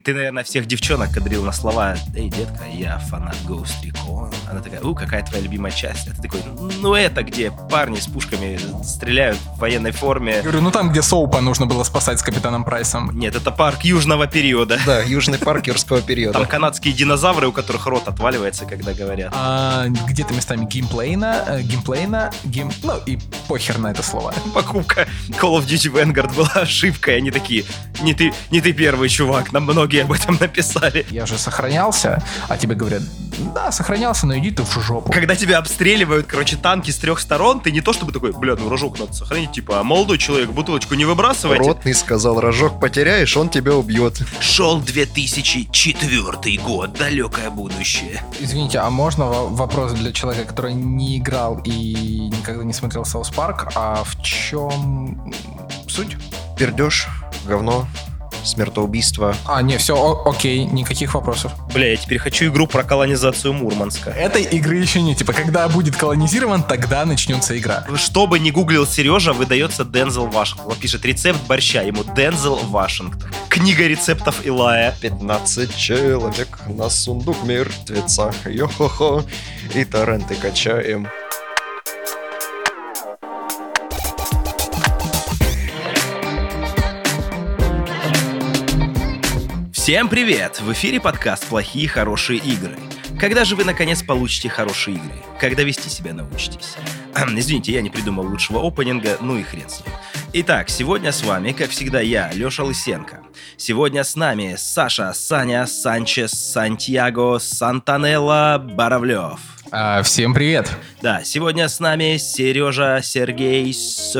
Ты, наверное, всех девчонок кадрил на слова: «Эй, детка, я фанат Ghost Recon». Она такая: какая твоя любимая часть? А ты такой: это где парни с пушками стреляют в военной форме. Я говорю, там, где Соупа нужно было спасать с Капитаном Прайсом. Нет, это парк южного периода. Да, южный парк юрского периода. Там канадские динозавры, у которых рот отваливается, когда говорят. Где-то местами геймплейна, и похер на это слово. Покупка Call of Duty Vanguard была ошибкой. Они такие: не ты первый, чувак, нам многие об этом написали. Я же сохранялся, а тебе говорят: да, сохранялся, но иди ты в жопу. Когда тебя обстреливают, танки с 3 сторон, ты не то чтобы такой: рожок надо сохранить, молодой человек, бутылочку не выбрасывайте. Ротный сказал: рожок потеряешь, он тебя убьет. Шел 2004 год, далекое будущее. Извините, а можно вопрос для человека, который не играл и никогда не смотрел Саус Парк? А в чем суть? Пердеж, говно, смертоубийство. Не, все, окей, никаких вопросов. Бля, я теперь хочу игру про колонизацию Мурманска. Этой игры еще нет. Когда будет колонизирован, тогда начнется игра. Что бы ни гуглил Сережа, выдается Дензел Вашингтон. Он пишет рецепт борща, ему Дензел Вашингтон. Книга рецептов Илая. 15 человек на сундук мертвеца. Йо-хо-хо. И торренты качаем. Всем привет! В эфире подкаст «Плохие хорошие игры». Когда же вы наконец получите хорошие игры? Когда вести себя научитесь? Извините, я не придумал лучшего опенинга, и хрен с ним. Итак, сегодня с вами, как всегда, я, Леша Лысенко. Сегодня с нами Саша, Саня, Санчес, Сантьяго, Сантанелла, Боровлев. Всем привет. Да, сегодня с нами Сережа, Сергей.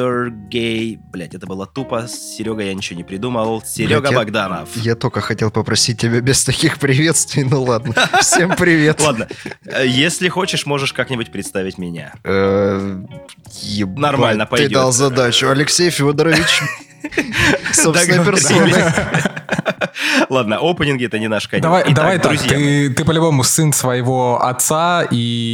Блять, это было тупо. Серега, я ничего не придумал. Серега Богданов. Я только хотел попросить тебя без таких приветствий, ладно. Всем привет. Ладно, если хочешь, можешь как-нибудь представить меня. Нормально пойдет. Ты дал задачу. Алексей Федорович. Собственной персоной. Ладно, опенинги — это не наш конек. Давай так, ты по-любому сын своего отца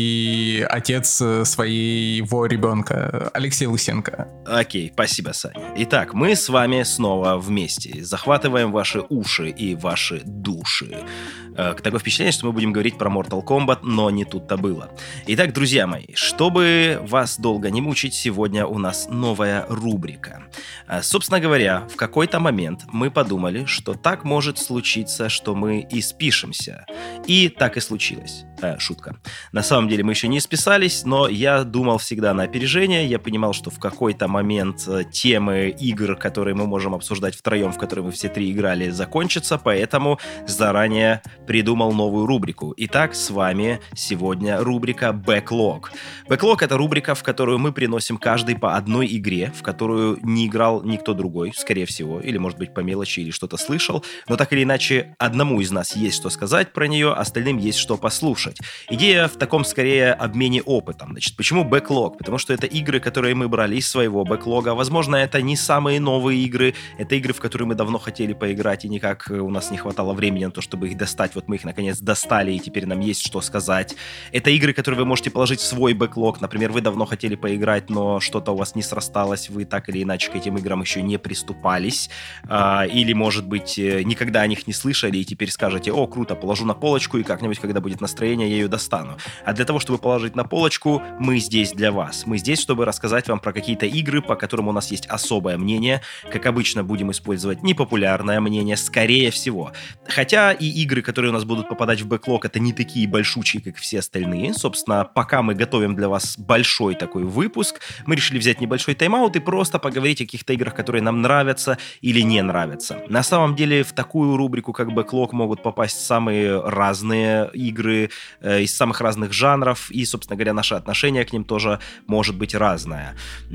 и отец своего ребенка. Алексей Лысенко. Окей, спасибо, Саня. Итак, мы с вами снова вместе. Захватываем ваши уши и ваши души. Такое впечатление, что мы будем говорить про Mortal Kombat, но не тут-то было. Итак, друзья мои, чтобы вас долго не мучить, сегодня у нас новая рубрика. Собственно говоря, в какой-то момент мы подумали, что так может случиться, что мы и спишемся. И так и случилось. Шутка. На самом деле мы еще не списались, но я думал всегда на опережение. Я понимал, что в какой-то момент темы игр, которые мы можем обсуждать втроем, в которые мы все три играли, закончатся, поэтому заранее придумал новую рубрику. Итак, с вами сегодня рубрика Backlog. Backlog — это рубрика, в которую мы приносим каждый по одной игре, в которую не играл никто другой, скорее всего, или, может быть, по мелочи, или что-то слышал, но так или иначе, одному из нас есть что сказать про нее, остальным есть что послушать. Идея в таком, скорее, обмене опытом. Значит, почему бэклог? Потому что это игры, которые мы брали из своего бэклога. Возможно, это не самые новые игры, это игры, в которые мы давно хотели поиграть, и никак у нас не хватало времени на то, чтобы их достать. Вот мы их, наконец, достали, и теперь нам есть что сказать. Это игры, которые вы можете положить в свой бэклог. Например, вы давно хотели поиграть, но что-то у вас не срасталось, вы так или иначе к этим играм еще не приступались. Или, может быть, никогда о них не слышали, и теперь скажете: о, круто, положу на полочку, и как-нибудь, когда будет настроение, я ее достану. А для того, чтобы положить на полочку, мы здесь для вас. Мы здесь, чтобы рассказать вам про какие-то игры, по которым у нас есть особое мнение. Как обычно, будем использовать непопулярное мнение, скорее всего. Хотя и игры, которые у нас будут попадать в бэклог, это не такие большучие, как все остальные. Собственно, пока мы готовим для вас большой такой выпуск, мы решили взять небольшой тайм-аут и просто поговорить о каких-то играх, которые нам нравятся или не нравятся. На самом деле, в такую рубрику, как бэклог, могут попасть самые разные игры из самых разных жанров, и, собственно говоря, наше отношение к ним тоже может быть разное.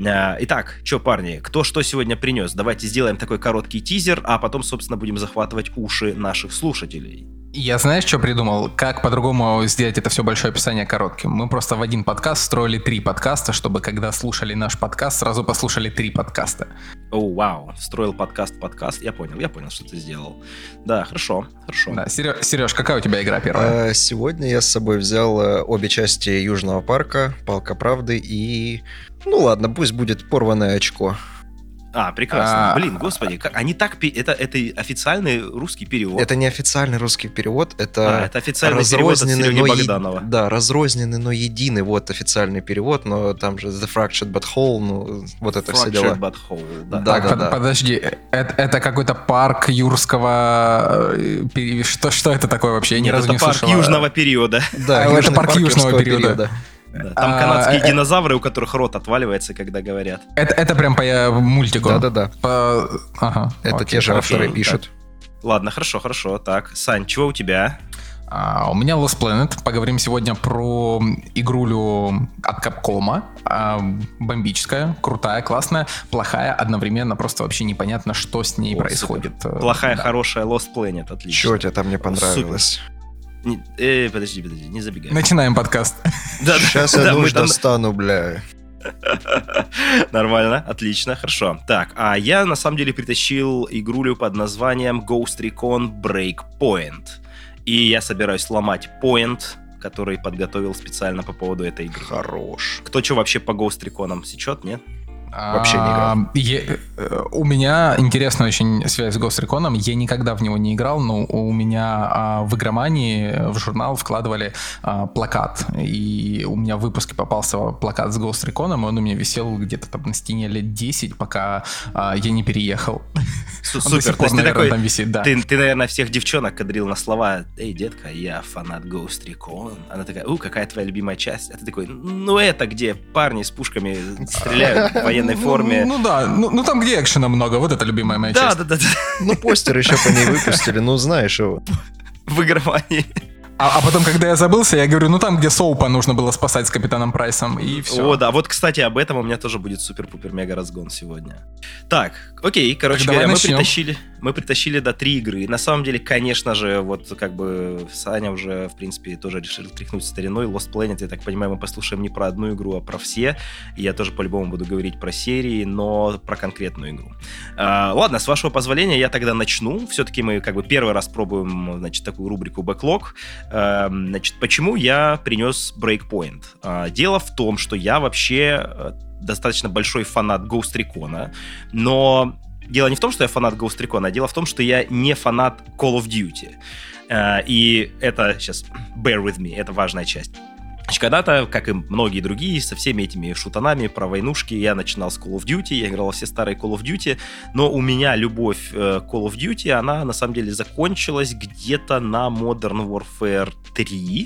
Итак, что, парни, кто что сегодня принес? Давайте сделаем такой короткий тизер, а потом, собственно, будем захватывать уши наших слушателей. Я, знаешь, что придумал? Как по-другому сделать это все большое описание коротким? Мы просто в один подкаст строили 3 подкаста, чтобы, когда слушали наш подкаст, сразу послушали 3 подкаста. О, вау, строил подкаст. Я понял, что ты сделал. Да, хорошо. Да, Сереж, какая у тебя игра первая? Сегодня я с собой взял обе части Южного парка, Палка правды и... Ну ладно, пусть будет Порванное очко. Прекрасно. Блин, господи, они так... Это официальный русский перевод. Это не официальный русский перевод, это официальный перевод от Сереги Богданова. Да, разрозненный, но единый, вот официальный перевод, но там же The Fractured But Whole, ну, вот это все дела. Fractured But Whole, да. Да. Подожди, это какой-то парк юрского... Что это такое вообще? Я ни разу не слышал. Это парк южного периода. Да, это парк южного периода. Да, там канадские динозавры, у которых рот отваливается, когда говорят. Это прям по мультику? Да. Это те же авторы пишут. Ладно, хорошо. Так, Сань, чего у тебя? У меня Lost Planet. Поговорим сегодня про игрулю от Capcom. Бомбическая, крутая, классная, плохая, одновременно просто вообще непонятно, что с ней происходит. Супер. Плохая, хорошая Lost Planet, отлично. Чего тебе там не понравилось? Подожди, не забегай. Начинаем подкаст. Сейчас я нож достану, бля. Нормально, отлично, хорошо. Так, а я на самом деле притащил игрулю под названием Ghost Recon Breakpoint. И я собираюсь ломать Point, который подготовил специально по поводу этой игры. Хорош. Кто что вообще по Ghost Recon сечет, нет? Вообще не играл. У меня интересная очень связь с Ghost Recon. Я никогда в него не играл, но у меня в игромании в журнал вкладывали плакат. И у меня в выпуске попался плакат с Ghost Recon, и он у меня висел где-то там на стене лет 10, пока я не переехал. Супер, то есть ты такой, там висит, да. Ты, наверное, всех девчонок кадрил на слова: «Эй, детка, я фанат Ghost Recon». Она такая: какая твоя любимая часть? А ты такой: ну это где парни с пушками стреляют в военной форме. Ну да, ну там где экшена много, вот это любимая моя часть. Да. Ну постер еще по ней выпустили, ну знаешь его. В игровании. А потом, когда я забылся, я говорю, ну там, где Соупа нужно было спасать с Капитаном Прайсом, и все. О, да, вот, кстати, об этом у меня тоже будет супер-пупер-мега-разгон сегодня. Так, окей, короче так, говоря, мы притащили до 3 игры. На самом деле, конечно же, вот как бы Саня уже, в принципе, тоже решил тряхнуть стариной. Lost Planet, я так понимаю, мы послушаем не про одну игру, а про все. И я тоже по-любому буду говорить про серии, но про конкретную игру. Ладно, с вашего позволения, я тогда начну. Все-таки мы как бы первый раз пробуем, значит, такую рубрику Backlog. Значит, почему я принес Breakpoint? Дело в том, что я вообще достаточно большой фанат Ghost Recon, но дело не в том, что я фанат Ghost Recon, а дело в том, что я не фанат Call of Duty. И это, сейчас, bear with me, это важная часть. Значит, когда-то, как и многие другие, со всеми этими шутанами про войнушки, я начинал с Call of Duty, я играл во все старые Call of Duty, но у меня любовь к Call of Duty, она на самом деле закончилась где-то на Modern Warfare 3.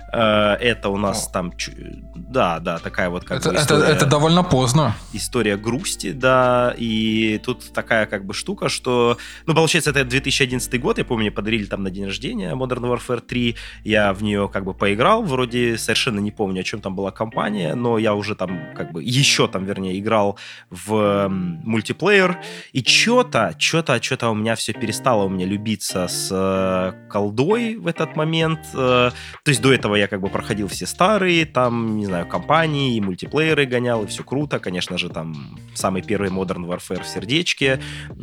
Это у нас там... Да, такая вот как бы история... Это довольно поздно. История грусти, да, и тут такая как бы штука, что... Ну, получается, это 2011 год, я помню, мне подарили там на день рождения Modern Warfare 3, я в нее как бы поиграл, вроде совершенно не помню, о чем там была кампания, но я уже там как бы еще там, вернее, играл в мультиплеер, и что-то у меня все перестало у меня любиться с колдой в этот момент, то есть до этого я как бы проходил все старые, там, не знаю, кампании, и мультиплееры гонял, и все круто. Конечно же, там самый первый Modern Warfare в сердечке.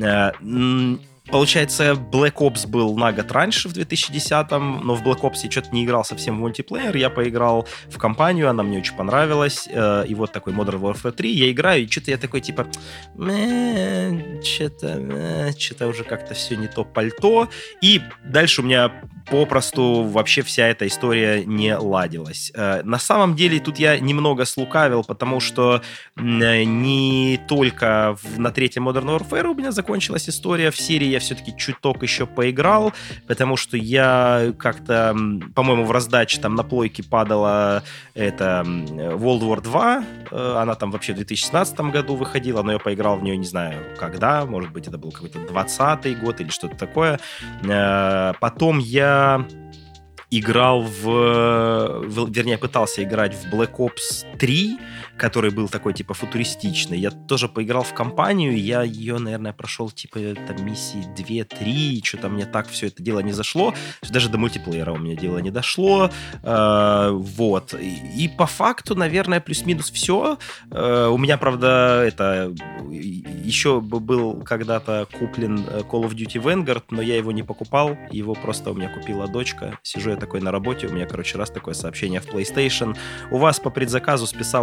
Получается, Black Ops был на год раньше, в 2010-м, но в Black Ops я что-то не играл совсем в мультиплеер, я поиграл в кампанию, она мне очень понравилась, и вот такой Modern Warfare 3, я играю, и что-то я такой, типа, что-то уже как-то все не то пальто, и дальше у меня попросту вообще вся эта история не ладилась. На самом деле тут я немного слукавил, потому что не только на третьем Modern Warfare у меня закончилась история, в серии я все-таки чуток еще поиграл, потому что я как-то, по-моему, в раздаче там на плойке падала это World War 2, она там вообще в 2016 году выходила, но я поиграл в нее не знаю когда, может быть, это был какой-то 20-й год или что-то такое. Потом я играл вернее, пытался играть в Black Ops 3, который был такой, типа, футуристичный. Я тоже поиграл в кампанию, я ее, наверное, прошел, типа, там, миссии 2-3, что-то мне так все это дело не зашло. Даже до мультиплеера у меня дело не дошло. Вот. И по факту, наверное, плюс-минус все. У меня, правда, это... Еще был когда-то куплен Call of Duty Vanguard, но я его не покупал, его просто у меня купила дочка. Сижу я такой на работе, у меня, короче, раз такое сообщение в PlayStation. У вас по предзаказу списалось там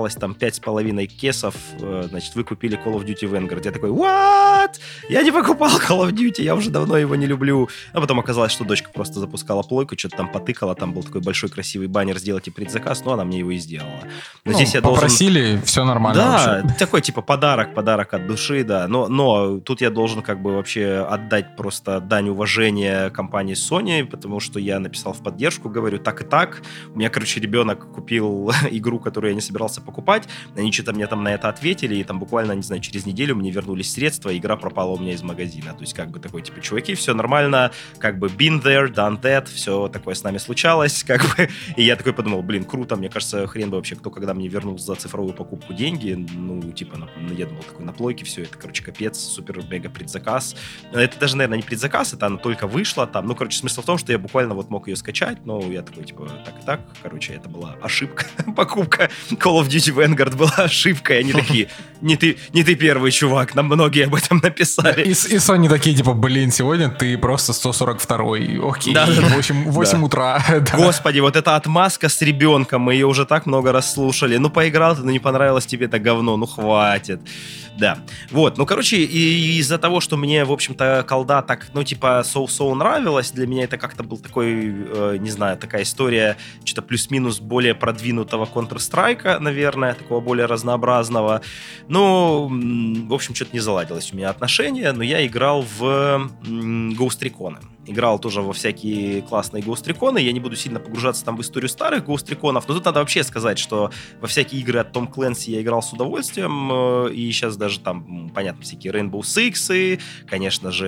5,5 кесов, значит, вы купили Call of Duty Vanguard. Я такой, what? Я не покупал Call of Duty, я уже давно его не люблю. А потом оказалось, что дочка просто запускала плойку, что-то там потыкала, там был такой большой красивый баннер «Сделайте предзаказ», но она мне его и сделала. Но здесь я попросили, все нормально. Да, вообще. такой типа подарок от души, да. Но тут я должен как бы вообще отдать просто дань уважения компании Sony, потому что я написал в поддержку, говорю, так и так. У меня, короче, ребенок купил игру, которую я не собирался покупать. Они что-то мне там на это ответили, и там буквально, не знаю, через неделю мне вернулись средства, и игра пропала у меня из магазина. То есть как бы такой, типа, чуваки, все нормально, как бы been there, done that, все такое с нами случалось, как бы. И я такой подумал, блин, круто, мне кажется, хрен бы вообще кто когда мне вернул за цифровую покупку деньги, ну, типа, я думал, такой на плойке, все это, короче, капец, супер-мега предзаказ. Это даже, наверное, не предзаказ, это она только вышла там, ну, короче, смысл в том, что я буквально вот мог ее скачать, но я такой, типа, так и так, короче, это была ошибка, покупка Call of Duty Vanguard была ошибкой, они такие, не ты первый, чувак, нам многие об этом написали. И Sony такие, типа, блин, сегодня ты просто 142-й, окей, да, 8 утра. Господи, вот эта отмазка с ребенком, мы ее уже так много раз слушали, ну, поиграл ты, ну, не понравилось тебе это говно, ну, хватит. Да, вот, ну, короче, и из-за того, что мне, в общем-то, колда так, ну, типа, соу-соу нравилась, для меня это как-то был такой, не знаю, такая история, что-то плюс-минус более продвинутого Counter-Strike, наверное, такого более разнообразного. Ну, в общем, что-то не заладилось у меня отношения, но я играл в Ghost Recon. Играл тоже во всякие классные Ghost Recon, я не буду сильно погружаться там в историю старых Ghost Recon, но тут надо вообще сказать, что во всякие игры от Tom Clancy я играл с удовольствием, и сейчас даже там, понятно, всякие Rainbow Six, конечно же,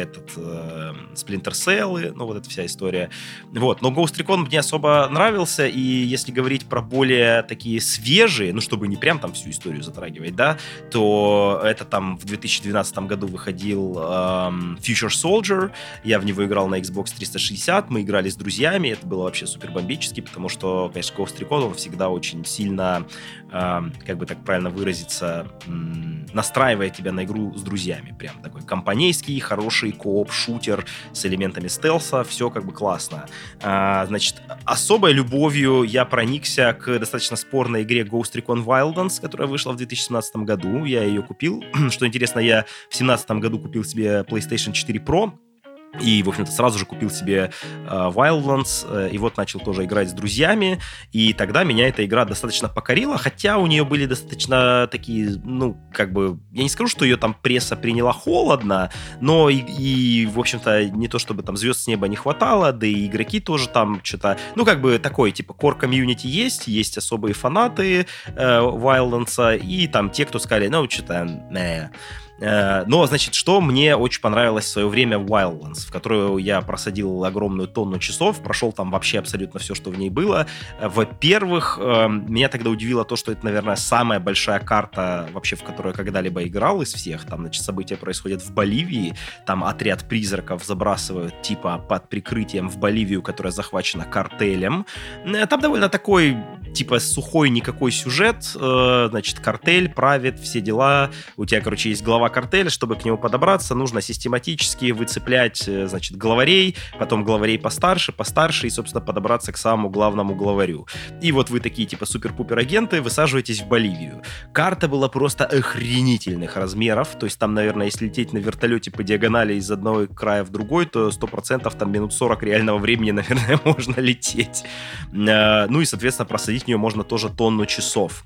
Splinter Cell, ну, вот эта вся история. Вот, но Ghost Recon мне особо нравился, и если говорить про более такие свежие, ну, чтобы не прям там всю историю затрагивать, да, то это там в 2012 году выходил Future Soldier, я в него играл на Xbox 360, мы играли с друзьями, это было вообще супер бомбически, потому что, конечно, Ghost Recon, он всегда очень сильно, как бы так правильно выразиться, настраивает тебя на игру с друзьями, прям такой компанейский, хороший кооп-шутер с элементами стелса, все как бы классно. Значит, особой любовью я проникся к достаточно спорной игре Ghost Recon Wildlands, которая вышла в 2017 году, я ее купил, что интересно, я в 2017 году купил себе PlayStation 4 Pro, и, в общем-то, сразу же купил себе Wildlands, и вот начал тоже играть с друзьями, и тогда меня эта игра достаточно покорила, хотя у нее были достаточно такие, ну, как бы, я не скажу, что ее там пресса приняла холодно, но и в общем-то, не то чтобы там звезд с неба не хватало, да и игроки тоже там что-то, ну, как бы такой, типа, core комьюнити есть особые фанаты Wildlands, и там те, кто сказали, ну, что-то, но, значит, что мне очень понравилось в свое время в Wildlands, в которую я просадил огромную тонну часов, прошел там вообще абсолютно все, что в ней было. Во-первых, меня тогда удивило то, что это, наверное, самая большая карта вообще, в которую я когда-либо играл из всех. Там, значит, события происходят в Боливии, там отряд призраков забрасывают типа под прикрытием в Боливию, которая захвачена картелем. Там довольно такой, типа, сухой никакой сюжет, значит, картель правит, все дела. У тебя, короче, есть глава картеля, чтобы к нему подобраться, нужно систематически выцеплять, значит, главарей, потом главарей постарше, и, собственно, подобраться к самому главному главарю. И вот вы такие, типа, супер-пупер агенты, высаживаетесь в Боливию. Карта была просто охренительных размеров, то есть там, наверное, если лететь на вертолете по диагонали из одного края в другой, то 100% там минут 40 реального времени, наверное, можно лететь. Ну и, соответственно, просадить в нее можно тоже тонну часов.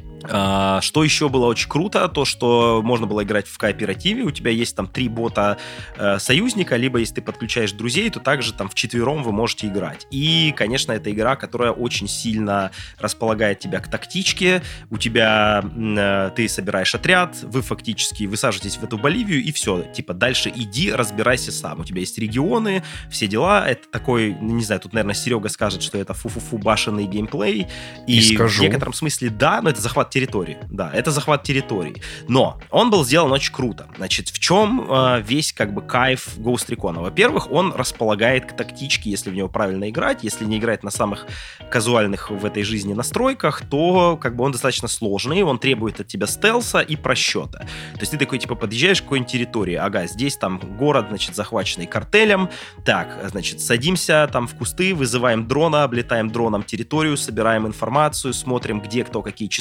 Что еще было очень круто, то, что можно было играть в кооперативе, у тебя есть там 3 бота союзника, либо если ты подключаешь друзей, то также там вчетвером вы можете играть. И, конечно, это игра, которая очень сильно располагает тебя к тактичке, у тебя ты собираешь отряд, вы фактически высаживаетесь в эту Боливию, и все, типа, дальше иди, разбирайся сам. У тебя есть регионы, все дела, это такой, не знаю, тут, наверное, Серега скажет, что это фу-фу-фу башенный геймплей, и в некотором смысле да, но это захват территории. Да, это захват территории. Но он был сделан очень круто. Значит, в чем весь как бы кайф Ghost Recon? Во-первых, он располагает к тактичке, если в него правильно играть. Если не играть на самых казуальных в этой жизни настройках, то как бы он достаточно сложный, он требует от тебя стелса и просчета. То есть ты такой, типа, подъезжаешь к какой-нибудь территории, ага, здесь там город, значит, захваченный картелем, так, значит, садимся там в кусты, вызываем дрона, облетаем дроном территорию, собираем информацию, смотрим, где кто какие часовые,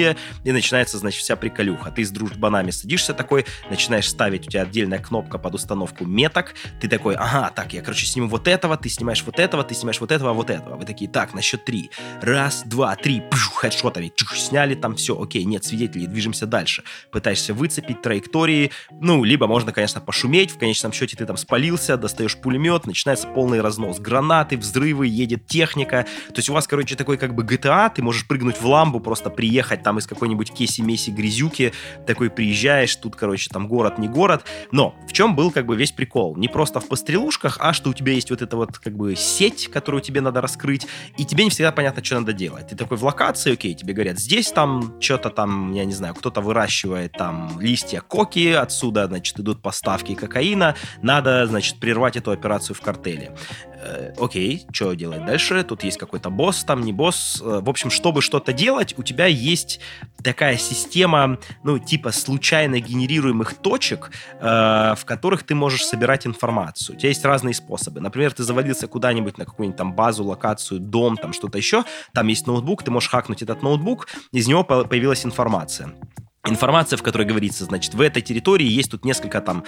тебе, и начинается, значит, вся приколюха. Ты с дружбанами садишься такой, начинаешь ставить, у тебя отдельная кнопка под установку меток, ты такой, ага, так, я, короче, сниму вот этого, ты снимаешь вот этого, ты снимаешь вот этого, вот этого. Вы такие, так, на счет 3. 1, 2, 3, хедшотами, сняли там, все, окей, нет свидетелей, движемся дальше. Пытаешься выцепить траектории, ну, либо можно, конечно, пошуметь, в конечном счете ты там спалился, достаешь пулемет, начинается полный разнос. Гранаты, взрывы, едет техника. То есть у вас, короче, такой как бы GTA, ты можешь прыгнуть в ламбу, просто приехать там из какой-нибудь Кеси-Меси грязюки, такой приезжаешь, тут, короче, там город, не город. Но в чем был как бы весь прикол? Не просто в пострелушках, а что у тебя есть вот эта вот как бы сеть, которую тебе надо раскрыть, и тебе не всегда понятно, что надо делать. Ты такой в локации, окей, тебе говорят, здесь там что-то там, я не знаю, кто-то выращивает там листья коки, отсюда, значит, идут поставки кокаина, надо, значит, прервать эту операцию в картеле. Окей, что делать дальше? Тут есть какой-то босс, там не босс. В общем, чтобы что-то делать, у тебя есть такая система, ну, типа случайно генерируемых точек, в которых ты можешь собирать информацию. У тебя есть разные способы. Например, ты завалился куда-нибудь на какую-нибудь там базу, локацию, дом, там что-то еще, там есть ноутбук, ты можешь хакнуть этот ноутбук, из него появилась информация. Информация, в которой говорится, значит, в этой территории есть тут несколько там,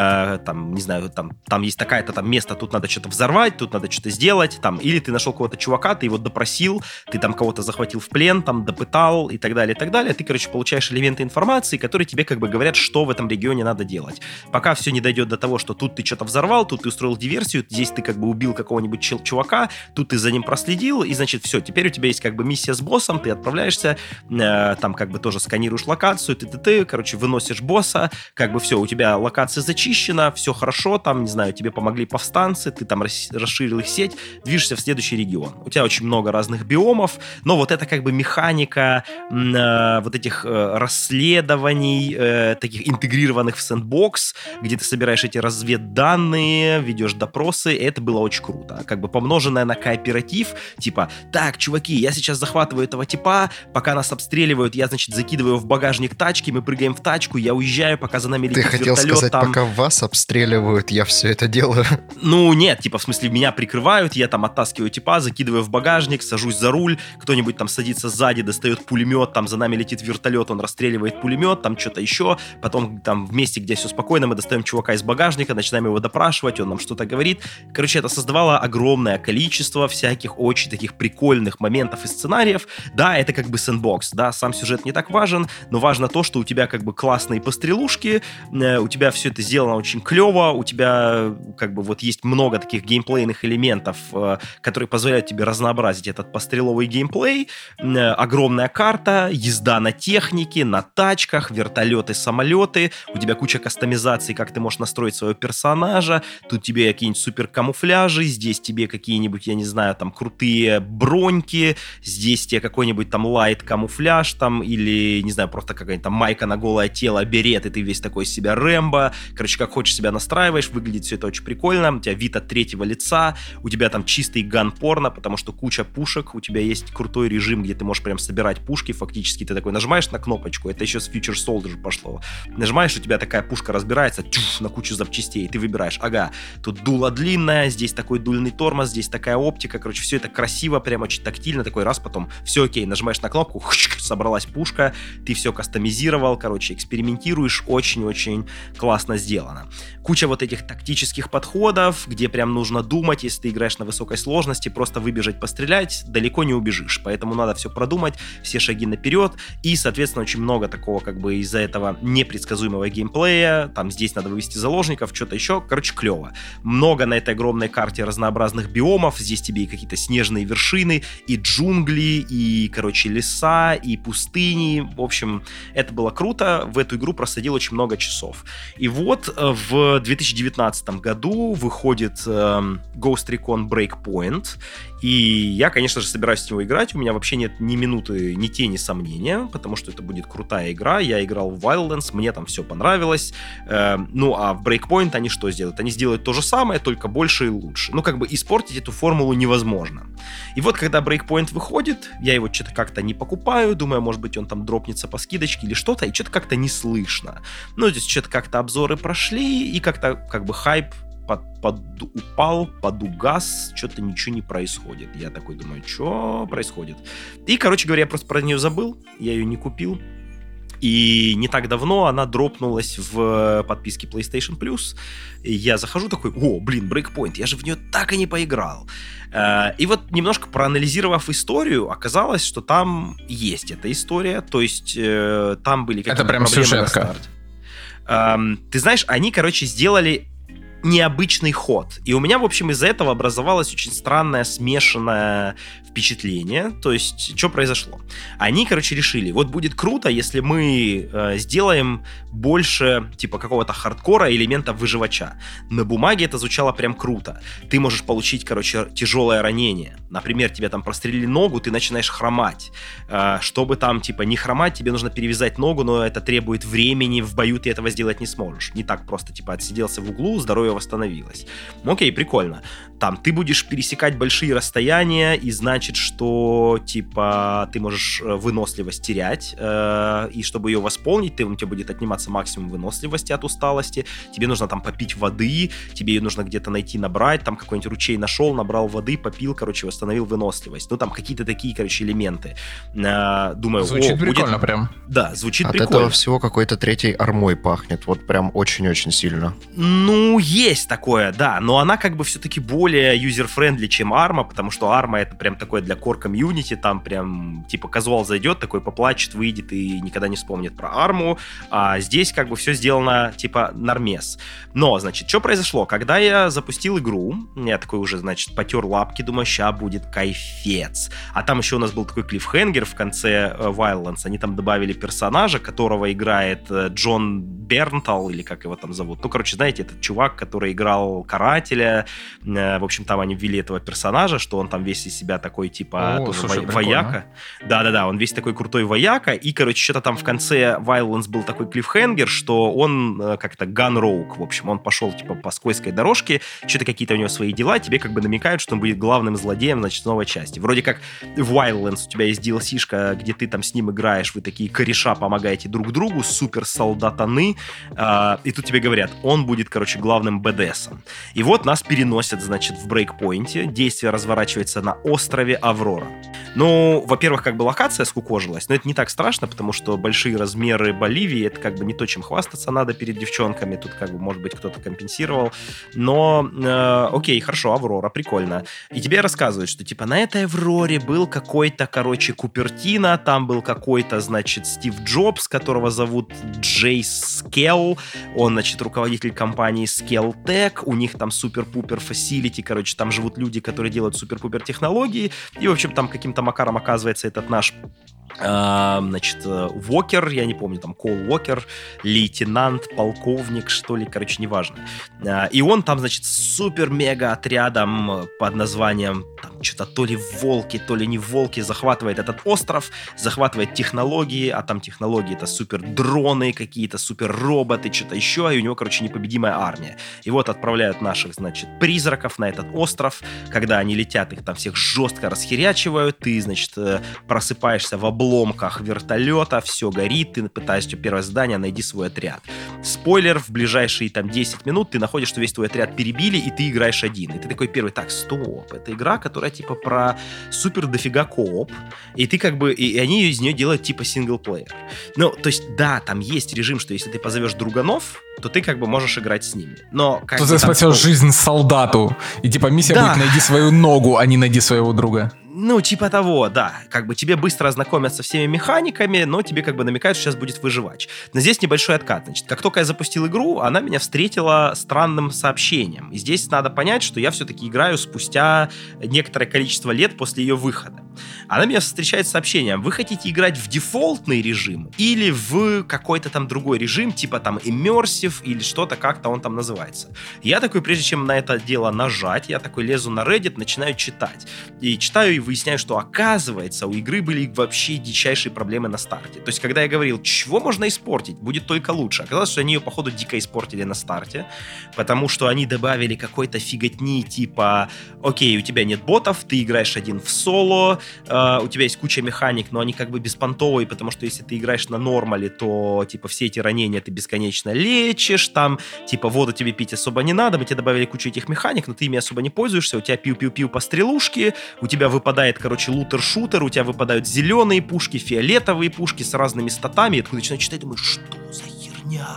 не знаю, там есть такая-то там место, тут надо что-то взорвать, тут надо что-то сделать, там, или ты нашел какого-то чувака, ты его допросил, ты там кого-то захватил в плен, там, допытал и так далее, и так далее. Ты, короче, получаешь элементы информации, которые тебе как бы говорят, что в этом регионе надо делать. Пока все не дойдет до того, что тут ты что-то взорвал, тут ты устроил диверсию, здесь ты как бы убил какого-нибудь чувака, тут ты за ним проследил, и, значит, все, теперь у тебя есть как бы миссия с боссом, ты отправляешься, там как бы тоже сканируешь локацию, ты, короче, выносишь босса, как бы все, у тебя локация зачищена, все хорошо, там, не знаю, тебе помогли повстанцы, ты там расширил их сеть, движешься в следующий регион. У тебя очень много разных биомов, но вот это как бы механика вот этих расследований, таких интегрированных в сэндбокс, где ты собираешь эти разведданные, ведешь допросы, это было очень круто. Как бы помноженное на кооператив, типа, так, чуваки, я сейчас захватываю этого типа, пока нас обстреливают, я, значит, закидываю в багажник тачки, мы прыгаем в тачку, я уезжаю, пока за нами летит вертолет. Ты хотел сказать, там... пока вас обстреливают, я все это делаю? Ну, нет, типа, в смысле, меня прикрывают, я там оттаскиваю типа, закидываю в багажник, сажусь за руль, кто-нибудь там садится сзади, достает пулемет, там за нами летит вертолет, он расстреливает пулемет, там что-то еще, потом там в месте, где все спокойно, мы достаем чувака из багажника, начинаем его допрашивать, он нам что-то говорит. Короче, это создавало огромное количество всяких очень таких прикольных моментов и сценариев. Да, это как бы сэндбокс, да, сам сюжет не так важен, но важно то, что у тебя как бы классные пострелушки, у тебя все это сделано очень клево, у тебя как бы вот есть много таких геймплейных элементов, которые позволяют тебе разнообразить этот постреловый геймплей, огромная карта, езда на технике, на тачках, вертолеты, самолеты, у тебя куча кастомизаций, как ты можешь настроить своего персонажа, тут тебе какие-нибудь супер камуфляжи, здесь тебе какие-нибудь, я не знаю, там крутые броньки, здесь тебе какой-нибудь там лайт камуфляж там или, не знаю, просто какая-нибудь там майка на голое тело, берет, и ты весь такой из себя Рэмбо. Короче, как хочешь себя настраиваешь, выглядит все это очень прикольно. У тебя вид от третьего лица, у тебя там чистый ган-порно, потому что куча пушек, у тебя есть крутой режим, где ты можешь прям собирать пушки, фактически ты такой нажимаешь на кнопочку, это еще с Future Soldier пошло. Нажимаешь, у тебя такая пушка разбирается на кучу запчастей, и ты выбираешь, ага, тут дуло длинное, здесь такой дульный тормоз, здесь такая оптика, короче, все это красиво, прям очень тактильно, такой раз, потом все окей, нажимаешь на кнопку, собралась пушка, ты все кастомизировал, короче, экспериментируешь, очень-очень классно сделано. Куча вот этих тактических подходов, где прям нужно думать, если ты играешь на высокой сложности, просто выбежать, пострелять, далеко не убежишь, поэтому надо все продумать, все шаги наперед, и, соответственно, очень много такого, как бы, из-за этого непредсказуемого геймплея, там, здесь надо вывести заложников, что-то еще, короче, клево. Много на этой огромной карте разнообразных биомов, здесь тебе и какие-то снежные вершины, и джунгли, и, короче, леса, и пустыни, в общем, это было круто, в эту игру просадил очень много часов. И вот в 2019 году выходит Ghost Recon Breakpoint, и я, конечно же, собираюсь в него играть, у меня вообще нет ни минуты, ни тени сомнения, потому что это будет крутая игра, я играл в Wildlands, мне там все понравилось, ну а в Breakpoint они что сделают? Они сделают то же самое, только больше и лучше. Ну как бы испортить эту формулу невозможно. И вот когда Breakpoint выходит, я его что-то как-то не покупаю, думаю, может быть он там дропнется по скидочке или что-то, и что-то как-то не слышно. Ну здесь что-то как-то обзоры прошли, и как-то как бы хайп упал, подугас, что-то ничего не происходит. Я такой думаю, что происходит? И, короче говоря, я просто про нее забыл, я ее не купил. И не так давно она дропнулась в подписке PlayStation Plus. И я захожу такой, Breakpoint, я же в нее так и не поиграл. И вот немножко проанализировав историю, оказалось, что там есть эта история. То есть там были какие-то проблемы на старте. Ты знаешь, они, короче, сделали необычный ход. И у меня, в общем, из-за этого образовалось очень странное смешанное впечатление. То есть, что произошло? Они, короче, решили, вот будет круто, если мы сделаем больше, типа, какого-то хардкора, элементов выживача. На бумаге это звучало прям круто. Ты можешь получить, короче, тяжелое ранение. Например, тебе там прострелили ногу, ты начинаешь хромать. Чтобы там, типа, не хромать, тебе нужно перевязать ногу, но это требует времени, в бою ты этого сделать не сможешь. Не так просто, типа, отсиделся в углу, здоровье восстановилось. Окей, прикольно. Там ты будешь пересекать большие расстояния, и значит, что, типа, ты можешь выносливость терять, и чтобы ее восполнить, у тебя будет отниматься максимум выносливости от усталости, тебе нужно там попить воды, тебе ее нужно где-то найти, набрать, там какой-нибудь ручей нашел, набрал воды, попил, короче, восстановил выносливость. Ну, там какие-то такие, короче, элементы. Думаю, звучит прикольно прям. Да, звучит от прикольно. От этого всего какой-то третьей армой пахнет, вот прям очень-очень сильно. Ну, есть такое, да, но она как бы все-таки более юзер-френдли, чем Arma, потому что Arma это прям такое для core-комьюнити, там прям типа казуал зайдет, такой поплачет, выйдет и никогда не вспомнит про Arma, а здесь как бы все сделано типа нормес. Но, значит, что произошло? Когда я запустил игру, я такой уже, значит, потер лапки, думаю, ща будет кайфец. А там еще у нас был такой клиффхенгер в конце Wildlands, они там добавили персонажа, которого играет Джон Бернтал, или как его там зовут. Ну, короче, знаете, этот чувак, который играл Карателя, в общем, там они ввели этого персонажа, что он там весь из себя такой, типа, вояка. Да-да-да, он весь такой крутой вояка, и, короче, что-то там в конце Wildlands был такой клиффхенгер, что он как-то gun-rogue, в общем, он пошел, типа, по скользкой дорожке, что-то какие-то у него свои дела, тебе как бы намекают, что он будет главным злодеем, значит, новой части. Вроде как в Wildlands у тебя есть DLC-шка, где ты там с ним играешь, вы такие кореша помогаете друг другу, супер-солдатаны, и тут тебе говорят, он будет, короче, главным БДСом. И вот нас переносят, значит, в брейкпоинте. Действие разворачивается на острове Аврора. Ну, во-первых, как бы локация скукожилась, но это не так страшно, потому что большие размеры Боливии, это как бы не то, чем хвастаться надо перед девчонками. Тут как бы, может быть, кто-то компенсировал. Но, окей, хорошо, Аврора, прикольно. И тебе рассказывают, что, типа, на этой Авроре был какой-то, короче, Купертино, там был какой-то, значит, Стив Джобс, которого зовут Джей Скелл. Он, значит, руководитель компании Scale Tech, у них там супер-пупер фасилити, короче, там живут люди, которые делают супер-пупер технологии, и, в общем, там каким-то макаром оказывается этот наш значит, Уокер, я не помню, там, Кол Уокер, лейтенант, полковник, что ли, короче, неважно. И он там, значит, супер-мега-отрядом под названием, там, что-то то ли волки, то ли не волки, захватывает этот остров, захватывает технологии, а там технологии — это супер-дроны какие-то, супер-роботы, что-то еще, и у него, короче, непобедимая армия. И вот отправляют наших, значит, призраков на этот остров, когда они летят, их там всех жестко расхерячивают, ты, значит, просыпаешься в обломках вертолета, все горит, ты пытаешься первое задание, найди свой отряд. Спойлер, в ближайшие там 10 минут ты находишь, что весь твой отряд перебили, и ты играешь один. И ты такой первый, так, стоп, это игра, которая типа про супер дофига кооп, и ты как бы, и они из нее делают типа синглплеер. Ну, то есть, да, там есть режим, что если ты позовешь друганов, то ты как бы можешь играть с ними. Но как ты спасешь жизнь солдату, и типа миссия будет найди свою ногу, а не найди своего друга. Ну, типа того, да. Как бы тебе быстро ознакомят со всеми механиками, но тебе как бы намекают, что сейчас будет выживач. Но здесь небольшой откат. Значит, как только я запустил игру, она меня встретила странным сообщением. И здесь надо понять, что я все-таки играю спустя некоторое количество лет после ее выхода. Она меня встречает с сообщением: вы хотите играть в дефолтный режим или в какой-то там другой режим, типа там immersive или что-то, как-то он там называется. Я такой, прежде чем на это дело нажать, я такой лезу на Reddit, начинаю читать. И читаю и выясняю, что оказывается у игры были вообще дичайшие проблемы на старте. То есть, когда я говорил, чего можно испортить, будет только лучше, оказалось, что они ее, походу, дико испортили на старте, потому что они добавили какой-то фиготни, типа, окей, у тебя нет ботов, ты играешь один в соло, у тебя есть куча механик, но они как бы беспонтовые, потому что если ты играешь на нормале, то, типа, все эти ранения ты бесконечно лечишь, там, типа, воду тебе пить особо не надо, мы тебе добавили кучу этих механик, но ты ими особо не пользуешься, у тебя пиу-пиу-пиу по стрелушке, у тебя выпадает, короче, лутер-шутер, у тебя выпадают зеленые пушки, фиолетовые пушки с разными статами, и ты начинаешь читать, думаешь, что за херня?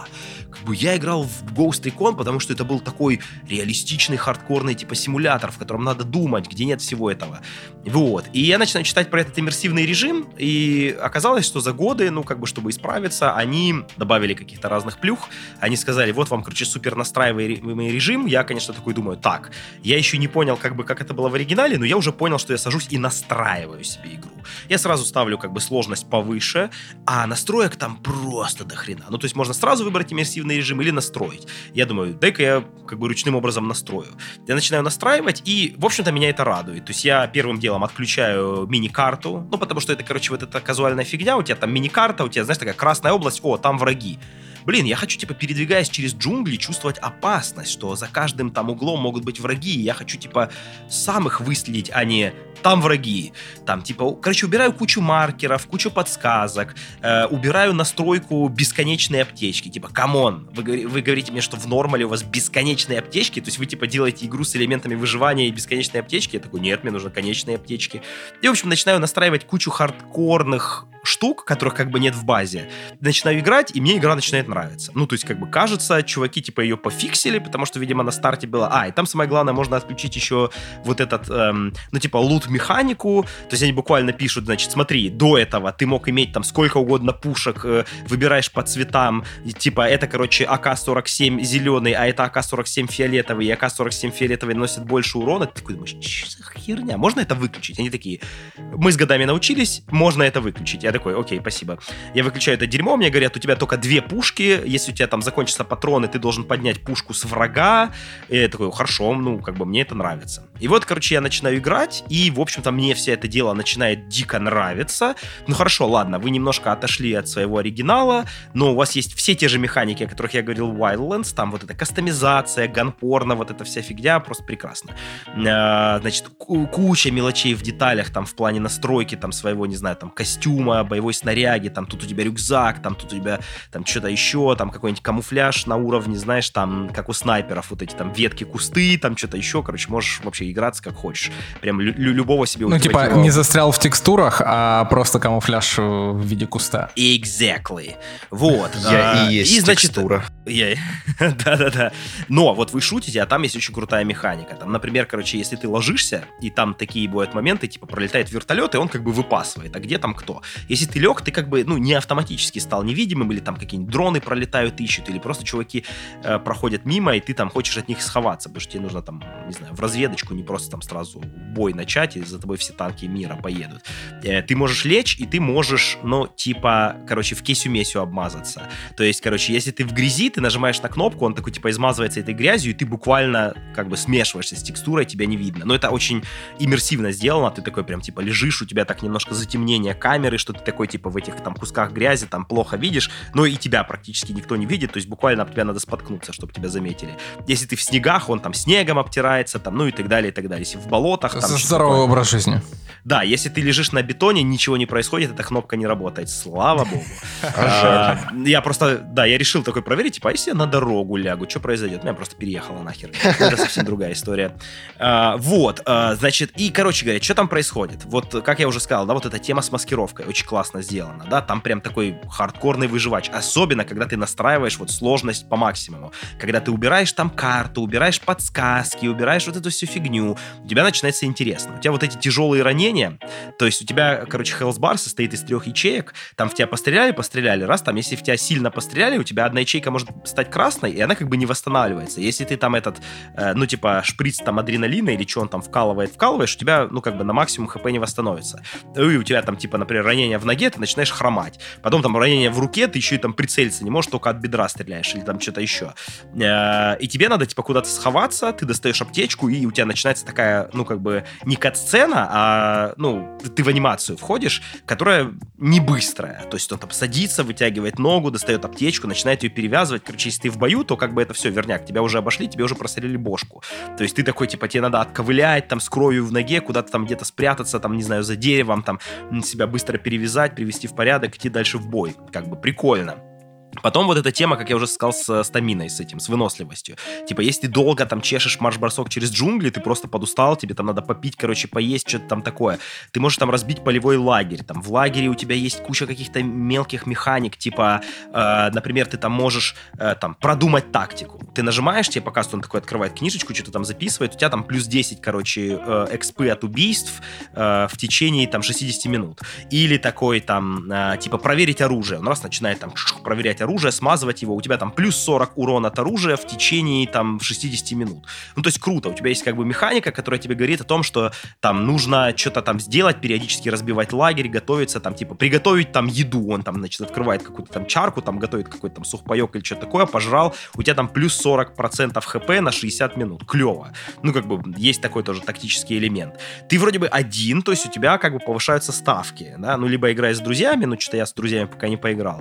Я играл в Ghost Recon, потому что это был такой реалистичный, хардкорный типа симулятор, в котором надо думать, где нет всего этого. Вот. И я начинаю читать про этот иммерсивный режим, и оказалось, что за годы, ну, как бы, чтобы исправиться, они добавили каких-то разных плюх. Они сказали, вот вам, короче, супер настраиваемый режим. Я, конечно, такой думаю, так, я еще не понял, как бы, как это было в оригинале, но я уже понял, что я сажусь и настраиваю себе игру. Я сразу ставлю, как бы, сложность повыше, а настроек там просто до хрена. Ну, то есть можно сразу выбрать иммерсивный режим или настроить. Я думаю, дай-ка я как бы ручным образом настрою. Я начинаю настраивать, и, в общем-то, меня это радует. То есть я первым делом отключаю мини-карту, ну, потому что это, короче, вот эта казуальная фигня, у тебя там мини-карта, у тебя, знаешь, такая красная область, о, там враги. Блин, я хочу, типа, передвигаясь через джунгли, чувствовать опасность, что за каждым там углом могут быть враги, и я хочу, типа, сам их выследить, а не там враги. Там, типа, короче, убираю кучу маркеров, кучу подсказок, убираю настройку бесконечной аптечки. Типа, камон, вы говорите мне, что в нормале у вас бесконечные аптечки, то есть вы, типа, делаете игру с элементами выживания и бесконечной аптечки? Я такой, нет, мне нужны конечные аптечки. И, в общем, начинаю настраивать кучу хардкорных штук, которых как бы нет в базе. Начинаю играть, и мне игра начинает нравиться. Ну, то есть, как бы, кажется, чуваки, типа, ее пофиксили, потому что, видимо, на старте было... и там, самое главное, можно отключить еще вот этот, ну, типа, лут-механику. То есть, они буквально пишут, значит, смотри, до этого ты мог иметь там сколько угодно пушек, выбираешь по цветам, типа, это, короче, АК-47 зеленый, а это АК-47 фиолетовый, и АК-47 фиолетовый наносит больше урона. Ты такой думаешь, что за херня? Можно это выключить? Они такие, мы с годами научились, можно это выключить. Я такой, окей, спасибо. Я выключаю это дерьмо, мне говорят, у тебя только 2 пушки, если у тебя там закончатся патроны, ты должен поднять пушку с врага. И я такой, хорошо, ну, как бы мне это нравится. И вот, короче, я начинаю играть, и, в общем-то, мне все это дело начинает дико нравиться. Ну, хорошо, ладно, вы немножко отошли от своего оригинала, но у вас есть все те же механики, о которых я говорил в Wildlands, там вот эта кастомизация, ганпорно, вот эта вся фигня, просто прекрасно. Значит, куча мелочей в деталях, там, в плане настройки, там, своего, не знаю, там, костюма, боевой снаряги, там, тут у тебя рюкзак, там, тут у тебя, там, что-то еще, там, какой-нибудь камуфляж на уровне, знаешь, там, как у снайперов, вот эти, там, ветки, кусты, там, что-то еще, короче, можешь вообще играться как хочешь. Прям любого себе... Ну, типа, не застрял в текстурах, а просто камуфляж в виде куста. Exactly. Вот. Я и есть значит, текстура. Да-да-да. Но вот вы шутите, а там есть очень крутая механика. Там, например, короче, если ты ложишься, и там такие бывают моменты, типа, пролетает вертолет, и он как бы выпасывает, а где там кто? Если ты лег, ты как бы, ну, не автоматически стал невидимым, или там какие-нибудь дроны пролетают, ищут, или просто чуваки проходят мимо, и ты там хочешь от них сховаться, потому что тебе нужно там, не знаю, в разведочку, не просто там сразу бой начать, и за тобой все танки мира поедут. Ты можешь лечь, и ты можешь, ну, типа, короче, в кесю-месю обмазаться. То есть, короче, если ты в грязи, ты нажимаешь на кнопку, он такой, типа, измазывается этой грязью, и ты буквально, как бы, смешиваешься с текстурой, тебя не видно. Но это очень иммерсивно сделано, ты такой прям, типа, лежишь, у тебя так немножко затемнение камеры, что ты такой, типа, в этих там кусках грязи, там, плохо видишь, но и тебя практически никто не видит, то есть буквально об тебя надо споткнуться, чтобы тебя заметили. Если ты в снегах, он там снегом обтирается, там, ну и так далее, и так далее. Если в болотах... Там, здоровый образ жизни. Да, если ты лежишь на бетоне, ничего не происходит, эта кнопка не работает. Слава богу. Я просто, да, я решил такой проверить, типа, а если я на дорогу лягу, что произойдет? Меня просто переехала нахер. Это совсем другая история. Вот, значит, и, короче говоря, что там происходит? Вот, как я уже сказал, да, вот эта тема с маскировкой очень классно сделана, да, там прям такой хардкорный выживач, особенно, когда ты настраиваешь вот сложность по максимуму, когда ты убираешь там карту, убираешь подсказки, убираешь вот эту всю фигню, у тебя начинается интересно. У тебя вот эти тяжелые ранения, то есть у тебя, короче, health bar состоит из 3 ячеек, там в тебя постреляли, раз, там, если в тебя сильно постреляли, у тебя одна ячейка может стать красной, и она как бы не восстанавливается. Если ты там этот, ну, типа, шприц там адреналина или что он там вкалываешь, у тебя, ну, как бы на максимум хп не восстановится. И у тебя там, типа, например, ранение в ноге, ты начинаешь хромать. Потом там ранение в руке, ты еще и там прицелиться не можешь, только от бедра стреляешь или там что-то еще. И тебе надо, типа, куда-то сховаться, ты достаешь аптечку, и у тебя начинается такая, ну, как бы, не кат-сцена, а, ну, ты в анимацию входишь, которая не быстрая. То есть он там садится, вытягивает ногу, достает аптечку, начинает ее перевязывать. Короче, если ты в бою, то как бы это все верняк. Тебя уже обошли, тебе уже прострелили бошку. То есть ты такой, типа, тебе надо отковылять там с кровью в ноге, куда-то там где-то спрятаться, там, не знаю, за деревом, там, себя быстро перевязать, привести в порядок, идти дальше в бой. Как бы прикольно. Потом вот эта тема, как я уже сказал, с стаминой, с этим, с выносливостью. Типа, если ты долго там чешешь марш-бросок через джунгли, ты просто подустал, тебе там надо попить, короче, поесть, что-то там такое. Ты можешь там разбить полевой лагерь. Там в лагере у тебя есть куча каких-то мелких механик, типа, например, ты там можешь там продумать тактику. Ты нажимаешь, тебе показывает, он такой открывает книжечку, что-то там записывает, у тебя там плюс 10, короче, экспы от убийств в течение там 60 минут. Или такой там, типа, проверить оружие. Он раз начинает там проверять оружие, смазывать его, у тебя там плюс 40 урон от оружия в течение там 60 минут. Ну, то есть круто, у тебя есть как бы механика, которая тебе говорит о том, что там нужно что-то там сделать, периодически разбивать лагерь, готовиться там, типа, приготовить там еду, он там, значит, открывает какую-то там чарку, там готовит какой-то там сухпайок или что-то такое, пожрал, у тебя там плюс 40% хп на 60 минут. Клево. Ну, как бы, есть такой тоже тактический элемент. Ты вроде бы один, то есть у тебя как бы повышаются ставки, да, ну, либо играешь с друзьями, ну, что-то я с друзьями пока не поиграл.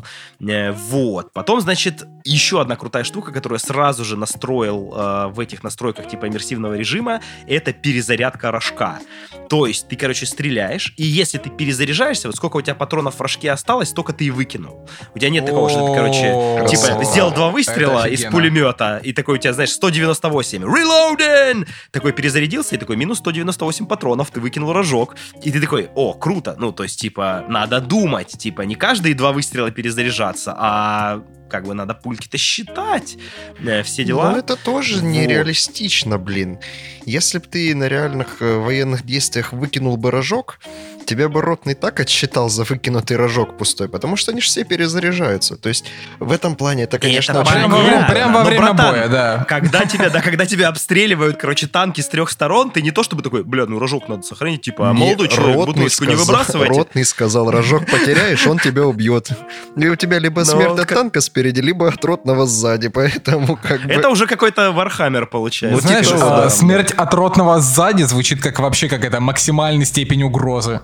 Вот. Потом, значит, еще одна крутая штука, которую я сразу же настроил в этих настройках типа иммерсивного режима, это перезарядка рожка. То есть ты, короче, стреляешь, и если ты перезаряжаешься, вот сколько у тебя патронов в рожке осталось, столько ты и выкинул. У тебя нет такого, что ты, короче, типа, сделал 2 выстрела из пулемета, и такой у тебя, знаешь, 198. Reloading! Такой перезарядился, и такой минус 198 патронов, ты выкинул рожок. И ты такой, о, круто. Ну, то есть, типа, надо думать. Типа, не каждые 2 выстрела перезаряжаться, а как бы надо пульки-то считать, все дела. Но это тоже нереалистично, блин. Если бы ты на реальных военных действиях выкинул бы рожок, тебя бы ротный так отсчитал за выкинутый рожок пустой, потому что они же все перезаряжаются. То есть в этом плане это, конечно, это очень... Прям во время боя, да. Когда тебя обстреливают, короче, танки с 3 сторон, ты не то чтобы такой, бля, ну рожок надо сохранить, типа, молодой человек, бутылочку не выбрасывайте. Ротный сказал, рожок потеряешь, он тебя убьет. И у тебя либо смерть от танка спереди, либо от ротного сзади, поэтому как бы... Это уже какой-то Вархаммер получается. Ну, знаешь, смерть от ротного сзади звучит как вообще какая-то максимальная степень угрозы.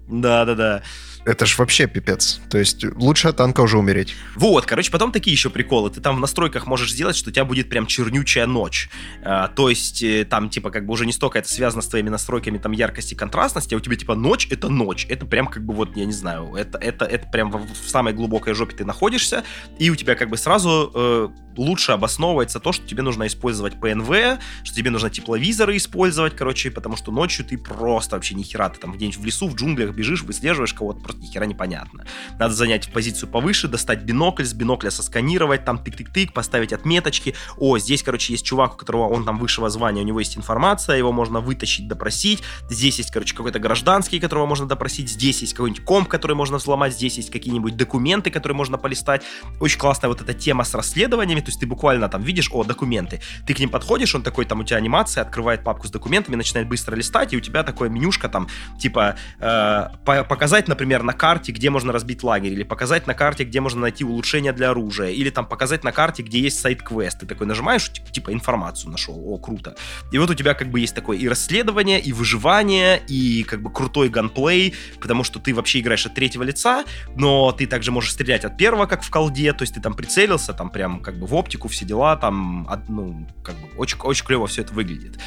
Да. Это ж вообще пипец. То есть лучше от танка уже умереть. Вот, короче, потом такие еще приколы. Ты там в настройках можешь сделать, что у тебя будет прям чернючая ночь. То есть там, типа, как бы уже не столько это связано с твоими настройками там яркости и контрастности, а у тебя, типа, ночь. Это прям, как бы, вот, я не знаю, это прям в самой глубокой жопе ты находишься, и у тебя, как бы, сразу лучше обосновывается то, что тебе нужно использовать ПНВ, что тебе нужно тепловизоры использовать, короче, потому что ночью ты просто вообще нихера, ты там где-нибудь в лесу, в джунглях бежишь, выслеживаешь кого-то, просто нихера непонятно. Надо занять позицию повыше, достать бинокль, с бинокля сосканировать, там тык-тык-тык, поставить отметочки. О, здесь, короче, есть чувак, у которого он там высшего звания, у него есть информация, его можно вытащить, допросить. Здесь есть, короче, какой-то гражданский, которого можно допросить. Здесь есть какой-нибудь комп, который можно взломать. Здесь есть какие-нибудь документы, которые можно полистать. Очень классная вот эта тема с расследованиями. То есть ты буквально там видишь, документы. Ты к ним подходишь, он такой, там у тебя анимация, открывает папку с документами, начинает быстро листать, и у тебя такое менюшка там, типа, показать, например, на карте, где можно разбить лагерь, или показать на карте, где можно найти улучшения для оружия, или там показать на карте, где есть сайт-квест. Ты такой нажимаешь, типа, информацию нашел. О, круто. И вот у тебя как бы есть такое и расследование, и выживание, и как бы крутой ганплей, потому что ты вообще играешь от третьего лица, но ты также можешь стрелять от первого, как в колде, то есть ты там прицелился, там прям как бы в оптику, все дела, там, ну, как бы очень, очень клево все это выглядит.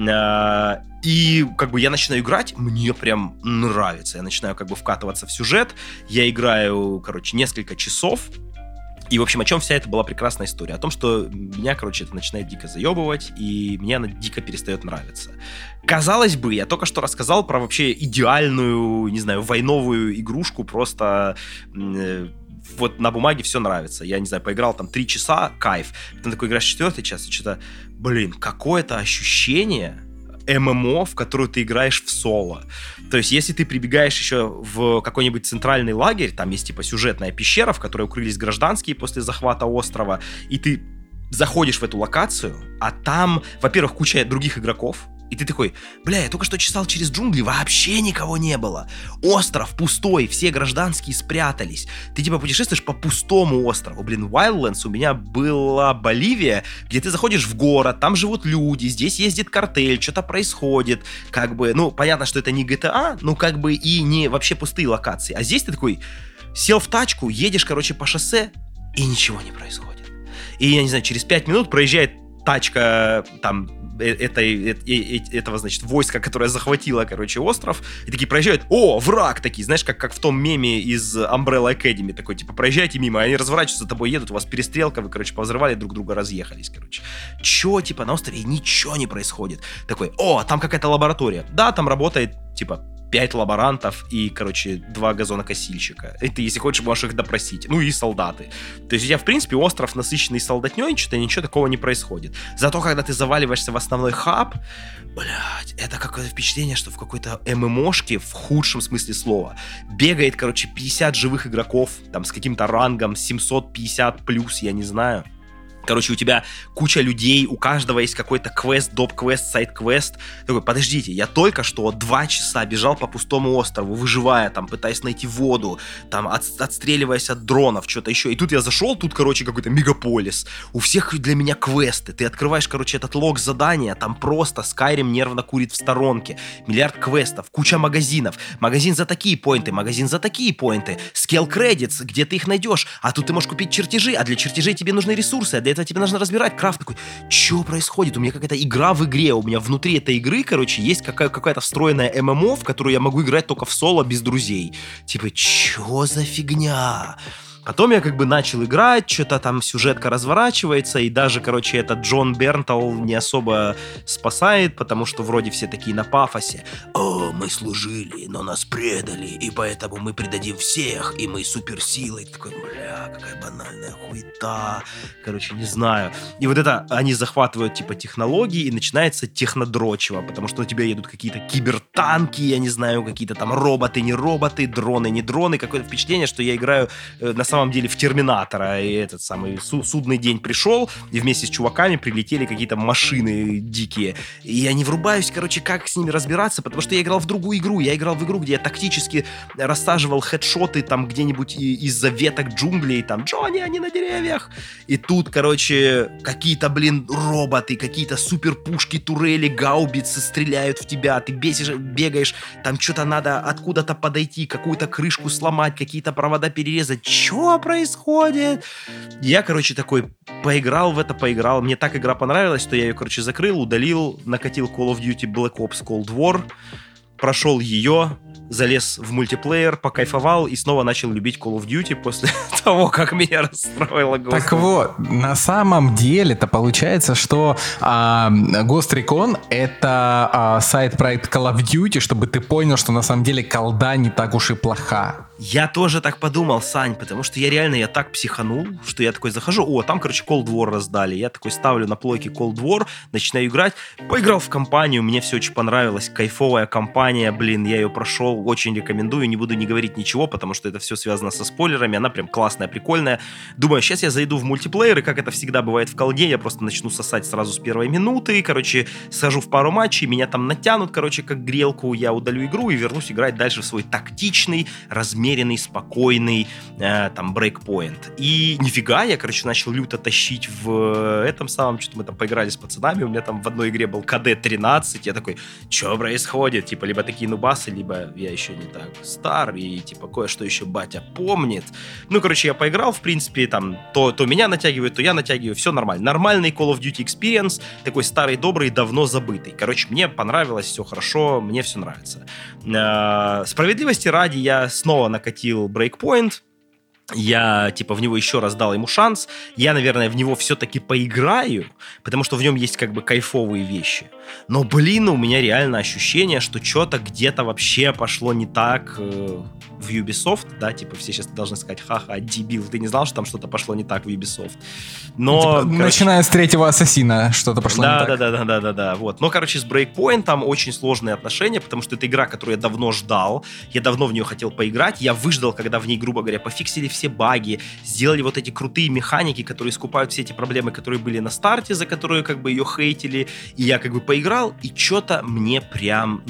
И как бы я начинаю играть, мне прям нравится, я начинаю как бы вкатываться в сюжет, я играю, короче, несколько часов. И, в общем, о чем вся эта была прекрасная история? О том, что меня, короче, это начинает дико заебывать, и мне она дико перестает нравиться. Казалось бы, я только что рассказал про вообще идеальную, не знаю, войновую игрушку, просто... вот на бумаге все нравится. Я, не знаю, поиграл там 3 часа, кайф. Потом такой играешь 4-й час, и что-то, блин, какое-то ощущение ММО, в которую ты играешь в соло. То есть, если ты прибегаешь еще в какой-нибудь центральный лагерь, там есть типа сюжетная пещера, в которой укрылись гражданские после захвата острова, и ты заходишь в эту локацию, а там, во-первых, куча других игроков, И ты такой, бля, я только что чесал через джунгли, вообще никого не было. Остров пустой, все гражданские спрятались. Ты типа путешествуешь по пустому острову. Блин, Wildlands у меня была Боливия, где ты заходишь в город, там живут люди, здесь ездит картель, что-то происходит. Как бы, ну, понятно, что это не GTA, ну, как бы и не вообще пустые локации. А здесь ты такой сел в тачку, едешь, короче, по шоссе, и ничего не происходит. И, я не знаю, через 5 минут проезжает тачка, там, этого, значит, войска, которое захватило, короче, остров, и такие проезжают, о, враг, такие, знаешь, как в том меме из Umbrella Academy, такой, типа, проезжайте мимо, они разворачиваются, за тобой едут, у вас перестрелка, вы, короче, повзрывали, друг друга разъехались, короче. Чё, типа, на острове ничего не происходит. Такой, о, там какая-то лаборатория. Да, там работает, типа, 5 лаборантов и, короче, 2 газонокосильщика. И ты, если хочешь, можешь их допросить. Ну и солдаты. То есть у тебя, в принципе, остров насыщенный солдатней, что-то ничего такого не происходит. Зато, когда ты заваливаешься в основной хаб, блядь, это какое-то впечатление, что в какой-то ММОшке, в худшем смысле слова, бегает, короче, 50 живых игроков, там, с каким-то рангом 750 плюс, я не знаю. Короче, у тебя куча людей, у каждого есть какой-то квест, доп-квест, сайд-квест. Такой, подождите, я только что 2 часа бежал по пустому острову, выживая, там, пытаясь найти воду, там, отстреливаясь от дронов, что-то еще. И тут я зашел, тут, короче, какой-то мегаполис. У всех для меня квесты. Ты открываешь, короче, этот лог задания, там просто Skyrim нервно курит в сторонке. Миллиард квестов, куча магазинов. Магазин за такие поинты, магазин за такие поинты. Scale credits, где ты их найдешь? А тут ты можешь купить чертежи, а для чертежей тебе нужны ресурсы, а для этого тебе нужно разбирать. Крафт такой, что происходит? У меня какая-то игра в игре, у меня внутри этой игры, короче, есть какая-то встроенная ММО, в которую я могу играть только в соло, без друзей. Типа, что за фигня? Потом я как бы начал играть, что-то там сюжетка разворачивается, и даже, короче, этот Джон Бернтал не особо спасает, потому что вроде все такие на пафосе. О, мы служили, но нас предали, и поэтому мы предадим всех, и мы суперсилой. Такой, бля, какая банальная хуета. Короче, не знаю. И вот это, они захватывают, типа, технологии, и начинается технодрочево, потому что у тебя едут какие-то кибертанки, я не знаю, какие-то там роботы, не роботы, дроны, не дроны. Какое-то впечатление, что я играю на самом деле в Терминатора, и этот самый судный день пришел, и вместе с чуваками прилетели какие-то машины дикие. И я не врубаюсь, короче, как с ними разбираться, потому что я играл в другую игру. Я играл в игру, где я тактически рассаживал хедшоты там где-нибудь из-за веток джунглей, там, Джонни, они на деревьях. И тут, короче, какие-то, блин, роботы, какие-то суперпушки, турели, гаубицы стреляют в тебя, ты бегаешь, там что-то надо откуда-то подойти, какую-то крышку сломать, какие-то провода перерезать. Чё происходит? Я, короче, такой поиграл, мне так игра понравилась, что я ее, короче, закрыл, удалил, накатил Call of Duty Black Ops Cold War, прошел ее, залез в мультиплеер, покайфовал и снова начал любить Call of Duty после того, как меня расстроило Ghost. Так вот, на самом деле это получается, что Ghost Recon это сайд-проект Call of Duty, чтобы ты понял, что на самом деле колда не так уж и плоха. Я тоже так подумал, Сань, потому что я так психанул, что я такой захожу, там, короче, Cold War раздали, я такой ставлю на плойке Cold War, начинаю играть, поиграл в кампанию, мне все очень понравилось, кайфовая кампания, блин, я ее прошел, очень рекомендую, не буду не говорить ничего, потому что это все связано со спойлерами, она прям классная, прикольная. Думаю, сейчас я зайду в мультиплеер, и как это всегда бывает в колде, я просто начну сосать сразу с первой минуты, короче, схожу в пару матчей, меня там натянут, короче, как грелку, я удалю игру и вернусь играть дальше в свой тактичный, размеренный, спокойный там брейкпоинт. И нифига, я, короче, начал люто тащить в этом самом, что-то мы там поиграли с пацанами, у меня там в одной игре был КД-13, я такой, что происходит? Типа, либо такие нубасы, либо я еще не так стар, и типа кое-что еще батя помнит. Ну, короче, я поиграл, в принципе, там, то меня натягивают, то я натягиваю, все нормально. Нормальный Call of Duty Experience, такой старый, добрый, давно забытый. Короче, мне понравилось, все хорошо, мне все нравится. Справедливости ради, я снова накатил Breakpoint, я, типа, в него еще раз дал ему шанс. Я, наверное, в него все-таки поиграю, потому что в нем есть, как бы, кайфовые вещи. Но, блин, у меня реально ощущение, что что-то где-то вообще пошло не так в Ubisoft, да, типа, все сейчас должны сказать, ха-ха, дебил, ты не знал, что там что-то пошло не так в Ubisoft. Но, типа, короче, начиная с третьего Ассасина что-то пошло не так. Да, вот. Но, короче, с Breakpoint там очень сложные отношения, потому что это игра, которую я давно ждал, я давно в нее хотел поиграть, я выждал, когда в ней, грубо говоря, пофиксили все баги, сделали вот эти крутые механики, которые искупают все эти проблемы, которые были на старте, за которые, как бы, ее хейтили, и я, как бы, поиграл поиграл, и что-то мне прям,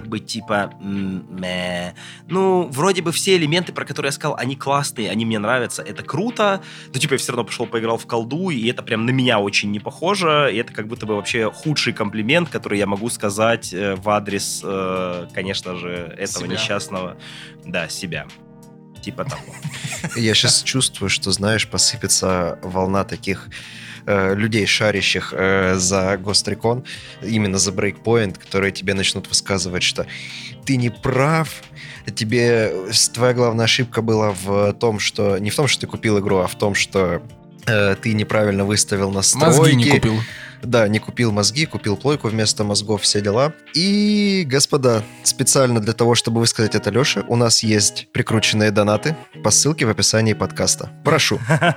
вроде бы все элементы, про которые я сказал, они классные, они мне нравятся, это круто, но я все равно пошел поиграл в колду, и это прям на меня очень не похоже, и это как будто бы вообще худший комплимент, который я могу сказать в адрес, конечно же, этого несчастного, себя. Типа того. Я сейчас чувствую, что, знаешь, посыпется волна таких людей, шарящих за Ghost Recon, именно за Breakpoint, которые тебе начнут высказывать, что ты не прав, твоя главная ошибка была в том, что не в том, что ты купил игру, а в том, что ты неправильно выставил настройки. Мозги не купил. Да, не купил мозги, купил плойку вместо мозгов, все дела. И, господа, специально для того, чтобы высказать это Леше, у нас есть прикрученные донаты по ссылке в описании подкаста. Прошу.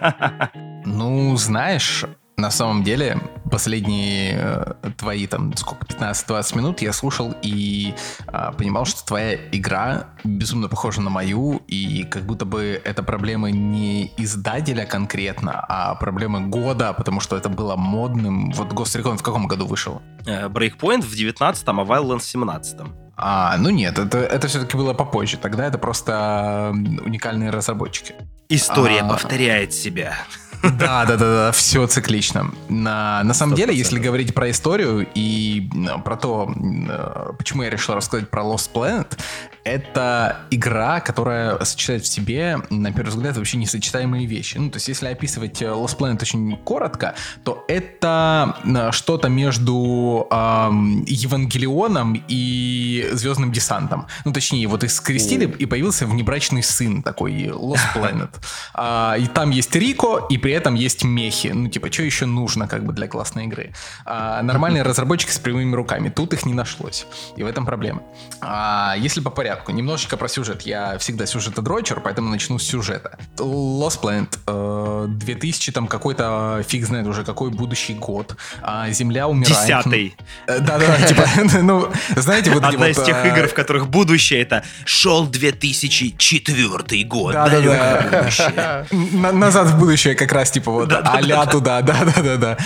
Ну, знаешь, на самом деле, последние твои, 15-20 минут я слушал и понимал, что твоя игра безумно похожа на мою, и как будто бы это проблемы не издателя конкретно, а проблемы года, потому что это было модным. Вот Ghost Recon в каком году вышел? Breakpoint в 19-м, а Wildlands в 17-м. Нет, это все-таки было попозже. Тогда это просто уникальные разработчики. История повторяет себя. Да, все циклично. На самом деле, если говорить про историю и про то, почему я решил рассказать про Lost Planet, это игра, которая сочетает в себе, на первый взгляд, вообще несочетаемые вещи. То есть, если описывать Lost Planet очень коротко, то это что-то между Евангелионом и Звездным десантом. Точнее, вот их скрестили, и появился внебрачный сын такой, Lost Planet. И там есть Рико, и при этом есть мехи. Что еще нужно для классной игры? Нормальные разработчики с прямыми руками. Тут их не нашлось. И в этом проблема. Если по порядку, немножечко про сюжет. Я всегда сюжетодрочер, поэтому начну с сюжета. Lost Planet, 2000 какой-то, фиг знает уже какой будущий год. Земля умирает. 10-й. Да, знаете, вот одна из тех игр, в которых будущее это шел 2004 год. Да. Назад в будущее как раз а-ля туда, да.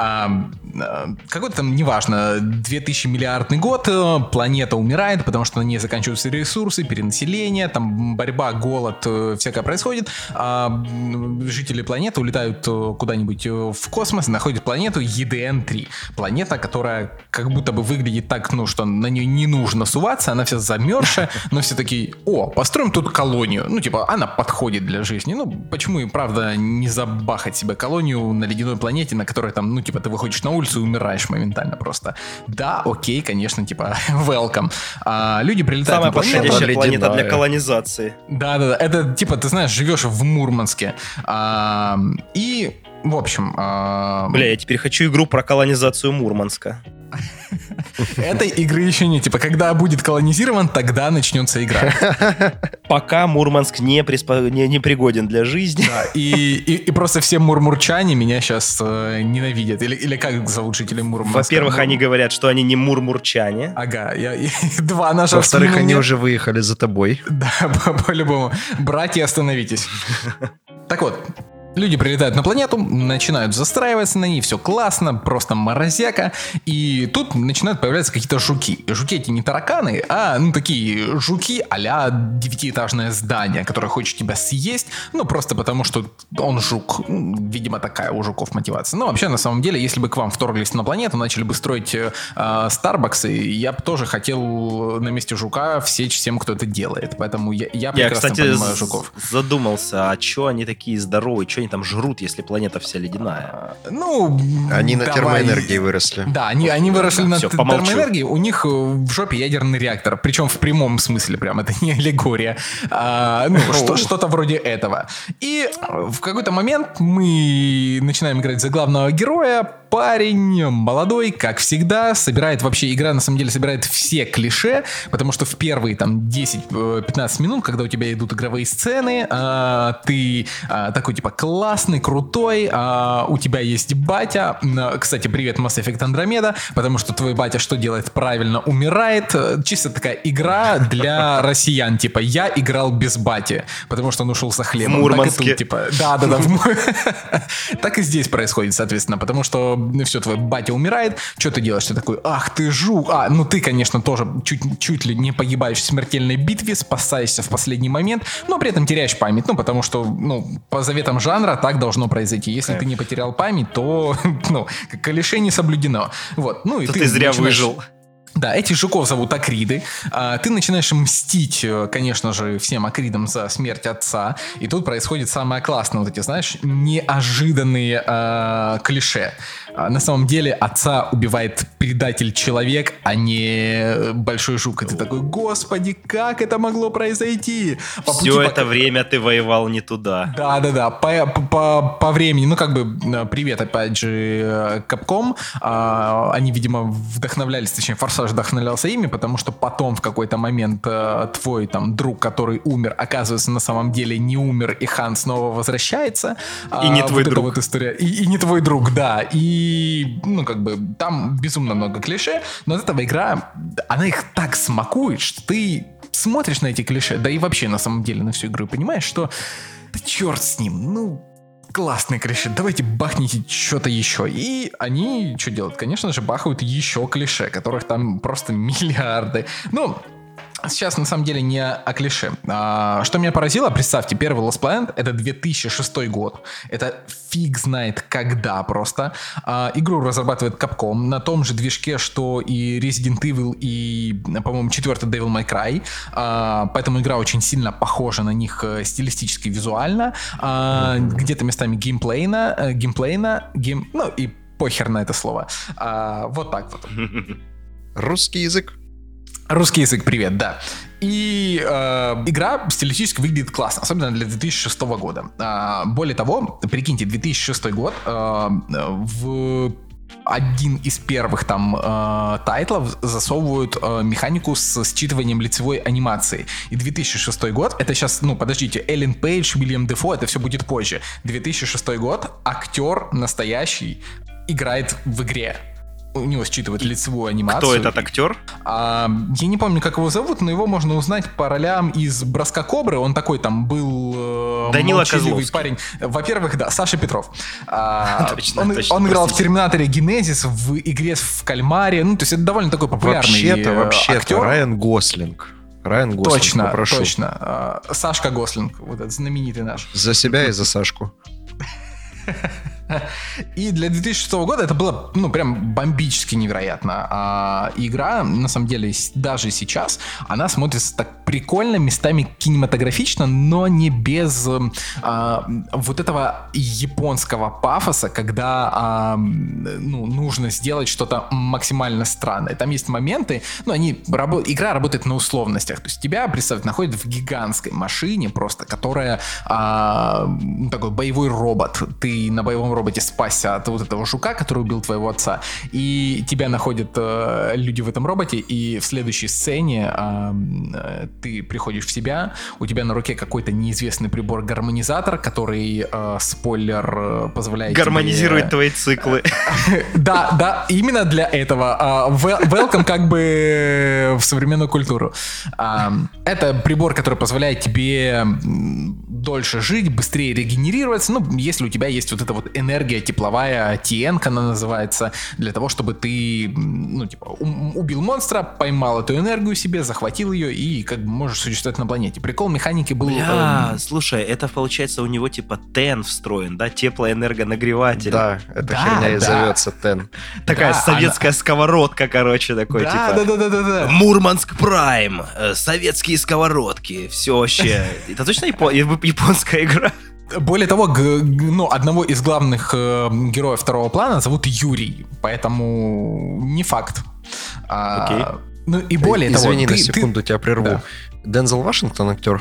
Какой-то неважно, 2000 миллиардный год, планета умирает, потому что на ней заканчиваются ресурсы, перенаселение, там борьба, голод, всякое происходит. Жители планеты улетают куда-нибудь в космос, находят планету EDN-3. Планета, которая как будто бы выглядит так, что на нее не нужно суваться, она вся замерзшая, но все такие, построим тут колонию. Она подходит для жизни. Почему и правда не забахать себе колонию на ледяной планете, на которой ты выходишь на улицу и умираешь моментально просто. Да, окей, конечно, welcome. Люди прилетают самая на планету. Самая подходящая планета для колонизации. Да. Это, ты знаешь, живешь в Мурманске. И, в общем... я теперь хочу игру про колонизацию Мурманска. Этой игры еще нет. Когда будет колонизирован, тогда начнется игра. Пока Мурманск не пригоден для жизни. Да, и просто все мурмурчане меня сейчас ненавидят. Или как зовут жители Мурманска? Во-первых, они говорят, что они не мурмурчане. Ага, два наших. Во-вторых, они уже выехали за тобой. Да, по-любому. Братья, остановитесь. Так вот, люди прилетают на планету, начинают застраиваться на ней, все классно, просто морозяка. И тут начинают появляться какие-то жуки. Жуки эти не тараканы, а такие жуки а-ля 9-этажное здание, которое хочет тебя съесть, просто потому что он жук. Видимо, такая у жуков мотивация. Но вообще, на самом деле, если бы к вам вторглись на планету, начали бы строить Старбаксы, я бы тоже хотел на месте жука всечь всем, кто это делает. Поэтому я прекрасно понимаю жуков. Задумался, а что они такие здоровые, что они там жрут, если планета вся ледяная? Они на термоэнергии выросли. Да, они выросли на термоэнергии. У них в жопе ядерный реактор. Причем в прямом смысле прям. Это не аллегория. Что-то вроде этого. И в какой-то момент мы начинаем играть за главного героя. Парень молодой, как всегда, собирает вообще, игра на самом деле собирает все клише, потому что в первые 10-15 минут, когда у тебя идут игровые сцены, ты такой классный, крутой, у тебя есть батя. Кстати, привет, Mass Effect Andromeda, потому что твой батя что делает? Правильно, умирает. Чисто такая игра для россиян, я играл без бати, потому что он ушел со хлебом. В Мурманске. Да. Так и здесь происходит, соответственно, потому что что все, твой батя умирает, что ты делаешь? Ты такой, ах ты жук. Ну ты, конечно, тоже чуть ли не погибаешь в смертельной битве, спасаешься в последний момент, но при этом теряешь память, потому что, по заветам жанра так должно произойти. Если ты не потерял память, то, клише не соблюдено. Вот, и ты зря выжил. Да, этих жуков зовут акриды. Ты начинаешь мстить, конечно же, всем акридам за смерть отца. И тут происходит самое классное, вот эти, знаешь, неожиданные клише. На самом деле отца убивает предатель-человек, а не большой жук. И ты такой, господи, как это могло произойти? Все это время ты воевал не туда. Да. По времени, привет, опять же, Capcom. Они, видимо, вдохновлялись, точнее, Форсаж вдохновлялся ими, потому что потом в какой-то момент твой друг, который умер, оказывается, на самом деле не умер, и Хан снова возвращается. И не твой друг. Вот история. И не твой друг, да. И, там безумно много клише, но от этого игра, она их так смакует, что ты смотришь на эти клише, да и вообще, на самом деле, на всю игру, и понимаешь, что да черт с ним, классные клише, давайте бахните что-то еще. И они что делают? Конечно же, бахают еще клише, которых там просто миллиарды. Сейчас, на самом деле, не о клише. Что меня поразило, представьте, первый Lost Planet — это 2006 год. Это фиг знает когда просто. Игру разрабатывает Capcom на том же движке, что и Resident Evil, и, по-моему, 4-й Devil May Cry. Поэтому игра очень сильно похожа на них стилистически, визуально. Где-то местами геймплейно, и похер на это слово. Вот так вот. Русский язык. Русский язык, привет, да. И игра стилистически выглядит классно, особенно для 2006 года. Более того, прикиньте, 2006 год, в один из первых тайтлов засовывают механику с считыванием лицевой анимации. И 2006 год, это сейчас, подождите, Эллен Пейдж, Уильям Дефо, это все будет позже. 2006 год, актер настоящий играет в игре. У него считывает лицевую анимацию. Кто этот актер? Я не помню, как его зовут, но его можно узнать по ролям из «Броска Кобры». Он такой был Данила молчаливый Козловский. Парень. Во-первых, да, Саша Петров. Точно, он играл в «Терминаторе Генезис», в игре в «Кальмаре». То есть это довольно такой популярный Вообще-то, актер. Райан Гослинг, попрошу. Точно. Сашка Гослинг, вот этот знаменитый наш. За себя и за Сашку. И для 2006 года это было, прям бомбически невероятно. Игра, на самом деле, даже сейчас, она смотрится так прикольно, местами кинематографично, но не без вот этого японского пафоса, когда нужно сделать что-то максимально странное. Там есть моменты, игра работает на условностях. То есть тебя, представь, находят в гигантской машине просто, которая такой боевой робот. Ты на боевом роботе спасся от вот этого жука, который убил твоего отца, и тебя находят люди в этом роботе, и в следующей сцене ты приходишь в себя, у тебя на руке какой-то неизвестный прибор-гармонизатор, который, спойлер, позволяет гармонизирует твои циклы. Да, именно для этого. Welcome как бы в современную культуру. Это прибор, который позволяет тебе дольше жить, быстрее регенерироваться, если у тебя есть вот эта вот энергия тепловая, TN, она называется, для того, чтобы ты, убил монстра, поймал эту энергию себе, захватил ее и как бы можешь существовать на планете. Прикол механики был... Слушай, это получается у него типа TEN встроен, да? Теплоэнергонагреватель. Да, эта херня и зовется TEN. Такая советская сковородка, такой Да. Мурманск Прайм, советские сковородки, все вообще. Это точно японская игра? Более того, одного из главных героев второго плана зовут Юрий, поэтому не факт. Окей. И более того... Извини, на секунду тебя прерву. Да. Дензел Вашингтон актер?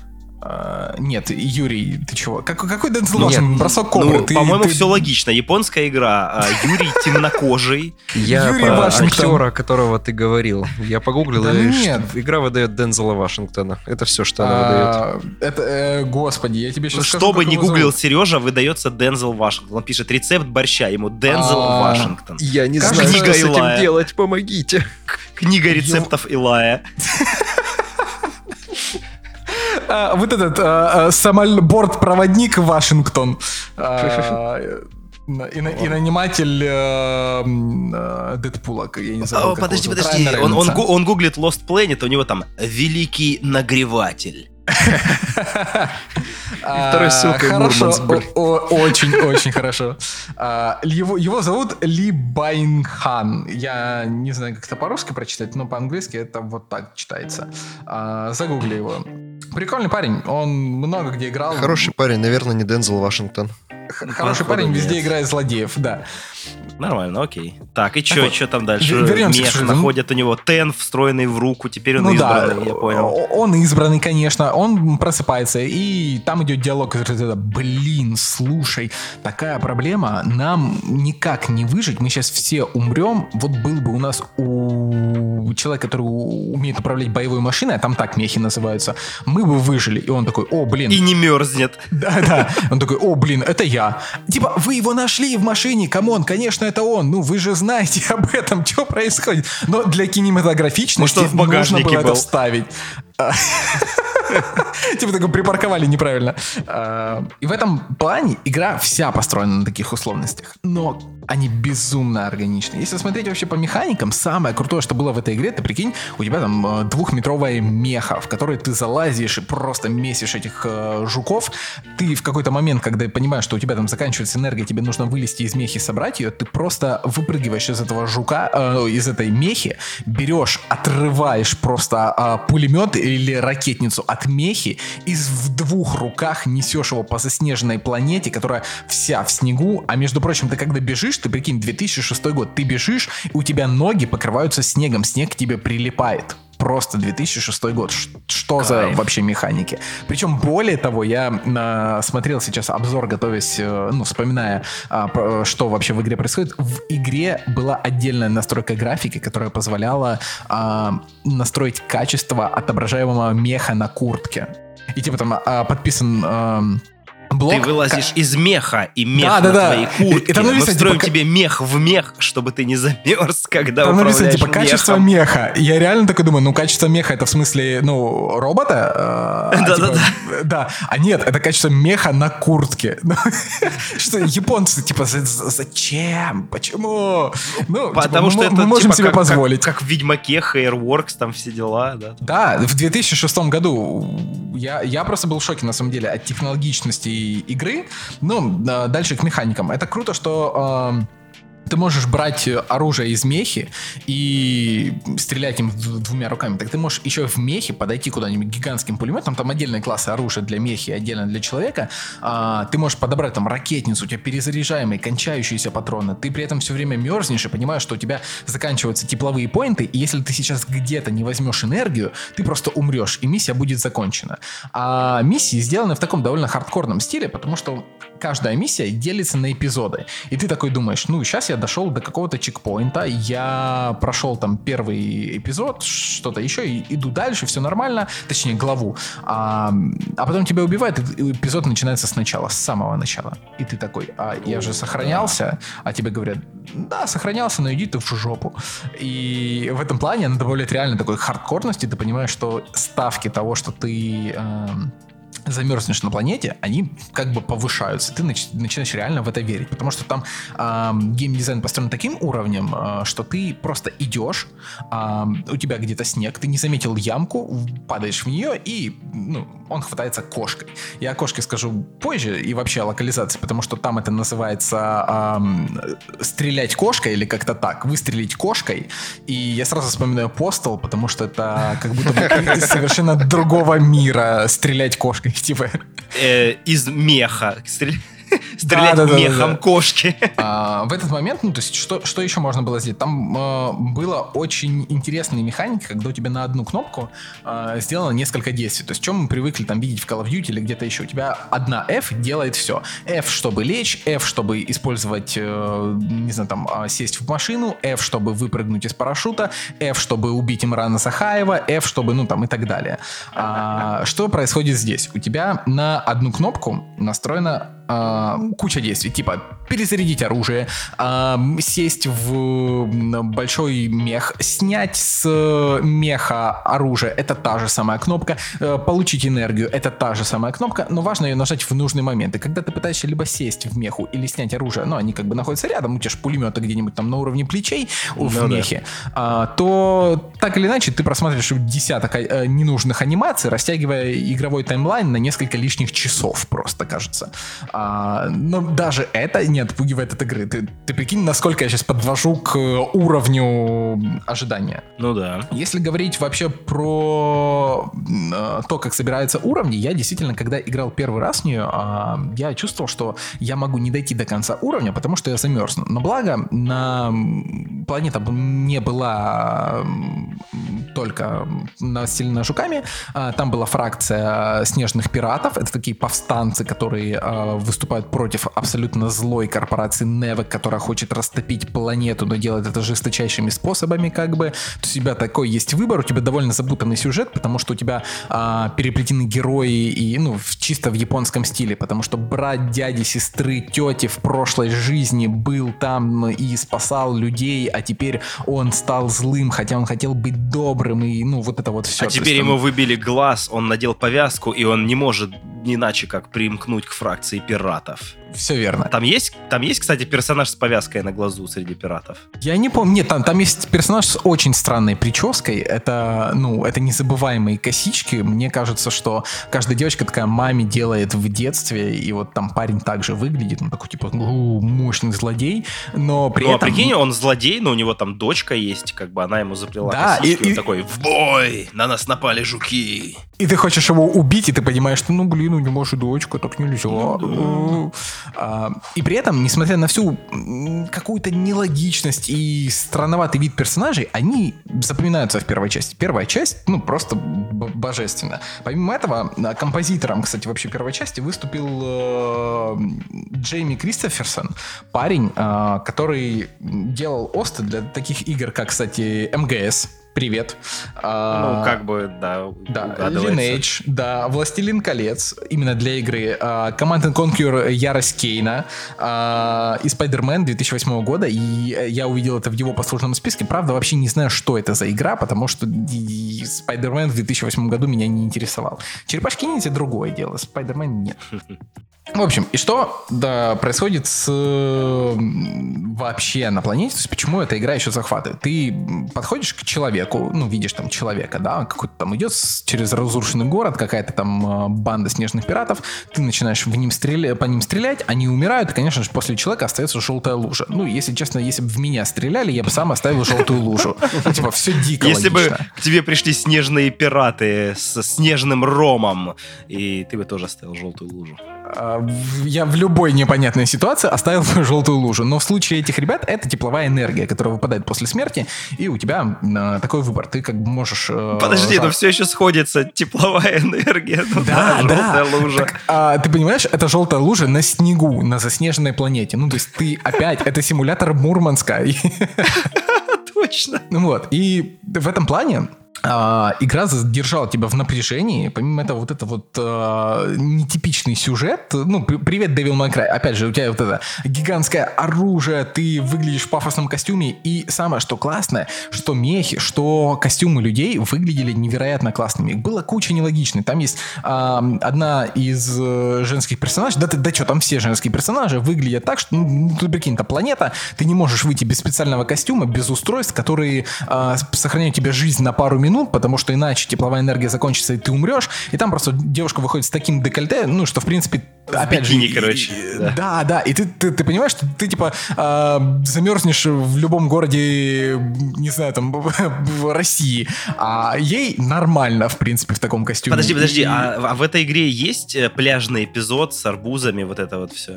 Нет, Юрий, ты чего? Какой Дензел Вашингтон? Бросок Кобры. По-моему, все логично. Японская игра. Юрий темнокожий. Я Юрий про Вашингтон. актера, которого ты говорил. Я погуглил, Да и нет. игра выдает Дензела Вашингтона. Это все, что она выдает. Это, господи, я тебе сейчас скажу, Что бы как ни его гуглил зовут. Сережа, выдается Дензел Вашингтон. Он пишет рецепт борща, ему Дензел Вашингтон. Я не Как знаю, книга что с этим Илая. делать, помогите. Книга рецептов Илая. Вот этот бортпроводник Вашингтон. И наниматель Дэдпула, я не знаю. Подожди, он гуглит Lost Planet, у него там «Великий нагреватель». Второй ссылкой Мурманск, блин. Очень хорошо. Его зовут Ли Байнхан. Я не знаю, как это по-русски прочитать, но по-английски это вот так читается. Загугли его. Прикольный парень, он много где играл. Хороший парень, наверное, не Дензел Вашингтон. Хороший парень, везде играет злодеев, да. Нормально, окей. Так, и что там дальше? Вернемся Мех находят, у него тен, встроенный в руку, теперь он избранный, я понял. Он избранный, конечно, он просыпается, и там идет диалог, блин, слушай, такая проблема, нам никак не выжить, мы сейчас все умрем, вот был бы у нас у человека, который умеет управлять боевой машиной, а там так мехи называются, мы бы выжили, и он такой, о, блин. И не мерзнет. Да, он такой, о, блин, это я. Типа, вы его нашли в машине, камон, конечно, это он. Ну, вы же знаете об этом, что происходит. Но для кинематографичности нужно было это вставить. Типа такой припарковали неправильно. И в этом плане игра вся построена на таких условностях. Но они безумно органичны. Если смотреть вообще по механикам, самое крутое, что было в этой игре, ты прикинь, у тебя там 2-метровая меха, в которой ты залазишь и просто месишь этих жуков. Ты в какой-то момент, когда понимаешь, что у тебя там заканчивается энергия, тебе нужно вылезти из мехи и собрать ее, ты просто выпрыгиваешь из этого жука, из этой мехи, берешь, отрываешь просто пулемет или ракетницу от мехи и в 2 руках несешь его по заснеженной планете, которая вся в снегу, а между прочим, ты когда бежишь, ты прикинь, 2006 год, ты бежишь, и у тебя ноги покрываются снегом, снег к тебе прилипает. Просто 2006 год. Что за вообще механики? Причем, более того, я смотрел сейчас обзор, готовясь, вспоминая, что вообще в игре происходит. В игре была отдельная настройка графики, которая позволяла настроить качество отображаемого меха на куртке. И типа там подписан... блок. Ты вылазишь из меха, и мех на твоей куртке. Мы встроим тебе мех в мех, чтобы ты не замерз, когда управляешь мехом. Типа, качество меха. Я реально такой думаю, качество меха это в смысле, робота? Да. А нет, это качество меха на куртке. Что японцы, типа, зачем? Почему? Потому что это, мы можем себе позволить. Как в Ведьмаке, Hairworks, там все дела, да? Да, в 2006 году я просто был в шоке, на самом деле, от технологичности игры. Дальше к механикам. Это круто, что ты можешь брать оружие из мехи и стрелять им 2 руками. Так ты можешь еще в мехе подойти куда-нибудь гигантским пулеметом. Там отдельные классы оружия для мехи, отдельно для человека. Ты можешь подобрать там ракетницу, у тебя перезаряжаемые, кончающиеся патроны. Ты при этом все время мерзнешь и понимаешь, что у тебя заканчиваются тепловые поинты, и если ты сейчас где-то не возьмешь энергию, ты просто умрешь, и миссия будет закончена. А миссии сделаны в таком довольно хардкорном стиле, потому что каждая миссия делится на эпизоды. И ты такой думаешь, сейчас я дошел до какого-то чекпоинта, я прошел там первый эпизод, что-то еще, и иду дальше, все нормально, точнее, главу. А потом тебя убивают, и эпизод начинается сначала, с самого начала. И ты такой, я же сохранялся, а тебе говорят, да, сохранялся, но иди ты в жопу. И в этом плане она добавляет реально такой хардкорности, ты понимаешь, что ставки того, что ты... замерзнешь на планете, они как бы повышаются. Ты начинаешь реально в это верить. Потому что там геймдизайн построен таким уровнем, что ты просто идешь, у тебя где-то снег, ты не заметил ямку, падаешь в нее, и он хватается кошкой. Я о кошке скажу позже, и вообще о локализации, потому что там это называется стрелять кошкой, или как-то так, выстрелить кошкой. И я сразу вспоминаю Postal, потому что это как будто бы из совершенно другого мира стрелять кошкой. Типа. Из меха. Стрелять мехом кошки. В этот момент, то есть, что еще можно было сделать? Там было очень интересная механика, когда у тебя на одну кнопку сделано несколько действий. То есть, чем мы привыкли там видеть в Call of Duty или где-то еще. У тебя одна F делает все. F, чтобы лечь, F, чтобы использовать, не знаю, там, сесть в машину, F, чтобы выпрыгнуть из парашюта, F, чтобы убить Имрана Сахаева, F, чтобы, и так далее. Что происходит здесь? У тебя на одну кнопку настроена куча действий, типа перезарядить оружие, сесть в большой мех, снять с меха оружие, это та же самая кнопка, получить энергию, это та же самая кнопка, но важно ее нажать в нужный момент. И когда ты пытаешься либо сесть в меху или снять оружие, но они как бы находятся рядом, у тебя же пулеметы где-нибудь там на уровне плечей в мехе, то так или иначе ты просматриваешь десяток ненужных анимаций, растягивая игровой таймлайн на несколько лишних часов просто, кажется. Но даже это не отпугивает от игры. Ты прикинь, насколько я сейчас подвожу к уровню ожидания. Ну да. Если говорить вообще про то, как собираются уровни, я действительно, когда играл первый раз в нее, я чувствовал, что я могу не дойти до конца уровня, потому что я замерзну. Но благо, планета не была только населена жуками, там была фракция снежных пиратов, это такие повстанцы, которые выступают против абсолютно злой корпорации Невек, которая хочет растопить планету, но делает это жесточайшими способами, как бы. То есть у тебя такой есть выбор, у тебя довольно запутанный сюжет, потому что у тебя переплетены герои и, чисто в японском стиле, потому что брат дяди, сестры, тети в прошлой жизни был там и спасал людей, а теперь он стал злым, хотя он хотел быть добрым, и, вот это вот все. А теперь ему выбили глаз, он надел повязку, и он не может иначе как примкнуть к фракции пиратов. Все верно. Там есть, кстати, персонаж с повязкой на глазу среди пиратов? Я не помню. Нет, там есть персонаж с очень странной прической. Это незабываемые косички. Мне кажется, что каждая девочка такая маме делает в детстве, и вот там парень также выглядит. Он такой, типа, мощный злодей, но при этом... а прикинь, он злодей, но у него там дочка есть, как бы она ему заплела косички. Он такой, в бой! На нас напали жуки! И ты хочешь его убить, и ты понимаешь, что, у него же дочка, так нельзя. И при этом, несмотря на всю какую-то нелогичность и странноватый вид персонажей, они запоминаются в первой части. Первая часть, просто божественно. Помимо этого, композитором, кстати, вообще первой части выступил Джейми Кристоферсон, парень, который делал осты для таких игр, как, кстати, МГС. Привет. Да, Lineage, да, Властелин колец, именно для игры, Command & Conquer Ярость Кейна и Spider-Man 2008 года, и я увидел это в его послужном списке, правда, вообще не знаю, что это за игра, потому что Spider-Man в 2008 году меня не интересовал. Черепашки-ниндзя другое дело, Spider-Man нет. В общем, и что происходит вообще на планете? То есть почему эта игра еще захватывает? Ты подходишь к человеку, видишь там человека, да, какой-то там идет через разрушенный город, какая-то там банда снежных пиратов, ты начинаешь по ним стрелять, они умирают, и, конечно же, после человека остается желтая лужа. Если честно, если бы в меня стреляли, я бы сам оставил желтую лужу. Все дико если логично. Бы к тебе пришли снежные пираты с снежным ромом, и ты бы тоже оставил желтую лужу. Я в любой непонятной ситуации оставил бы желтую лужу. Но в случае этих ребят это тепловая энергия, которая выпадает после смерти, и у тебя такой выбор. Ты как бы можешь... Подожди, но все еще сходится тепловая энергия. Желтая лужа. Так, ты понимаешь, это желтая лужа на снегу, на заснеженной планете. То есть ты опять... Это симулятор Мурманска. Точно. И в этом плане игра задержала тебя в напряжении. Помимо этого, вот это вот нетипичный сюжет. Привет, Devil May Cry. Опять же, у тебя вот это гигантское оружие, ты выглядишь в пафосном костюме. И самое, что классное, что мехи, что костюмы людей выглядели невероятно классными. Их было куча нелогичных. Там есть одна из женских персонажей. Да что, там все женские персонажи выглядят так, что, ты прикинь, это планета, ты не можешь выйти без специального костюма, без устройств, которые сохраняют тебе жизнь на пару минут, потому что иначе тепловая энергия закончится, и ты умрешь. И там просто девушка выходит с таким декольте, что, в принципе, опять бикини, же... короче. Да. И ты понимаешь, что ты, типа, замерзнешь в любом городе, не знаю, там, в России. А ей нормально, в принципе, в таком костюме. Подожди, а в этой игре есть пляжный эпизод с арбузами, вот это вот все?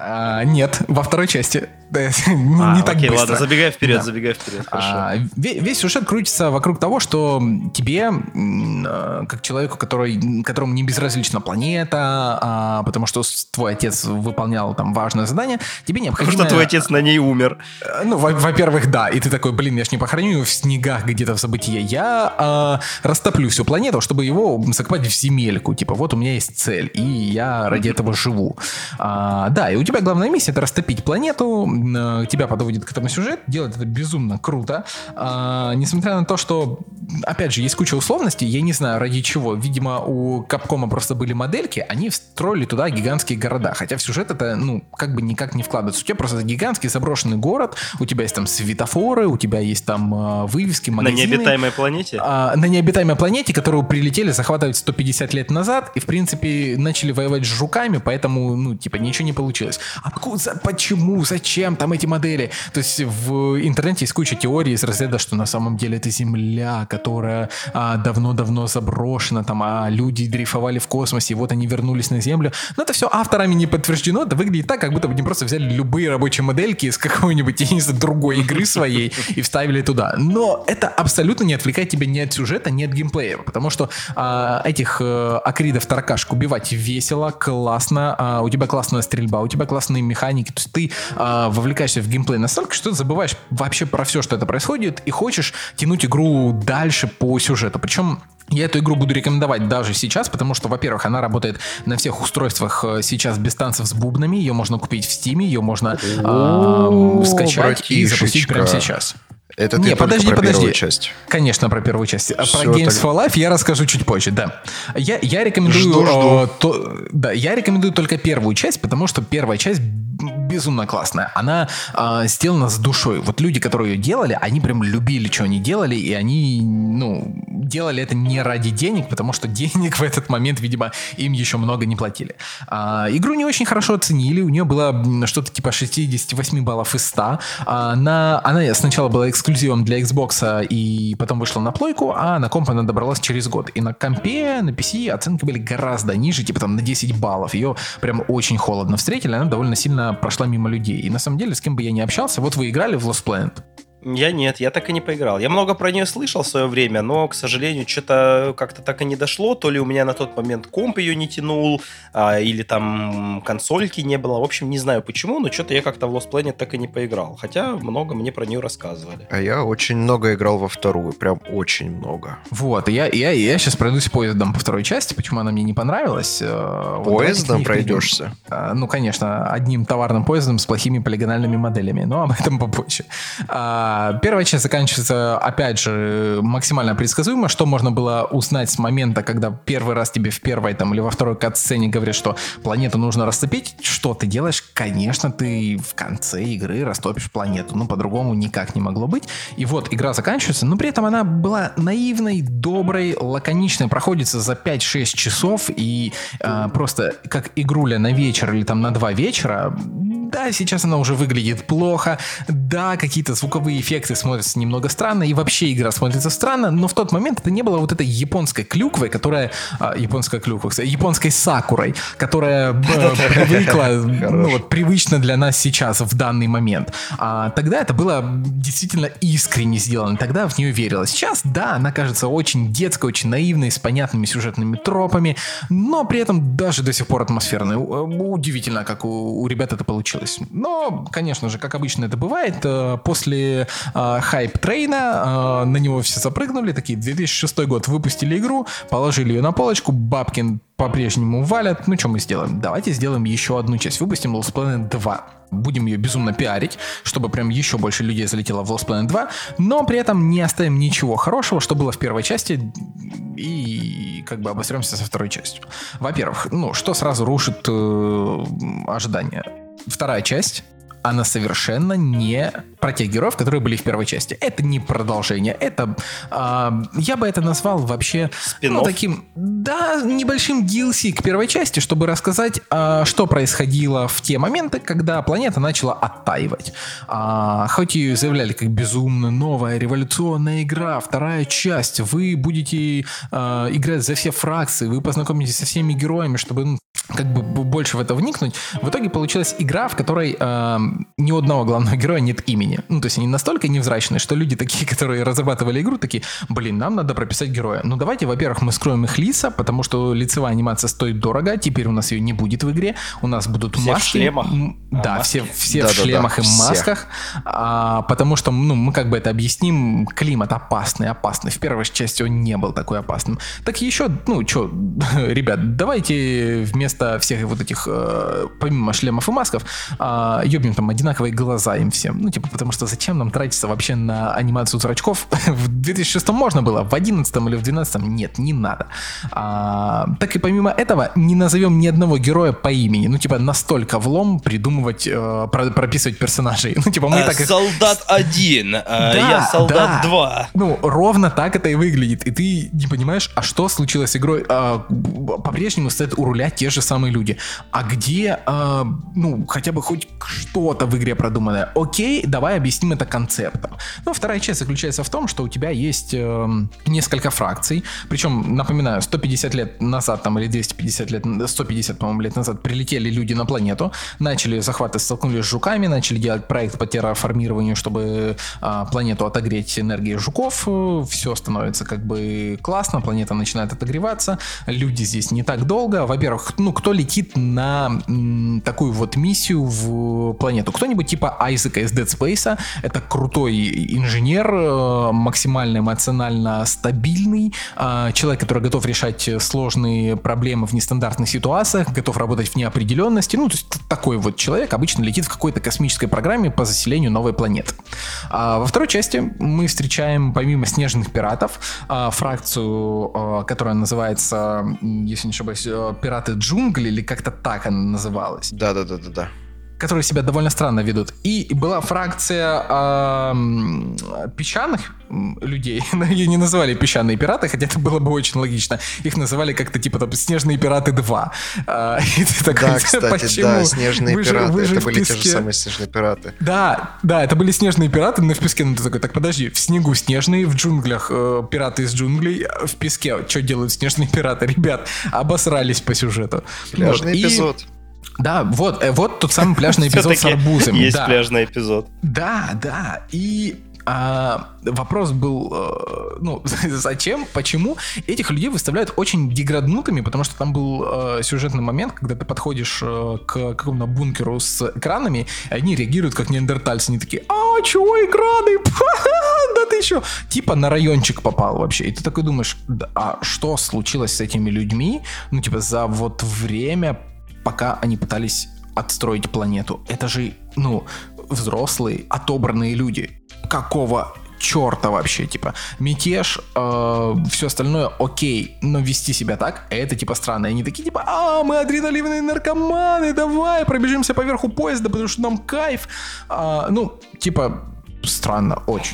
Нет, во второй части. Не так окей, быстро. Ладно, забегай вперед, хорошо. Весь сюжет крутится вокруг того, что тебе, как человеку, которому не безразлична планета, потому что твой отец выполнял там важное задание, тебе необходимо... Потому что твой отец на ней умер. Ну, во-первых, да. И ты такой, я ж не похороню его в снегах где-то в забытие. Я растоплю всю планету, чтобы его закопать в земельку. Типа, вот у меня есть цель, и я ради этого живу. Да, и у тебя главная миссия — это растопить планету. Тебя подводит к этому сюжет. Делает это безумно круто. Несмотря на то, что, опять же, есть куча условностей, я не знаю, ради чего. Видимо, у Капкома просто были модельки, они встроили туда гигантские города. Хотя в сюжет это, как бы никак не вкладывается. У тебя просто гигантский заброшенный город, у тебя есть там светофоры, у тебя есть там вывески, магазины. На необитаемой планете? На необитаемой планете, которую прилетели захватывать 150 лет назад, и, в принципе, начали воевать с жуками, поэтому, ничего не получилось. Почему? Зачем там эти модели? То есть в интернете есть куча теорий из разряда, что на самом деле это Земля, которая давно-давно заброшена, там, а люди дрейфовали в космосе, и вот они вернулись на Землю. Но это все авторами не подтверждено, это выглядит так, как будто бы они просто взяли любые рабочие модельки из какой-нибудь, другой игры своей и вставили туда. Но это абсолютно не отвлекает тебя ни от сюжета, ни от геймплея, потому что этих акридов-таракашек убивать весело, классно, у тебя классная стрельба, у тебя классные механики, то есть ты вовлекаешься в геймплей настолько, что ты забываешь вообще про все, что это происходит, и хочешь тянуть игру дальше по сюжету. Причем я эту игру буду рекомендовать даже сейчас, потому что, во-первых, она работает на всех устройствах сейчас без танцев с бубнами, ее можно купить в Steam, ее можно скачать и запустить прямо сейчас. Это ты подожди. Первую часть. Конечно, про первую часть. Все, про Games for Life я расскажу чуть позже, да. Я рекомендую... Я рекомендую только первую часть, потому что первая часть безумно классная. Она сделана с душой. Вот люди, которые ее делали, они прям любили, что они делали, и они, делали это не ради денег, потому что денег в этот момент, видимо, им еще много не платили. Игру не очень хорошо оценили. У нее было что-то типа 68 баллов из 100. Она сначала была эксклюзивом для Xbox, и потом вышла на плойку, а на комп она добралась через год. И на компе, на PC оценки были гораздо ниже, типа там на 10 баллов. Ее прям очень холодно встретили, она довольно сильно прошла мимо людей. И на самом деле, с кем бы я ни общался, вот вы играли в Lost Planet? Я так и не поиграл. Я много про нее слышал в свое время, но, к сожалению, что-то как-то так и не дошло. То ли у меня на тот момент комп ее не тянул, или там консольки не было. В общем, не знаю почему, но что-то я как-то в Lost Planet так и не поиграл. Хотя много мне про нее рассказывали. А я очень много играл во вторую, прям очень много. Вот, я сейчас пройдусь поездом по второй части, почему она мне не понравилась. Поездом пройдешься? Конечно, одним товарным поездом с плохими полигональными моделями, но об этом попозже. Первая часть заканчивается, опять же, максимально предсказуемо. Что можно было узнать с момента, когда первый раз тебе в первой там, или во второй кат-сцене говорят, что планету нужно растопить? Что ты делаешь? Конечно, ты в конце игры растопишь планету. По-другому никак не могло быть. И вот игра заканчивается, но при этом она была наивной, доброй, лаконичной. Проходится за 5-6 часов. И просто как игруля на вечер или там на 2 вечера. Да, сейчас она уже выглядит плохо. Да, какие-то звуковые эффекты смотрятся немного странно, и вообще игра смотрится странно, но в тот момент это не было вот этой японской клюквой, которая... японской сакурой, которая привыкла, привычно для нас сейчас, в данный момент. Тогда это было действительно искренне сделано, тогда в нее верилось. Сейчас, да, она кажется очень детской, очень наивной, с понятными сюжетными тропами, но при этом даже до сих пор атмосферной. Удивительно, как у ребят это получилось. Но, конечно же, как обычно это бывает, после хайп-трейна на него все запрыгнули, такие, 2006 год, выпустили игру, положили ее на полочку, бабки по-прежнему валят, что мы сделаем? Давайте сделаем еще одну часть, выпустим Lost Planet 2. Будем ее безумно пиарить, чтобы прям еще больше людей залетело в Lost Planet 2, но при этом не оставим ничего хорошего, что было в первой части, и как бы обосремся со второй частью. Во-первых, что сразу рушит ожидания? Вторая часть она совершенно не про тех героев, которые были в первой части. Это не продолжение, это... я бы это назвал вообще... Спин-офф? Таким... Да, небольшим DLC к первой части, чтобы рассказать, что происходило в те моменты, когда планета начала оттаивать. Хоть и заявляли как безумно новая революционная игра, вторая часть, вы будете играть за все фракции, вы познакомитесь со всеми героями, чтобы как бы больше в это вникнуть. В итоге получилась игра, в которой ни у одного главного героя нет имени. Ну, то есть они настолько невзрачные, что люди такие, которые разрабатывали игру, такие, нам надо прописать героя. Ну, давайте, во-первых, мы скроем их лица, потому что лицевая анимация стоит дорого, теперь у нас ее не будет в игре, у нас будут все маски. В шлемах. Да, все в шлемах и масках, потому что, мы как бы это объясним, климат опасный. В первой части он не был такой опасным. Так еще, ребят, давайте вместо всех вот этих, помимо шлемов и масков, ёбнем там одинаковые глаза им всем. Потому что зачем нам тратиться вообще на анимацию зрачков? В 2006 можно было, в 2011 или в 2012 нет, не надо. Так и помимо этого не назовем ни одного героя по имени. Настолько влом придумывать, прописывать персонажей. Мы так... Солдат 1, я солдат 2. Ровно так это и выглядит. И ты не понимаешь, а что случилось с игрой? По-прежнему стоят у руля те же самые люди. А где, хотя бы хоть что-то в игре продуманное? Окей, давай объясним это концептом. Вторая часть заключается в том, что у тебя есть несколько фракций. Причем, напоминаю, 150 лет назад, или 250 лет, 150, по-моему, лет назад прилетели люди на планету, начали захваты, столкнулись с жуками, начали делать проект по терраформированию, чтобы планету отогреть энергией жуков. Все становится как бы классно, планета начинает отогреваться, люди здесь не так долго. Во-первых, кто летит на такую вот миссию в планету? Кто-нибудь типа Айзека из Dead Space. Это крутой инженер, максимально эмоционально стабильный, человек, который готов решать сложные проблемы в нестандартных ситуациях, готов работать в неопределенности. То есть такой вот человек обычно летит в какой-то космической программе по заселению новой планеты. Во второй части мы встречаем, помимо снежных пиратов, фракцию, которая называется, если не ошибаюсь, пираты джунглей, или как-то так она называлась. Да. Которые себя довольно странно ведут. И была фракция песчаных людей. Ее не называли песчаные пираты, хотя это было бы очень логично. Их называли как-то типа там Снежные пираты 2. Да, кстати, да, Снежные пираты. Это были те же самые Снежные пираты. Да, это были Снежные пираты, но в песке. Ты такой, так подожди, в снегу снежные, в джунглях пираты из джунглей, в песке что делают Снежные пираты? Ребят, обосрались по сюжету. Пляжный эпизод. Да, вот тот самый пляжный эпизод с арбузом. Есть пляжный эпизод. Да. И вопрос был, зачем, почему этих людей выставляют очень деграднутыми, потому что там был сюжетный момент, когда ты подходишь к какому-то бункеру с экранами, и они реагируют как неандертальцы, они такие, чего экраны? Да ты еще типа на райончик попал вообще. И ты такой думаешь, а что случилось с этими людьми? За вот время, пока они пытались отстроить планету. Это же, взрослые, отобранные люди. Какого черта вообще, мятеж, все остальное окей, но вести себя так, это странно. И они такие, мы адреналиновые наркоманы, давай пробежимся по верху поезда, потому что нам кайф. Странно очень.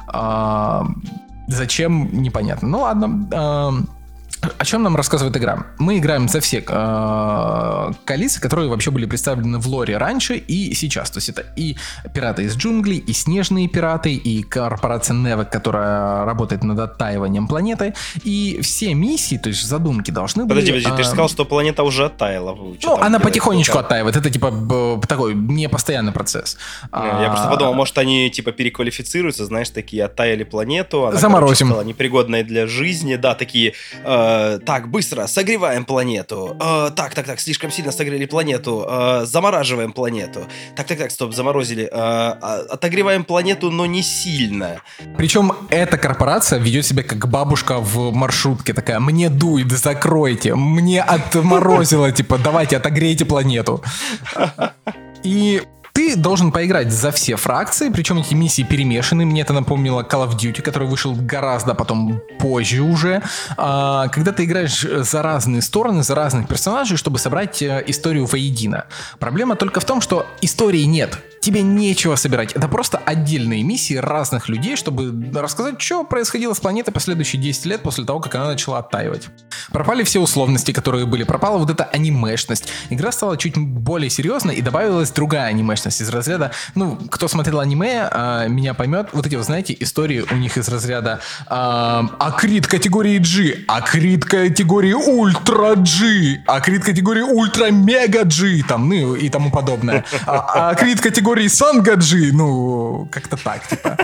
Зачем, непонятно. Ну ладно. О чем нам рассказывает игра? Мы играем за все коалиции, которые вообще были представлены в лоре раньше и сейчас. То есть это и пираты из джунглей, и снежные пираты, и корпорация Невек, которая работает над оттаиванием планеты. И все миссии, то есть задумки должны были... Подожди, ты же сказал, что планета уже оттаяла. Она потихонечку оттаивает. Это такой непостоянный процесс. Я просто подумал, может они переквалифицируются, знаешь, такие оттаяли планету, она заморозим. Стала непригодной для жизни, да, такие... Так, быстро, согреваем планету. Так, слишком сильно согрели планету. Замораживаем планету. Так, стоп, заморозили. Отогреваем планету, но не сильно. Причем эта корпорация ведет себя как бабушка в маршрутке. Такая, мне дует, закройте. Мне отморозило, давайте, отогрейте планету. И... Ты должен поиграть за все фракции, причем эти миссии перемешаны. Мне это напомнило Call of Duty, который вышел гораздо потом позже уже. Когда ты играешь за разные стороны, за разных персонажей, чтобы собрать историю воедино. Проблема только в том, что истории нет. тебе нечего собирать. Это просто отдельные миссии разных людей, чтобы рассказать, что происходило с планетой последующие 10 лет после того, как она начала оттаивать. Пропали все условности, которые были. Пропала вот эта анимешность. Игра стала чуть более серьезной, и добавилась другая анимешность из разряда... Ну, кто смотрел аниме, меня поймет. Вот эти, вы знаете, истории у них из разряда Акрит категории G, Акрит категории Ультра G, Акрит категории Ультра Мега G, там, ну и тому подобное. Акрит категории Санга G, ну, как-то так, типа.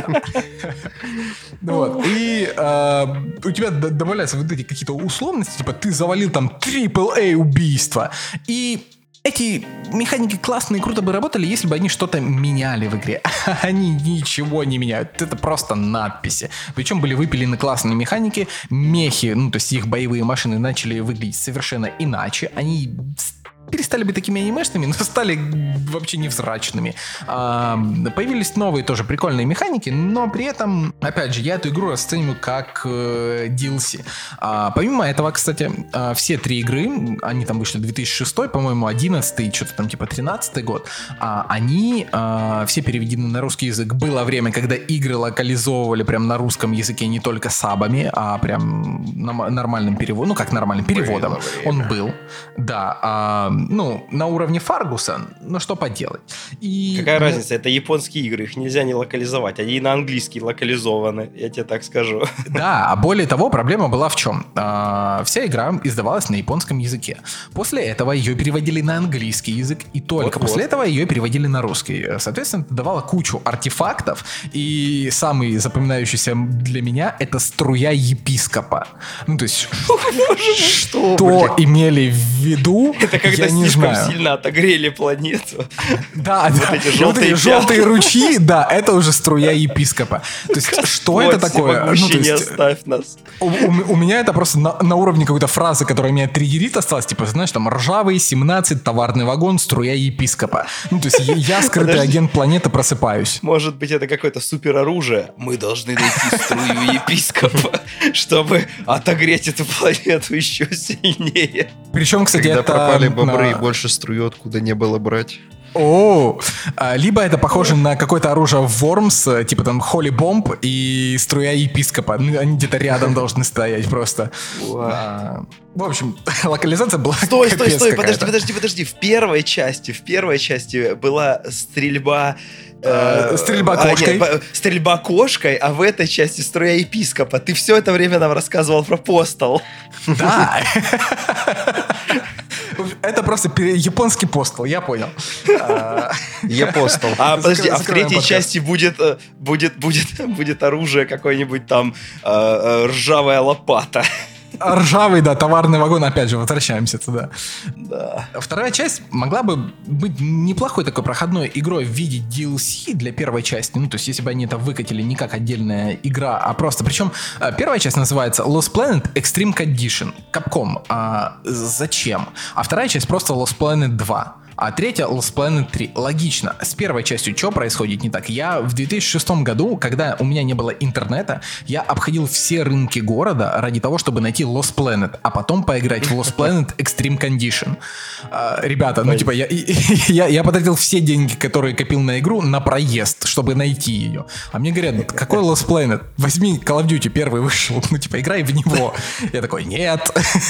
Вот. И у тебя добавляются вот эти какие-то условности, типа ты завалил там AAA убийства. И эти механики классные и круто бы работали, если бы они что-то меняли в игре. Они ничего не меняют. Это просто надписи. Причем были выпилены классные механики. Мехи, ну то есть их боевые машины начали выглядеть совершенно иначе. Они перестали быть такими анимешными, но стали вообще невзрачными. Появились новые тоже прикольные механики, но при этом, опять же, я эту игру расцениваю как DLC. Помимо этого, кстати, все три игры, они там вышли 2006, по-моему, 11, что-то там типа 13 год, они все переведены на русский язык. Было время, когда игры локализовывали прям на русском языке не только сабами, а прям нормальным переводом, ну как нормальным переводом. Он был, да, ну, на уровне Фаргуса, ну что поделать. И, какая разница, это японские игры, их нельзя не локализовать, они и на английский локализованы, я тебе так скажу. Да, а более того, проблема была в чем? Вся игра издавалась на японском языке. После этого ее переводили на английский язык, и только после этого ее переводили на русский. Соответственно, это давало кучу артефактов, и самый запоминающийся для меня — это струя епископа. Ну, то есть, что имели в виду, это когда слишком сильно отогрели планету. Да, да. Вот эти желтые ручьи, да, это уже струя епископа. То есть, что это такое? Не оставь нас. У меня это просто на уровне какой-то фразы, которая меня триггерит, осталась, типа, знаешь, там, ржавый 17, товарный вагон, струя епископа. Ну, то есть, я, скрытый агент планеты, просыпаюсь. Может быть, это какое-то супероружие? Мы должны найти струю епископа, чтобы отогреть эту планету еще сильнее. Причем, кстати, когда это... пропали бобры, и больше струю откуда не было брать. Либо это похоже на какое-то оружие Вормс, типа там Холли Бомб и струя епископа. Они где-то рядом должны стоять просто. В общем, локализация была Стой, подожди. В первой части была стрельба... Стрельба кошкой. Стрельба кошкой, а в этой части струя епископа. Ты все это время нам рассказывал про постол. Да. Это просто японский постол, я понял. Епостол. Подожди, а в третьей части будет оружие какое-нибудь там, ржавая лопата. Ржавый, да, товарный вагон, опять же, возвращаемся туда. Да. Вторая часть могла бы быть неплохой такой проходной игрой в виде DLC для первой части. Ну, то есть, если бы они это выкатили не как отдельная игра, а просто... Причем первая часть называется Lost Planet Extreme Condition. Capcom. Зачем? А вторая часть просто Lost Planet 2. А третья Lost Planet 3. Логично. С первой частью что происходит не так? Я в 2006 году, когда у меня не было интернета, я обходил все рынки города ради того, чтобы найти Lost Planet, а потом поиграть в Lost Planet Extreme Condition. Ребята, ну типа я потратил все деньги, которые копил на игру, на проезд, чтобы найти ее. А мне говорят, какой Lost Planet? Возьми Call of Duty, первый вышел, ну типа играй в него. Я такой, нет.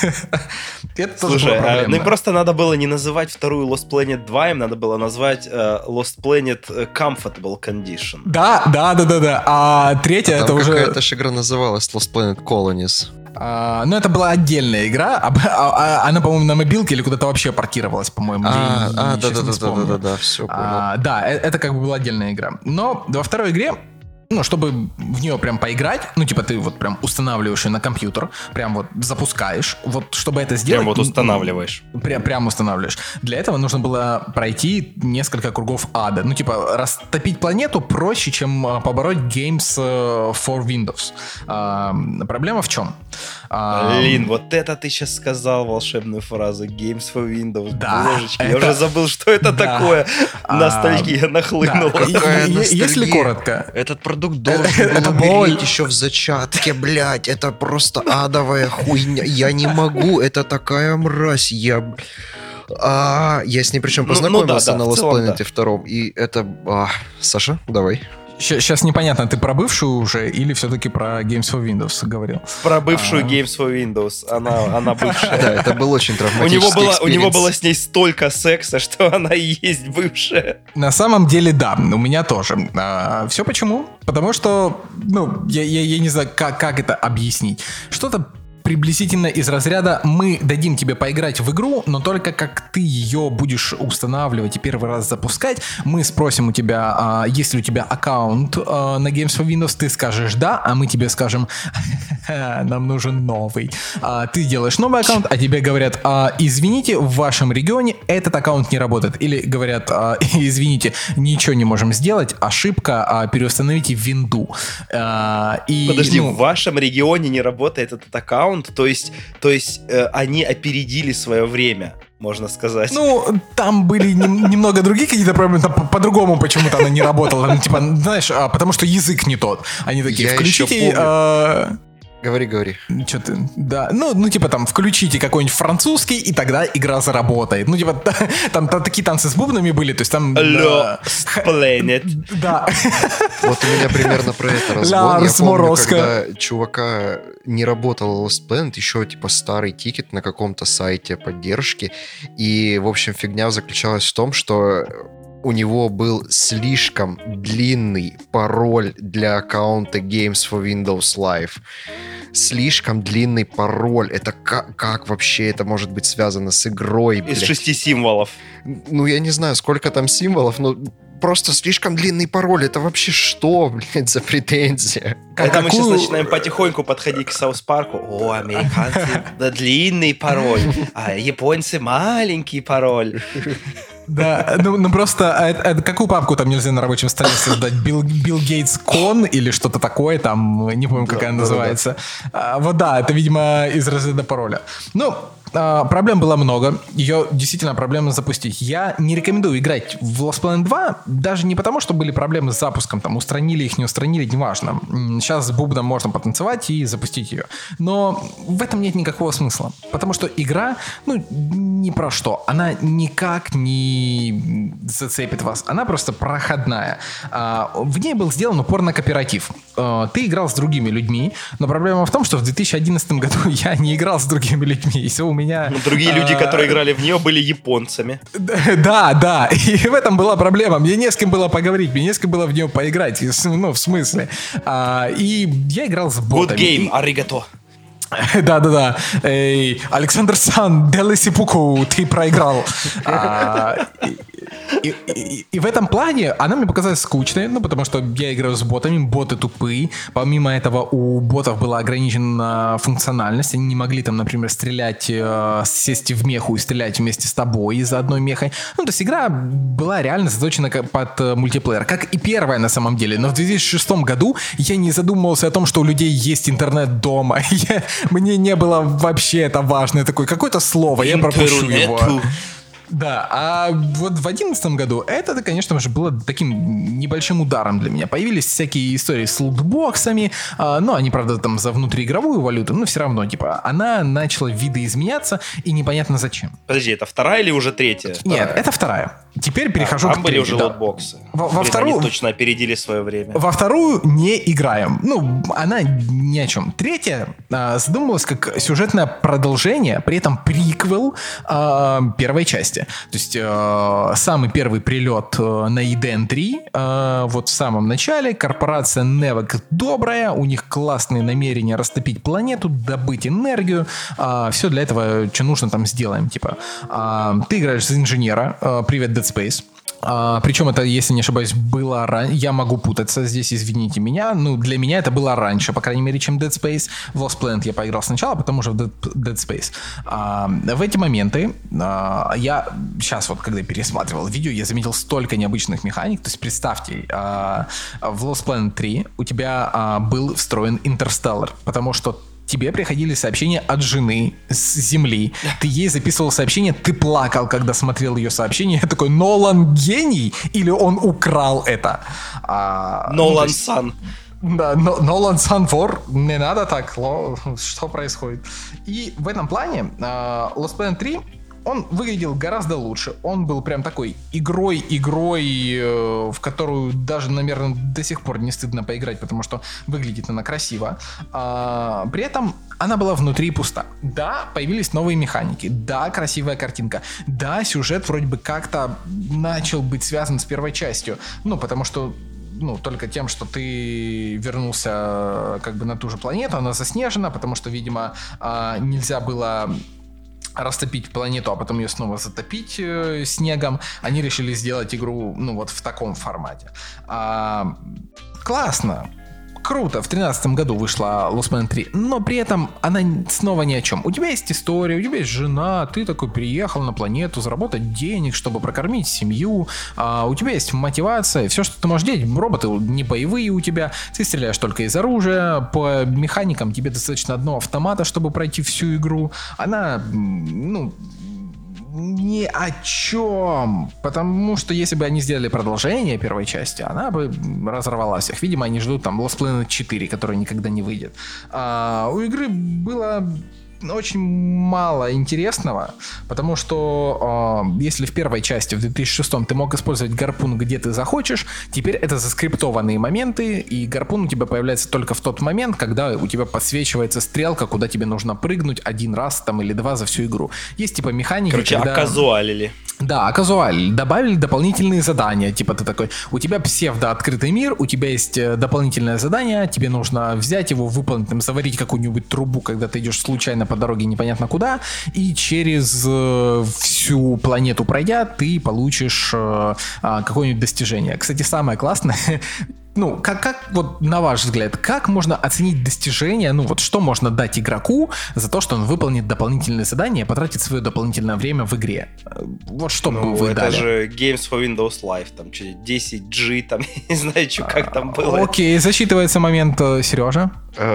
Слушай, ну просто надо было не называть вторую Lost Planet 2, им надо было назвать Lost Planet Comfortable Condition. Да. А третья это уже... Какая-то же игра называлась Lost Planet Colonies. Ну, это была отдельная игра. Она, по-моему, на мобилке или куда-то вообще портировалась, по-моему. Да, все понял. Да, это как бы была отдельная игра. Но во второй игре, ну, чтобы в нее прям поиграть, ну, типа ты вот прям устанавливаешь ее на компьютер, прям вот запускаешь, вот чтобы это сделать... Прям вот устанавливаешь. Прям устанавливаешь. Для этого нужно было пройти несколько кругов ада. Ну, типа, растопить планету проще, чем побороть Games for Windows. Проблема в чем? Блин, вот это ты сейчас сказал волшебную фразу Games for Windows. Да. Божечки, я уже забыл, что это такое. Ностальгия нахлынула. Если коротко... Этот продукт должен был умереть еще в зачатке, блядь. Это просто адовая хуйня. Я не могу, это такая мразь. Я с ней причем познакомился да, на в Lost целом, Planet 2, и это... Саша, давай. Сейчас непонятно, ты про бывшую уже или все-таки про Games for Windows говорил? Про бывшую Games for Windows. Она бывшая. Да, это был очень травматический У него экспириенс. было с ней столько секса, что она и есть бывшая. На самом деле, да, у меня тоже. Все почему? Потому что, я не знаю, как это объяснить. Что-то приблизительно из разряда «мы дадим тебе поиграть в игру, но только как ты ее будешь устанавливать и первый раз запускать, мы спросим у тебя, есть ли у тебя аккаунт на Games for Windows, ты скажешь «да», а мы тебе скажем «нам нужен новый». Ты делаешь новый аккаунт, а тебе говорят «извините, в вашем регионе этот аккаунт не работает». Или говорят «извините, ничего не можем сделать, ошибка, переустановите винду». Подожди, в вашем регионе не работает этот аккаунт? То есть они опередили свое время, можно сказать. Ну, там были немного другие какие-то проблемы, там по-другому почему-то она не работала. Ну, типа, знаешь, потому что язык не тот. Они такие, Я включите... еще помню. Говори. Что ты? Да, ну, типа там, включите какой-нибудь французский, и тогда игра заработает. Ну, типа, там такие танцы с бубнами были, то есть там... Lost Planet. Да. Вот у меня примерно про это разгон. Ларс Я помню, Морозко. когда чувака не работал Lost Planet, еще типа старый тикет на каком-то сайте поддержки, и, в общем, фигня заключалась в том, что у него был слишком длинный пароль для аккаунта Games for Windows Live. Слишком длинный пароль. Это как вообще это может быть связано с игрой? Из блядь? 6 символов. Ну, я не знаю, сколько там символов, но просто слишком длинный пароль. Это вообще что, блядь, за претензия? Когда мы сейчас начинаем потихоньку подходить к Саус Парку, американцы, да, длинный пароль, а японцы маленький пароль. Да, ну просто, какую папку там нельзя на рабочем столе создать? Билл Гейтс Кон или что-то такое там, не помню, как она называется. Вот да, это, видимо, из разряда пароля. Ну, проблем было много, ее действительно проблемно запустить. Я не рекомендую играть в Lost Planet 2, даже не потому, что были проблемы с запуском, там, устранили их, не устранили, неважно. Сейчас с бубном можно потанцевать и запустить ее. Но в этом нет никакого смысла, потому что игра, ни про что. Она никак не зацепит вас, она просто проходная. В ней был сделан упор на кооператив. Ты играл с другими людьми, но проблема в том, что в 2011 году я не играл с другими людьми, и все у меня... Другие люди, которые играли в нее, были японцами. Да, и в этом была проблема. Мне не с кем было поговорить, мне не с кем было в нее поиграть, ну, в смысле. И я играл с ботами. Good game, аригато. Да. Александр Сан, делай пуку, ты проиграл. И в этом плане она мне показалась скучной, потому что я играю с ботами, боты тупые. Помимо этого у ботов была ограничена функциональность, они не могли там, например, стрелять, сесть в меху и стрелять вместе с тобой из-за одной мехой. Ну, то есть игра была реально заточена под мультиплеер, как и первая на самом деле. Но в 2006 году я не задумывался о том, что у людей есть интернет дома. Мне не было вообще это важно. Я такой, какое-то слово, я пропущу его. Да, а вот в 2011 году это, конечно же, было таким небольшим ударом для меня. Появились всякие истории с лутбоксами, они, правда, там за внутриигровую валюту, но все равно, типа, она начала видоизменяться, и непонятно зачем. Подожди, это вторая или уже третья? Нет, это вторая. Теперь перехожу к там были третьей. уже лутбоксы. Во вторую... Они точно опередили свое время. Во вторую не играем. Ну, она ни о чем. Третья задумывалась как сюжетное продолжение, при этом приквел первой части. То есть самый первый прилет на Eden 3, вот в самом начале, корпорация Nevec добрая, у них классные намерения растопить планету, добыть энергию, все для этого, что нужно, там сделаем, типа. Ты играешь за инженера, привет, Dead Space. Причем это, если не ошибаюсь, было раньше. Я могу путаться здесь, извините меня. Ну, для меня это было раньше, по крайней мере, чем Dead Space. В Lost Planet я поиграл сначала, потом уже в Dead Space. В эти моменты я сейчас вот, когда пересматривал видео, я заметил столько необычных механик. То есть представьте, в Lost Planet 3 у тебя был встроен Interstellar, потому что тебе приходили сообщения от жены с Земли. Ты ей записывал сообщение, ты плакал, когда смотрел ее сообщение. Я такой, Нолан гений? Или он украл это? Нолан Сан. Да, Нолан Сан вор. Не надо так. Что происходит? И в этом плане Lost Planet 3 он выглядел гораздо лучше. Он был прям такой игрой, в которую даже, наверное, до сих пор не стыдно поиграть, потому что выглядит она красиво. При этом она была внутри пуста. Да, появились новые механики. Да, красивая картинка. Да, сюжет вроде бы как-то начал быть связан с первой частью. Ну, потому что только тем, что ты вернулся как бы на ту же планету, она заснежена, потому что, видимо, нельзя было растопить планету, а потом ее снова затопить снегом. Они решили сделать игру, вот в таком формате. Классно. Круто, в 2013 году вышла Lost Man 3, но при этом она снова ни о чем. У тебя есть история, у тебя есть жена, ты такой приехал на планету заработать денег, чтобы прокормить семью, у тебя есть мотивация, все, что ты можешь делать, роботы не боевые у тебя, ты стреляешь только из оружия, по механикам тебе достаточно одного автомата, чтобы пройти всю игру. Она, ни о чем. Потому что если бы они сделали продолжение первой части, она бы разорвалась их. Видимо, они ждут там Lost Planet 4, который никогда не выйдет. У игры было очень мало интересного, потому что если в первой части, в 2006 ты мог использовать гарпун где ты захочешь, теперь это заскриптованные моменты, и гарпун у тебя появляется только в тот момент, когда у тебя подсвечивается стрелка, куда тебе нужно прыгнуть один раз там или два за всю игру. Есть типа механики, короче, оказуалили. Да, оказуаль. Добавили дополнительные задания. Типа ты такой, у тебя псевдо-открытый мир, у тебя есть дополнительное задание, тебе нужно взять его, выполнить, там, заварить какую-нибудь трубу, когда ты идешь случайно по дороге непонятно куда, и через всю планету пройдя, ты получишь какое-нибудь достижение. Кстати, самое классное... как вот на ваш взгляд, как можно оценить достижение, что можно дать игроку за то, что он выполнит дополнительные задания, потратит свое дополнительное время в игре? Вот что бы вы дали? Это же Games for Windows Live, там 10G, там, не знаю, как там было. Окей, засчитывается момент, Сережа.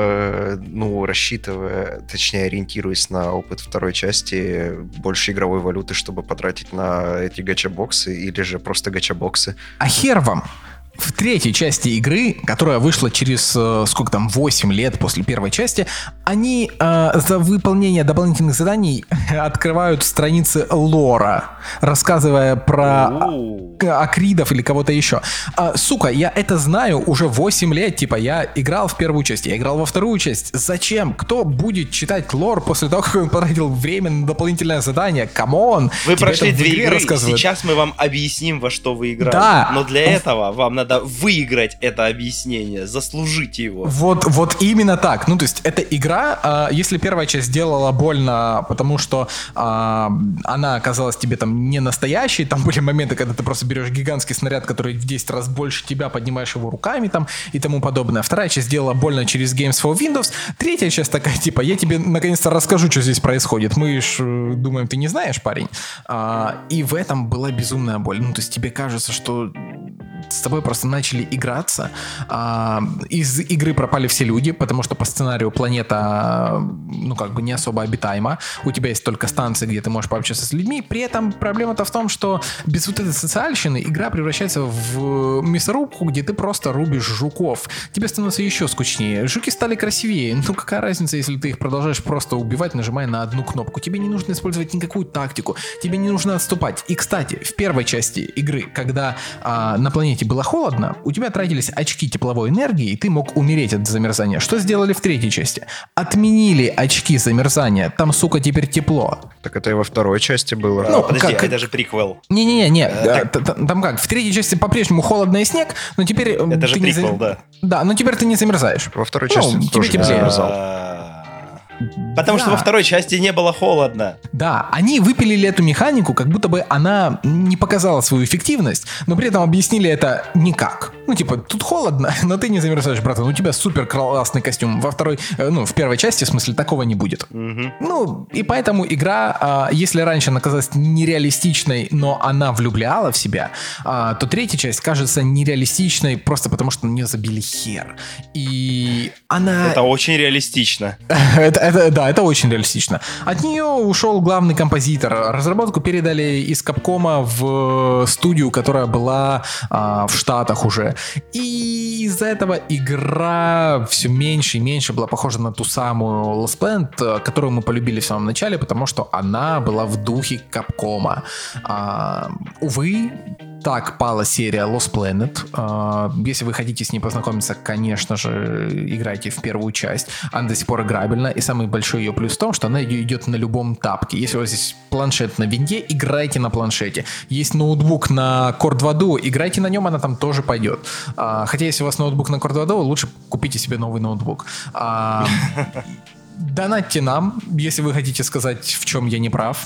Рассчитывая, точнее ориентируясь на опыт второй части, больше игровой валюты, чтобы потратить на эти гача-боксы, или же просто гача-боксы. А хер вам! В третьей части игры, которая вышла через, 8 лет после первой части, они за выполнение дополнительных заданий открывают страницы лора, рассказывая про акридов или кого-то еще. Сука, я это знаю уже 8 лет, типа, я играл в первую часть, я играл во вторую часть. Зачем? Кто будет читать лор после того, как он потратил время на дополнительное задание? Камон! Вы прошли 2 игры, сейчас мы вам объясним, во что вы играли. Да. Но для этого вам надо выиграть это объяснение, заслужить его. Вот именно так. То есть эта игра, если первая часть сделала больно, потому что она оказалась тебе там не настоящей, там были моменты, когда ты просто берешь гигантский снаряд, который в 10 раз больше тебя, поднимаешь его руками там и тому подобное. Вторая часть сделала больно через Games for Windows. Третья часть такая, типа, я тебе наконец-то расскажу, что здесь происходит. Мы ж думаем, ты не знаешь, парень. И в этом была безумная боль. То есть тебе кажется, что с тобой просто начали играться. Из игры пропали все люди, потому что по сценарию планета, не особо обитаема. У тебя есть только станции, где ты можешь пообщаться с людьми. При этом проблема-то в том, что без вот этой социальщины игра превращается в мясорубку, где ты просто рубишь жуков. Тебе становится еще скучнее. Жуки стали красивее. Какая разница, если ты их продолжаешь просто убивать, нажимая на одну кнопку? Тебе не нужно использовать никакую тактику. Тебе не нужно отступать. И, кстати, в первой части игры, когда на планете было холодно, у тебя тратились очки тепловой энергии, и ты мог умереть от замерзания. Что сделали в третьей части? Отменили очки замерзания. Там, сука, теперь тепло. Так это и во второй части было. Подожди, это же приквел. Не-не-не, там как? В третьей части по-прежнему холодно и снег, но теперь... Это же приквел, да. Да, но теперь ты не замерзаешь. Во второй части ты тоже не замерзал. Потому что во второй части не было холодно. Да, они выпилили эту механику, как будто бы она не показала свою эффективность, но при этом объяснили это никак. Тут холодно, но ты не замерзаешь, братан, у тебя супер классный костюм. Во второй, в первой части, в смысле, такого не будет. И поэтому игра, если раньше она казалась нереалистичной, но она влюбляла в себя, то третья часть кажется нереалистичной просто потому, что на нее забили хер. И она... Это очень реалистично. Это очень реалистично. От нее ушел главный композитор. Разработку передали из Капкома в студию, которая была в Штатах уже. И из-за этого игра все меньше и меньше была похожа на ту самую Lost Planet, которую мы полюбили в самом начале, потому что она была в духе Капкома. Увы, так пала серия Lost Planet. Если вы хотите с ней познакомиться, конечно же, играйте в первую часть. Она до сих пор играбельна. И самый большой ее плюс в том, что она идет на любом тапке. Если у вас есть планшет на винде, играйте на планшете. Есть ноутбук на Core 2 Duo, играйте на нем, она там тоже пойдет. Хотя если у вас ноутбук на Core 2 Duo, лучше купите себе новый ноутбук. Донатьте нам, если вы хотите сказать, в чем я не прав.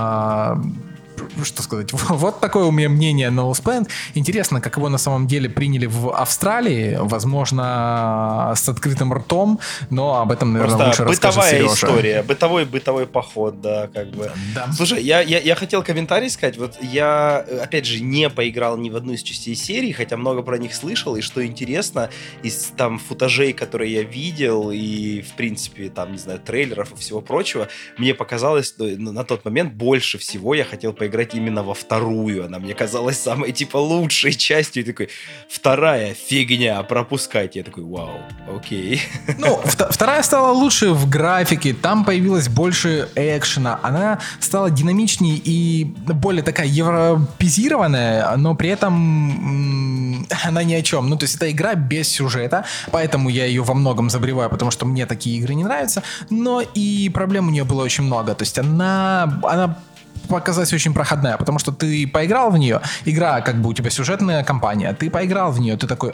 Что сказать? Вот такое у меня мнение на Lost Planet. Интересно, как его на самом деле приняли в Австралии. Возможно, с открытым ртом, но об этом, наверное, просто лучше расскажет Сережа. История, бытовой поход, да, как бы. Да. Слушай, я хотел комментарий сказать. Вот я, опять же, не поиграл ни в одну из частей серии, хотя много про них слышал, и что интересно, из там футажей, которые я видел, и, в принципе, там, не знаю, трейлеров и всего прочего, мне показалось, что на тот момент больше всего я хотел поиграть именно во вторую. Она мне казалась самой, типа, лучшей частью. И такой, вторая фигня, пропускайте. Я такой, вау, окей. Ну, вторая стала лучше в графике, там появилось больше экшена, она стала динамичнее и более такая европезированная, но при этом она ни о чем. Ну, то есть это игра без сюжета, поэтому я ее во многом забреваю, потому что мне такие игры не нравятся, но и проблем у нее было очень много. То есть она показалась очень проходная, потому что ты поиграл в нее, игра, как бы у тебя сюжетная кампания, ты поиграл в нее, ты такой,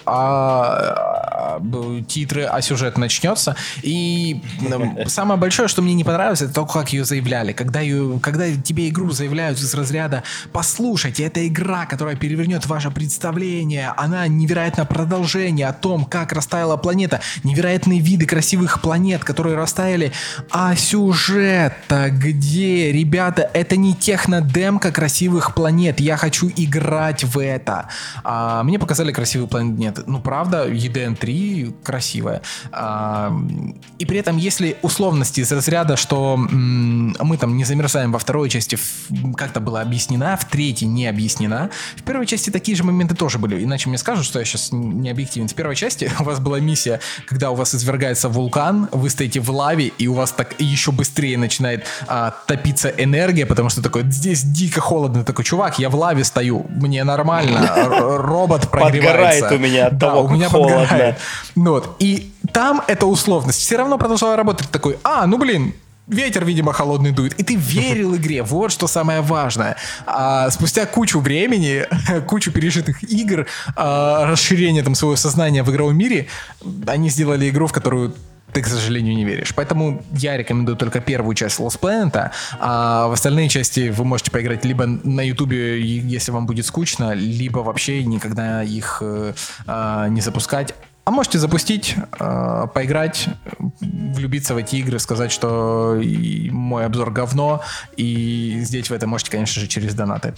титры, а сюжет начнется, и самое большое, что мне не понравилось, это то, как ее заявляли, когда тебе игру заявляют из разряда, послушайте, это игра, которая перевернет ваше представление, она невероятное продолжение о том, как растаяла планета, невероятные виды красивых планет, которые растаяли, а сюжет-то где, ребята, это не технодемка красивых планет. Я хочу играть в это. Мне показали красивые планеты. Ну, правда, EDN 3 красивая. И при этом, если условности из разряда, что мы там не замерзаем во второй части, как-то была объяснена, в третьей не объяснена. В первой части такие же моменты тоже были. Иначе мне скажут, что я сейчас не объективен. В первой части у вас была миссия, когда у вас извергается вулкан, вы стоите в лаве, и у вас так еще быстрее начинает топиться энергия, потому что такой, здесь дико холодно. Такой, чувак, я в лаве стою, мне нормально, робот прогревается. Подгорает у меня от того, как холодно. Подгорает. Вот. И там эта условность все равно продолжала работать. Такой, ветер, видимо, холодный дует. И ты верил игре. Вот что самое важное. Спустя кучу времени, кучу пережитых игр, расширение там своего сознания в игровом мире, они сделали игру, в которую ты, к сожалению, не веришь. Поэтому я рекомендую только первую часть Lost Planet, а в остальные части вы можете поиграть либо на Ютубе, если вам будет скучно, либо вообще никогда их не запускать. А можете запустить, поиграть, влюбиться в эти игры, сказать, что мой обзор говно, и сделать вы это можете, конечно же, через донаты.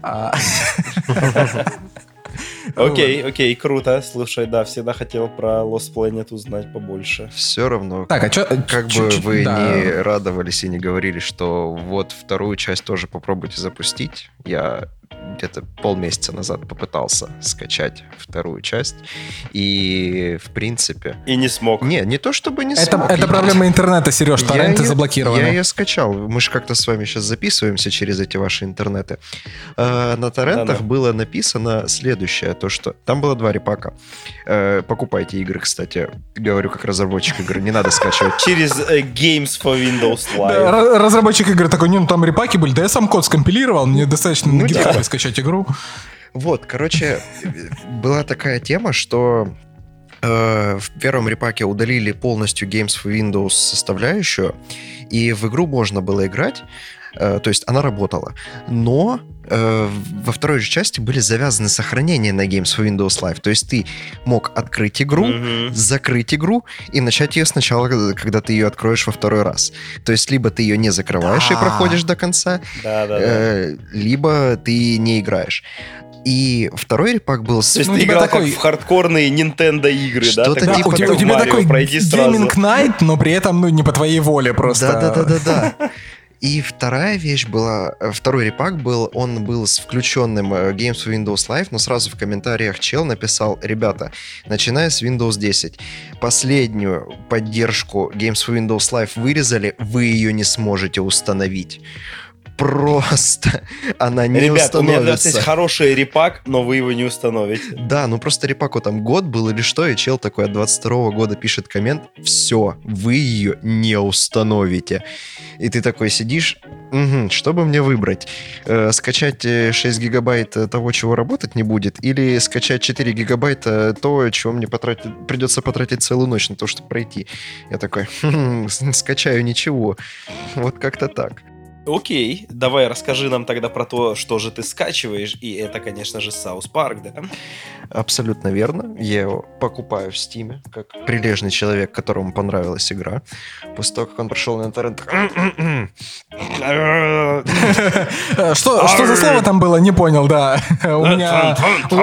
Окей, круто. Слушай, да, всегда хотел про Lost Planet узнать побольше. Все равно, так, как бы вы не радовались и не говорили, что вот вторую часть тоже попробуйте запустить. Я где-то полмесяца назад попытался скачать вторую часть, и в принципе... И не смог. Не то чтобы не смог. Это проблема интернета, Сереж, торренты заблокированы. Я ее скачал. Мы же как-то с вами сейчас записываемся через эти ваши интернеты. На торрентах было написано следующее, то что... Там было 2 репака. Покупайте игры, кстати. Говорю, как разработчик игры, не надо скачивать. Через Games for Windows Live. Да, разработчик игры такой, там репаки были, да я сам код скомпилировал, мне достаточно на гитаре скачать игру. Вот, короче, была такая тема, что в первом репаке удалили полностью Games for Windows составляющую, и в игру можно было играть, то есть она работала, но во второй же части были завязаны сохранения на Games for Windows Live, то есть ты мог открыть игру, закрыть игру и начать ее сначала, когда ты ее откроешь во второй раз. То есть либо ты ее не закрываешь и проходишь до конца, либо ты не играешь. И второй репак был... То есть ты играл такой... как в хардкорные Nintendo игры, что-то да? Типа у тебя такой гейминг найт, но при этом не по твоей воле просто. Да. И вторая вещь была, второй репак был, он был с включенным Games with Windows Live, но сразу в комментариях чел написал: ребята, начиная с Windows 10, последнюю поддержку Games with Windows Live вырезали, вы ее не сможете установить. Просто она не Ребят, установится. у меня для вас есть хороший репак, но вы его не установите. Да, ну просто репаку там год был или что, и чел такой от 22 года пишет коммент: все, вы ее не установите. И ты такой сидишь, что бы мне выбрать? Скачать 6 гигабайт того, чего работать не будет, или скачать 4 гигабайта то, чего мне придется потратить целую ночь на то, чтобы пройти? Я такой, скачаю ничего. Вот как-то так. Окей, давай расскажи нам тогда про то, что же ты скачиваешь, и это, конечно же, South Park, да? Абсолютно верно. Я его покупаю в Стиме, как прилежный человек, которому понравилась игра. После того, как он прошел на интернет... Что за слово там было? Не понял, да. У меня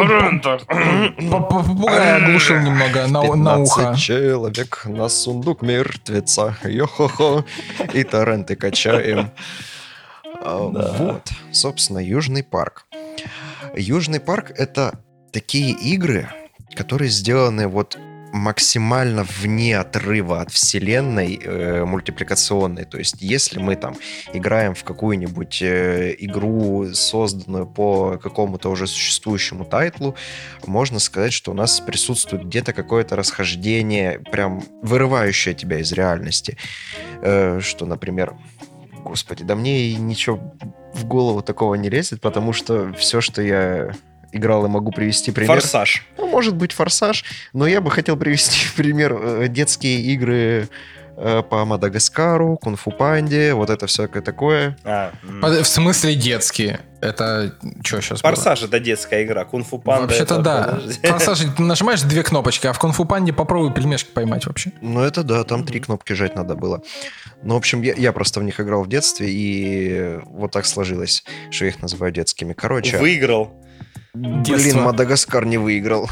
попугай оглушил немного на ухо. 15 человек на сундук мертвеца. Йо-хо-хо. И торренты качаем. Вот, собственно, Южный парк. Южный парк — это такие игры, которые сделаны вот максимально вне отрыва от вселенной мультипликационной. То есть, если мы там играем в какую-нибудь игру, созданную по какому-то уже существующему тайтлу, можно сказать, что у нас присутствует где-то какое-то расхождение, прям вырывающее тебя из реальности. Что, например... Господи, да мне и ничего в голову такого не лезет, потому что все, что я играл и могу привести пример... Форсаж. Ну, может быть, Форсаж, но я бы хотел привести в пример детские игры по Мадагаскару, Кунг-фу Панде, вот это всякое такое. В смысле детские? Это что сейчас Форсаж было? — это детская игра, Кунг-фу Панда... Вообще-то это... да. Форсаж, ты нажимаешь 2 кнопочки, а в Кунг-фу Панде попробуй пельмешки поймать вообще. Ну это да, там 3 кнопки жать надо было. Ну, в общем, я просто в них играл в детстве, и вот так сложилось, что я их называю детскими. Короче... Выиграл. Блин, Мадагаскар не выиграл.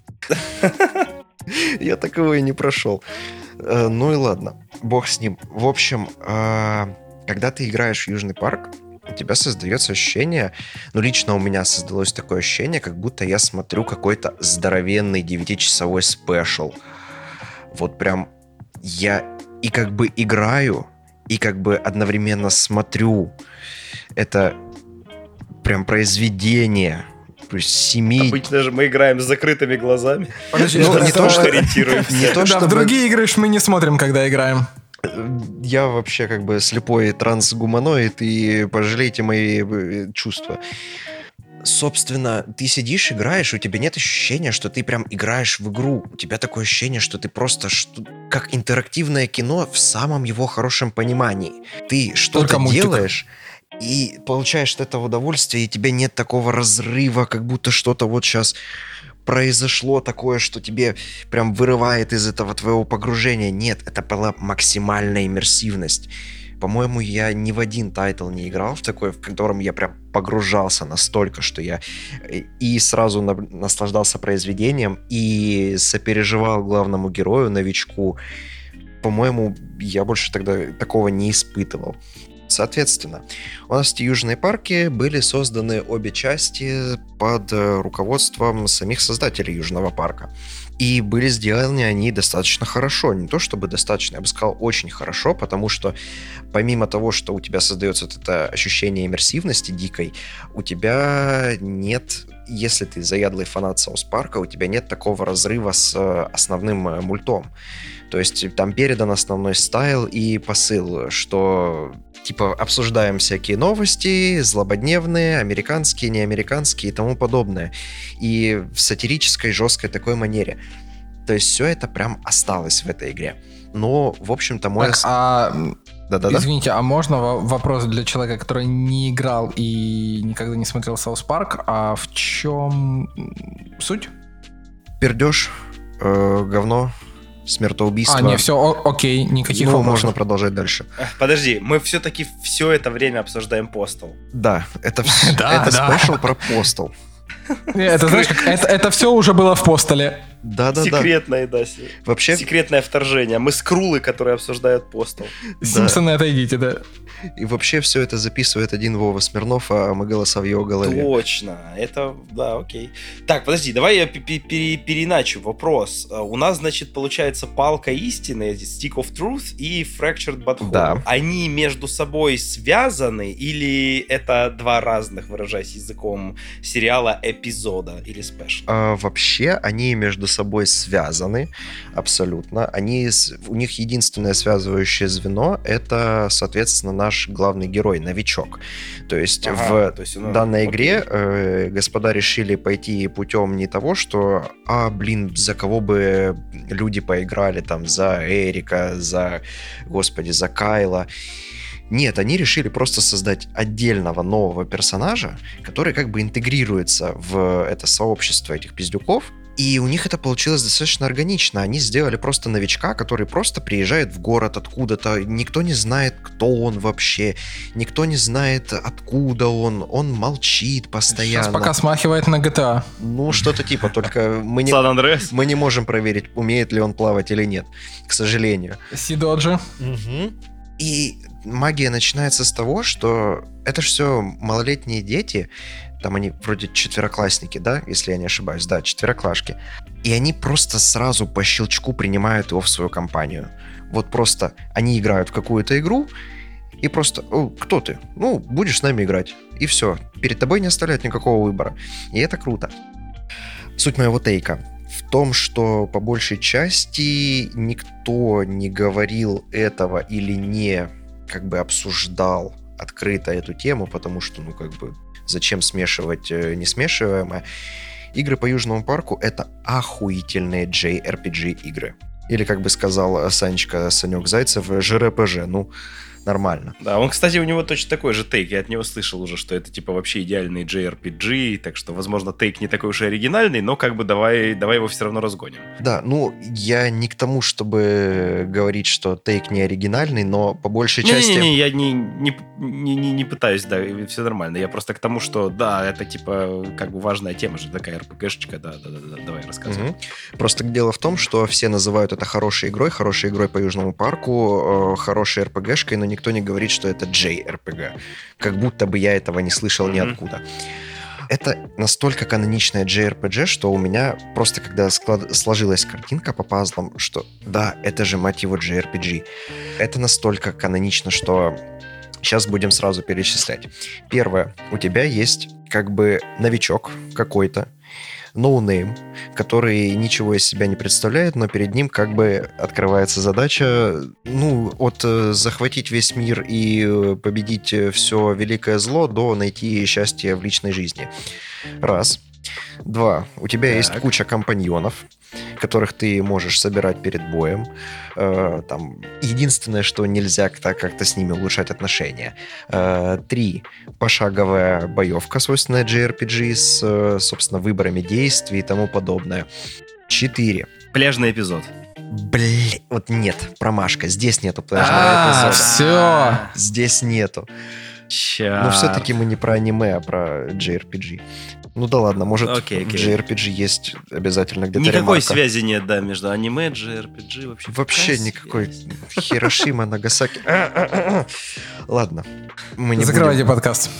Я такого и не прошел. Ну и ладно, бог с ним. В общем, когда ты играешь в Южный парк, у тебя создается ощущение, ну лично у меня создалось такое ощущение, как будто я смотрю какой-то здоровенный 9-часовой спешл. Вот прям я и как бы играю, и как бы одновременно смотрю. Это прям произведение. То есть 7... Обычно же мы играем с закрытыми глазами. Подожди, Ну, не то, что ориентируемся. не то, Да, чтобы в другие игры ж мы не смотрим, когда играем. я вообще как бы слепой трансгуманоид, и пожалейте мои чувства. Собственно, ты сидишь, играешь, и у тебя нет ощущения, что ты прям играешь в игру. У тебя такое ощущение, что ты просто как интерактивное кино в самом его хорошем понимании. Ты что-то делаешь... И получаешь от этого удовольствие, и у тебя нет такого разрыва, как будто что-то вот сейчас произошло такое, что тебе прям вырывает из этого твоего погружения. Нет, это была максимальная иммерсивность. По-моему, я ни в один тайтл не играл в такой, в котором я прям погружался настолько, что я и сразу наслаждался произведением, и сопереживал главному герою, новичку. По-моему, я больше тогда такого не испытывал. Соответственно, у нас в Южные парки были созданы обе части под руководством самих создателей Южного парка. И были сделаны они достаточно хорошо. Не то чтобы достаточно, я бы сказал, очень хорошо, потому что помимо того, что у тебя создается вот это ощущение иммерсивности дикой, у тебя нет, если ты заядлый фанат Саус Парка, у тебя нет такого разрыва с основным мультом. То есть там передан основной стайл и посыл, что типа обсуждаем всякие новости, злободневные, американские, неамериканские и тому подобное. И в сатирической, жесткой такой манере. То есть все это прям осталось в этой игре. Но, в общем-то, мой... Да-да-да. Извините, а можно вопрос для человека, который не играл и никогда не смотрел Саус Парк? А в чем суть? Пердеж, говно, смертоубийство. Не, все, окей, никаких вопросов. Можно продолжать дальше. Подожди, мы все-таки все это время обсуждаем Postal. Да, это спешл про Postal. Это, знаешь, как это все уже было в Постале. Да-да-да. Секретное, да. Вообще... Секретное вторжение. Мы скрулы, которые обсуждают Постал. Симпсоны, отойдите, да. И вообще все это записывает один Вова Смирнов, а мы голоса в его голове. Точно. Это, да, окей. Так, подожди, давай я переначу вопрос. У нас, значит, получается палка истины, Stick of Truth и Fractured But Whole. Да. Они между собой связаны или это два разных, выражаясь языком сериала, эпизода или спешла? Вообще они между собой связаны абсолютно. У них единственное связывающее звено — это, соответственно, наш главный герой, новичок. То есть в данной игре господа решили пойти путем не того, что, за кого бы люди поиграли, там, за Эрика, за Кайла. Нет, они решили просто создать отдельного нового персонажа, который как бы интегрируется в это сообщество этих пиздюков. И у них это получилось достаточно органично. Они сделали просто новичка, который просто приезжает в город откуда-то. Никто не знает, кто он вообще. Никто не знает, откуда он. Он молчит постоянно. Сейчас пока смахивает на GTA. Ну, что-то типа, только мы не можем проверить, умеет ли он плавать или нет, к сожалению. Сидоджи. И магия начинается с того, что это все малолетние дети. Там они вроде четвероклассники, да, если я не ошибаюсь, да, четвероклашки. И они просто сразу по щелчку принимают его в свою компанию. Вот просто они играют в какую-то игру, и просто, кто ты? Ну, будешь с нами играть. И все. Перед тобой не оставляют никакого выбора. И это круто. Суть моего тейка в том, что по большей части никто не говорил этого или не как бы обсуждал открыто эту тему, потому что, зачем смешивать несмешиваемое? Игры по Южному парку — это охуительные JRPG игры. Или, как бы сказал Санек Зайцев, JRPG, нормально. Да, он, кстати, у него точно такой же тейк. Я от него слышал уже, что это типа вообще идеальный JRPG, так что, возможно, тейк не такой уж и оригинальный, но как бы давай его все равно разгоним. Да, я не к тому, чтобы говорить, что тейк не оригинальный, но по большей части... Не-не-не, я не пытаюсь, да, все нормально. Я просто к тому, что, да, это типа как бы важная тема же, такая РПГшечка, да, давай рассказывай. Просто дело в том, что все называют это хорошей игрой по Южному парку, хорошей РПГшкой, но никто не говорит, что это JRPG. Как будто бы я этого не слышал ниоткуда. Это настолько каноничная JRPG, что у меня просто когда сложилась картинка по пазлам, что да, это же, мать его, JRPG. Это настолько канонично, что сейчас будем сразу перечислять. Первое. У тебя есть как бы новичок какой-то, ноунейм, который ничего из себя не представляет, но перед ним как бы открывается задача, захватить весь мир и победить все великое зло до найти счастье в личной жизни. Раз. Два. У тебя есть куча компаньонов, которых ты можешь собирать перед боем. Единственное, что нельзя как-то с ними улучшать отношения. 3. Пошаговая боевка, свойственная JRPG, с, собственно, выборами действий и тому подобное. 4. Пляжный эпизод. Нет, промашка. Здесь нету пляжного эпизода. Все. Здесь нету. Черт. Но все-таки мы не про аниме, а про JRPG. Ну да ладно, может, в JRPG есть обязательно где-то никакой ремарка. связи нет, да, между аниме, JRPG вообще. Вообще никакой. Хирошима, Нагасаки. Ладно. Мы не Закрывайте подкаст.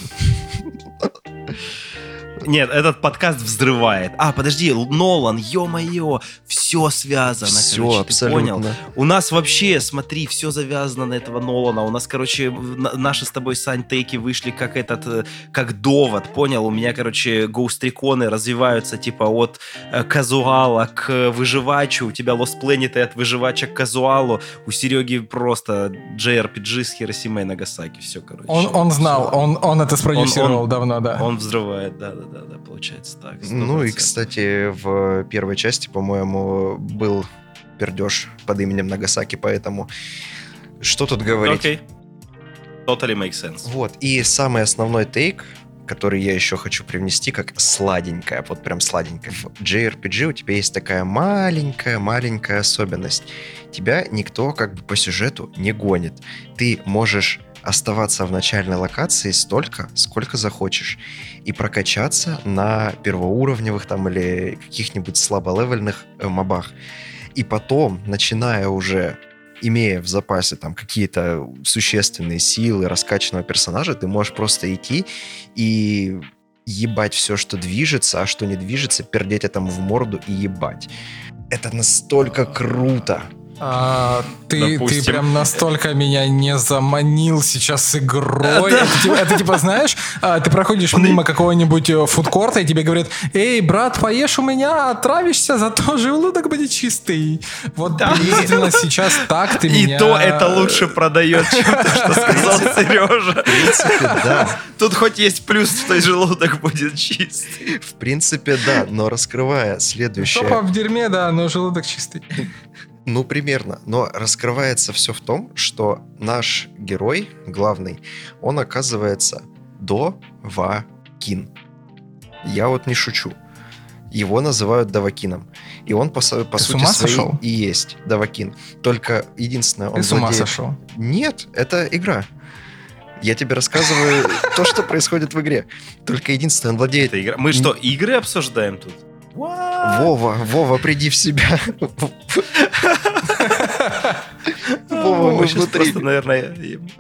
Нет, этот подкаст взрывает. Подожди, Нолан, ё-моё, все связано. Все, абсолютно. Ты понял? У нас вообще, смотри, все завязано на этого Нолана. У нас, наши с тобой, Сань, тейки вышли как довод, понял? У меня, гоустриконы развиваются типа от казуала к выживачу. У тебя Lost Planet от выживача к казуалу. У Сереги просто JRPG с Хиросимой и Нагасаки. Все, Он знал, он это спродюсировал давно, да. Он взрывает, да, получается так. 100%. Ну и, кстати, в первой части, по-моему, был пердеж под именем Нагасаки, поэтому что тут говорить? Окей. Totally makes sense. Вот, и самый основной тейк, который я еще хочу привнести, как сладенькая, вот прям сладенькая. В JRPG у тебя есть такая маленькая особенность. Тебя никто как бы по сюжету не гонит. Ты можешь оставаться в начальной локации столько, сколько захочешь, и прокачаться на первоуровневых там или каких-нибудь слаболевельных мобах. И потом, начиная уже, имея в запасе там какие-то существенные силы раскачанного персонажа, ты можешь просто идти и ебать все, что движется, а что не движется, пердеть этому в морду и ебать. Это настолько круто. Ты прям настолько меня не заманил сейчас игрой. Это типа, знаешь, ты проходишь мимо какого-нибудь фудкорта, и тебе говорят: эй, брат, поешь у меня, отравишься, зато желудок будет чистый. Вот приблизительно сейчас так ты меня... И то это лучше продает, чем то, что сказал Сережа. В принципе, да. Тут хоть есть плюс, что и желудок будет чистый. В принципе, да, но раскрывая следующее... Жопа в дерьме, да, но желудок чистый. Ну, примерно. Но раскрывается все в том, что наш герой, главный, он оказывается Довакин. Я вот не шучу. Его называют Довакином. И он, по сути своей, и есть Довакин. Только единственное, он Ты с ума сошел? Нет, это игра. Я тебе рассказываю то, что происходит в игре. Только единственное, он владеет... Мы что, игры обсуждаем тут? Вова, приди в себя. Вова, мы сейчас внутри. просто, наверное...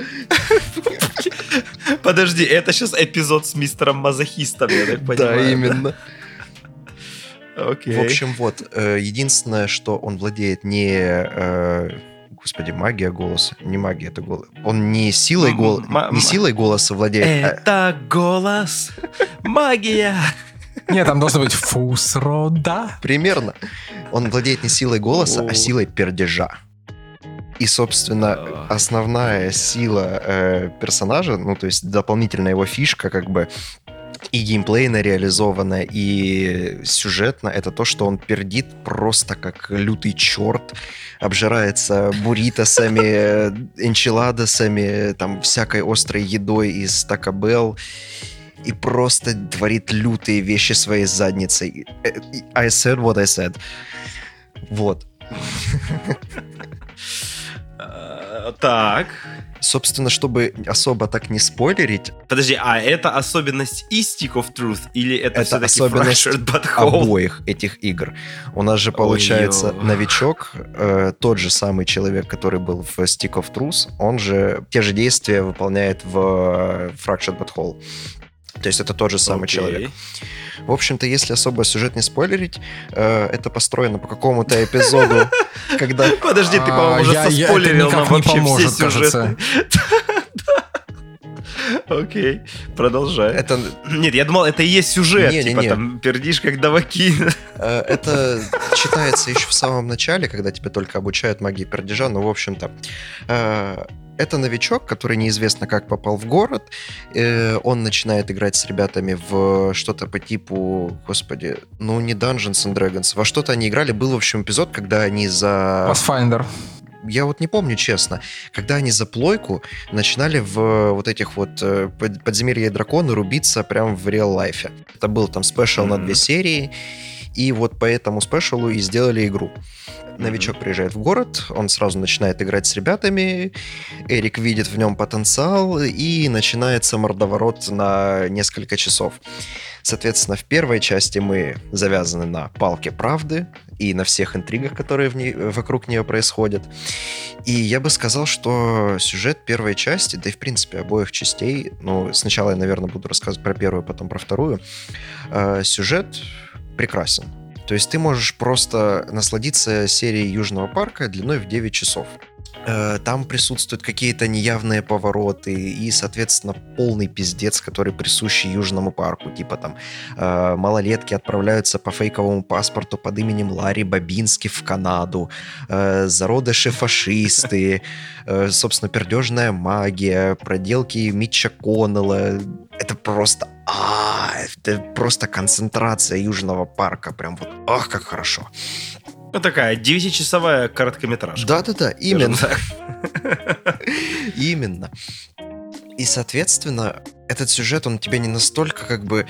Подожди, это сейчас эпизод с мистером Мазохистом, я так понимаю. Да, именно. Окей. В общем, вот, единственное, что он владеет не... Господи, магия голоса. Не магия, это голос. Он не силой голоса владеет. Это голос. Магия. Нет, там должно быть фусрода. Примерно. Он владеет не силой голоса, а силой пердежа. И, собственно, основная сила персонажа, ну, то есть дополнительная его фишка, как бы, и геймплейно реализована, и сюжетно, это то, что он пердит просто как лютый черт, обжирается бурритосами, энчиладосами, там, всякой острой едой из Taco Bell, и просто творит лютые вещи своей задницей. I said what I said. Вот. Так. Собственно, чтобы особо так не спойлерить... Подожди, а это особенность и Stick of Truth, или это все-таки особенность Fractured But Whole? обоих этих игр. У нас же получается новичок, тот же самый человек, который был в Stick of Truth, он же те же действия выполняет в Fractured But Whole. То есть это тот же самый человек. В общем-то, если особо сюжет не спойлерить, это построено по какому-то эпизоду, когда... Подожди, ты, по-моему, уже соспойлерил нам вообще все сюжеты. Окей, продолжай. Нет, я думал, это и есть сюжет. Типа там пердишь как Довакин. Это читается еще в самом начале, когда тебя только обучают магии пердежа. Но, в общем-то, это новичок, который неизвестно как попал в город. Он начинает играть с ребятами в что-то по типу, господи, ну не Dungeons and Dragons. Во что-то они играли. Был, в общем, эпизод, когда они за... Pathfinder. Я вот не помню, честно. Когда они за плойку начинали в вот этих вот подземелья и драконы рубиться прям в реал-лайфе. Это был там спешл на 2 серии. И вот по этому спешалу и сделали игру. Новичок приезжает в город, он сразу начинает играть с ребятами, Эрик видит в нем потенциал, и начинается мордоворот на несколько часов. Соответственно, в первой части мы завязаны на палке правды и на всех интригах, которые вокруг нее происходят. И я бы сказал, что сюжет первой части, да и в принципе обоих частей, ну, сначала я, наверное, буду рассказывать про первую, потом про вторую, сюжет прекрасен. То есть ты можешь просто насладиться серией Южного парка длиной в 9 часов. Там присутствуют какие-то неявные повороты и, соответственно, полный пиздец, который присущий Южному парку. Типа там малолетки отправляются по фейковому паспорту под именем Ларри Бобински в Канаду, зародыши-фашисты, собственно, пердежная магия, проделки Митча Коннелла. Это просто... это просто концентрация Южного парка. Прям вот, ах, как хорошо. Ну, такая 9-часовая короткометражка. Да-да-да, именно. Именно. И, соответственно, этот сюжет, он тебя не настолько как бы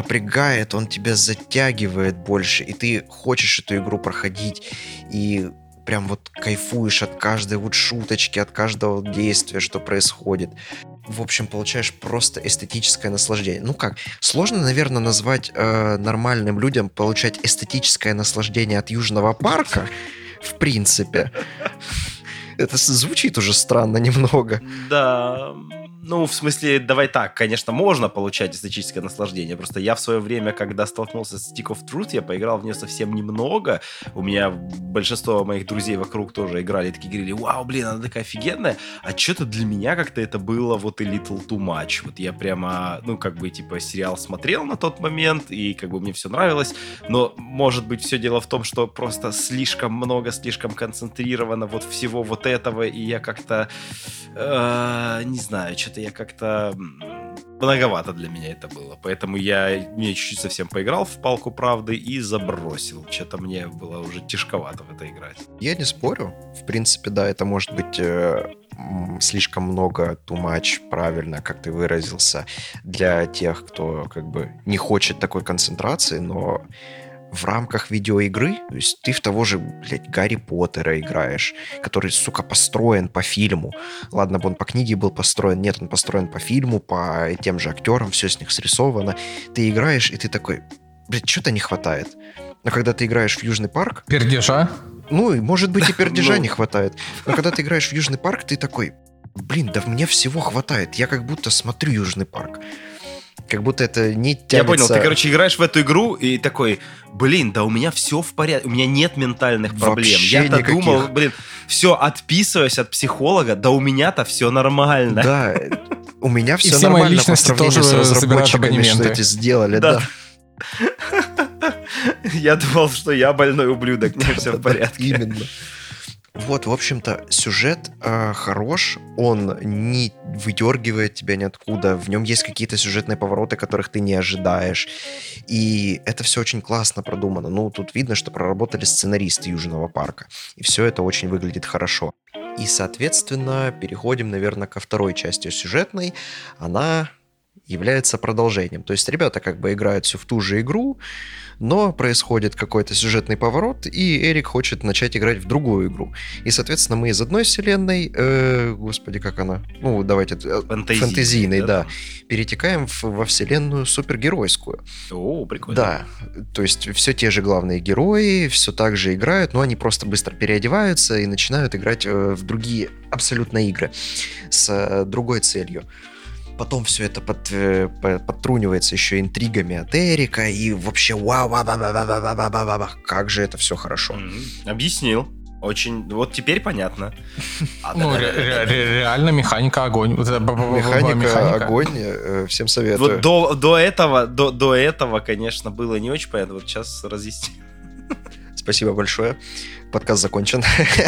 напрягает, он тебя затягивает больше, и ты хочешь эту игру проходить. И прям вот кайфуешь от каждой вот шуточки, от каждого действия, что происходит. В общем, получаешь просто эстетическое наслаждение. Ну как, сложно, наверное, назвать нормальным людям получать эстетическое наслаждение от Южного парка, в принципе. Это звучит уже странно немного. Да, ну, в смысле, давай так, конечно, можно получать эстетическое наслаждение, просто я в свое время, когда столкнулся с Stick of Truth, я поиграл в нее совсем немного, у меня большинство моих друзей вокруг тоже играли, такие говорили, вау, блин, она такая офигенная, а что-то для меня как-то это было вот и little too much, вот я прямо, ну, как бы, типа, сериал смотрел на тот момент, и как бы мне все нравилось, но, может быть, все дело в том, что просто слишком много, слишком концентрировано вот всего вот этого, и я как-то, не знаю, что-то я как-то многовато для меня это было. Поэтому я чуть-чуть совсем поиграл в Палку Правды и забросил. Что-то мне было уже тяжковато в это играть. Я не спорю. В принципе, да, это может быть слишком много, too much, правильно, как ты выразился, для тех, кто как бы не хочет такой концентрации, но в рамках видеоигры, то есть ты в того же, блядь, Гарри Поттера играешь, который, сука, построен по фильму. Ладно бы он по книге был построен, нет, он построен по фильму, по тем же актерам, все с них срисовано. Ты играешь, и ты такой, блядь, что-то не хватает. Но когда ты играешь в Южный парк... Пердежа? Ну, может быть, и пердежа не хватает. Но когда ты играешь в Южный парк, ты такой, блин, да мне всего хватает. Я как будто смотрю Южный парк. Как будто это не тянется... Я понял, ты, короче, играешь в эту игру и такой, блин, да у меня все в порядке, у меня нет ментальных проблем. Вообще Я-то никаких. думал, блин, все, отписываюсь от психолога, да у меня-то все нормально. Да, у меня все все мои нормально по личности сравнению тоже с забирают разработчиками, что абонементы. эти сделали, да. Я думал, что я больной ублюдок, мне все в порядке. Именно. Вот, в общем-то, сюжет хорош, он не выдергивает тебя ниоткуда, в нем есть какие-то сюжетные повороты, которых ты не ожидаешь, и это все очень классно продумано. Ну, тут видно, что проработали сценаристы Южного парка, и все это очень выглядит хорошо. И, соответственно, переходим, наверное, ко второй части сюжетной. Она является продолжением. То есть ребята как бы играют все в ту же игру, но происходит какой-то сюжетный поворот, и Эрик хочет начать играть в другую игру. И, соответственно, мы из одной вселенной, господи, как она? Ну, давайте, фэнтезийной, да, перетекаем во вселенную супергеройскую. О, прикольно. Да, то есть все те же главные герои, все так же играют, но они просто быстро переодеваются и начинают играть в другие абсолютно игры с другой целью. Потом все это подтрунивается еще интригами от Эрика, и вообще как же это все хорошо. Объяснил. Очень. Вот теперь понятно. Ну, реально механика огонь. Механика огонь, всем советую. Вот до этого, конечно, было не очень понятно. Вот сейчас разъясню. Спасибо большое. Подкаст закончен.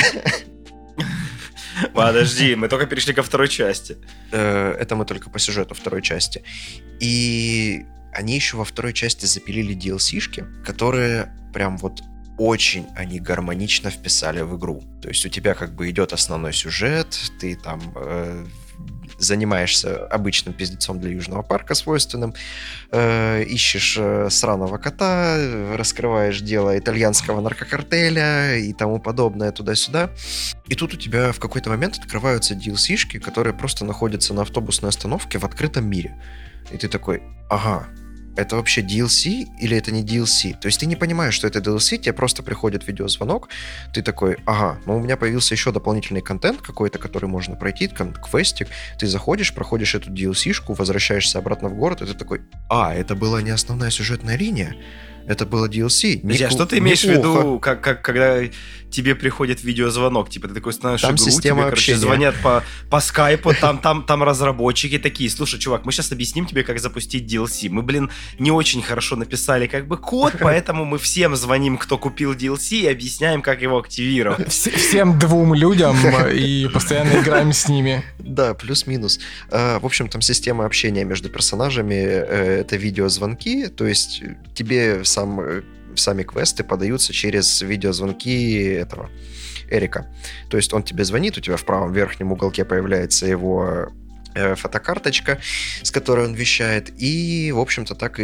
Подожди, мы только перешли ко второй части. Это мы только по сюжету второй части. И они еще во второй части запилили DLC-шки, которые прям вот очень они гармонично вписали в игру. То есть у тебя как бы идет основной сюжет, ты там занимаешься обычным пиздецом для Южного парка свойственным, ищешь сраного кота, раскрываешь дело итальянского наркокартеля и тому подобное туда-сюда. И тут у тебя в какой-то момент открываются DLC-шки, которые просто находятся на автобусной остановке в открытом мире. И ты такой, ага, это вообще DLC или это не DLC? То есть ты не понимаешь, что это DLC, тебе просто приходит видеозвонок, ты такой, ага, ну у меня появился еще дополнительный контент какой-то, который можно пройти, квестик, ты заходишь, проходишь эту DLC-шку, возвращаешься обратно в город, и ты такой, это была не основная сюжетная линия, это было DLC. Подожди, а что ты имеешь в виду, когда тебе приходит видеозвонок? Типа ты такой становишься там игру, система тебе, общения. звонят по скайпу, там разработчики такие, слушай, чувак, мы сейчас объясним тебе, как запустить DLC. Мы, не очень хорошо написали как бы код, поэтому мы всем звоним, кто купил DLC, и объясняем, как его активировать. Всем двум людям и постоянно играем с ними. Да, плюс-минус. В общем, там система общения между персонажами, это видеозвонки, то есть тебе сами квесты подаются через видеозвонки этого Эрика. То есть он тебе звонит, у тебя в правом верхнем уголке появляется его фотокарточка, с которой он вещает, и, в общем-то, так и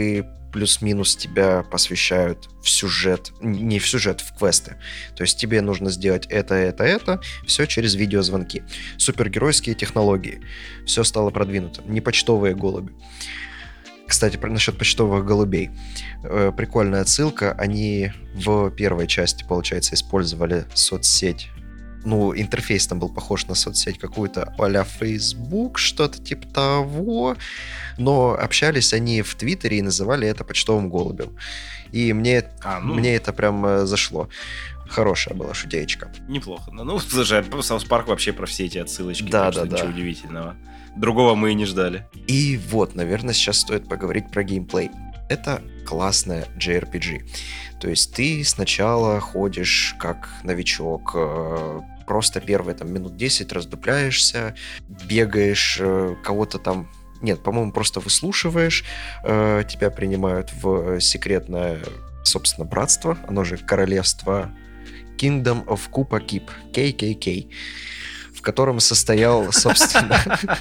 плюс-минус тебя посвящают в сюжет, не в сюжет, в квесты. То есть тебе нужно сделать это, все через видеозвонки. Супергеройские технологии. Все стало продвинуто. Не почтовые голуби. Кстати, насчет почтовых голубей. Прикольная отсылка. Они в первой части, получается, использовали соцсеть. Ну, интерфейс там был похож на соцсеть какую-то а-ля Facebook, что-то типа того. Но общались они в Твиттере и называли это почтовым голубем. И мне это прям зашло. Хорошая была шутеечка. Неплохо. Ну, слушай, Саус Парк вообще про все эти отсылочки. Да. Ничего удивительного. Другого мы и не ждали. И вот, наверное, сейчас стоит поговорить про геймплей. Это классная JRPG. То есть ты сначала ходишь как новичок, просто первые там минут 10 раздупляешься, бегаешь, кого-то там... Нет, по-моему, просто выслушиваешь, тебя принимают в секретное, собственно, братство, оно же королевство Kingdom of Koopa Keep, KKK, в котором состоял, собственно...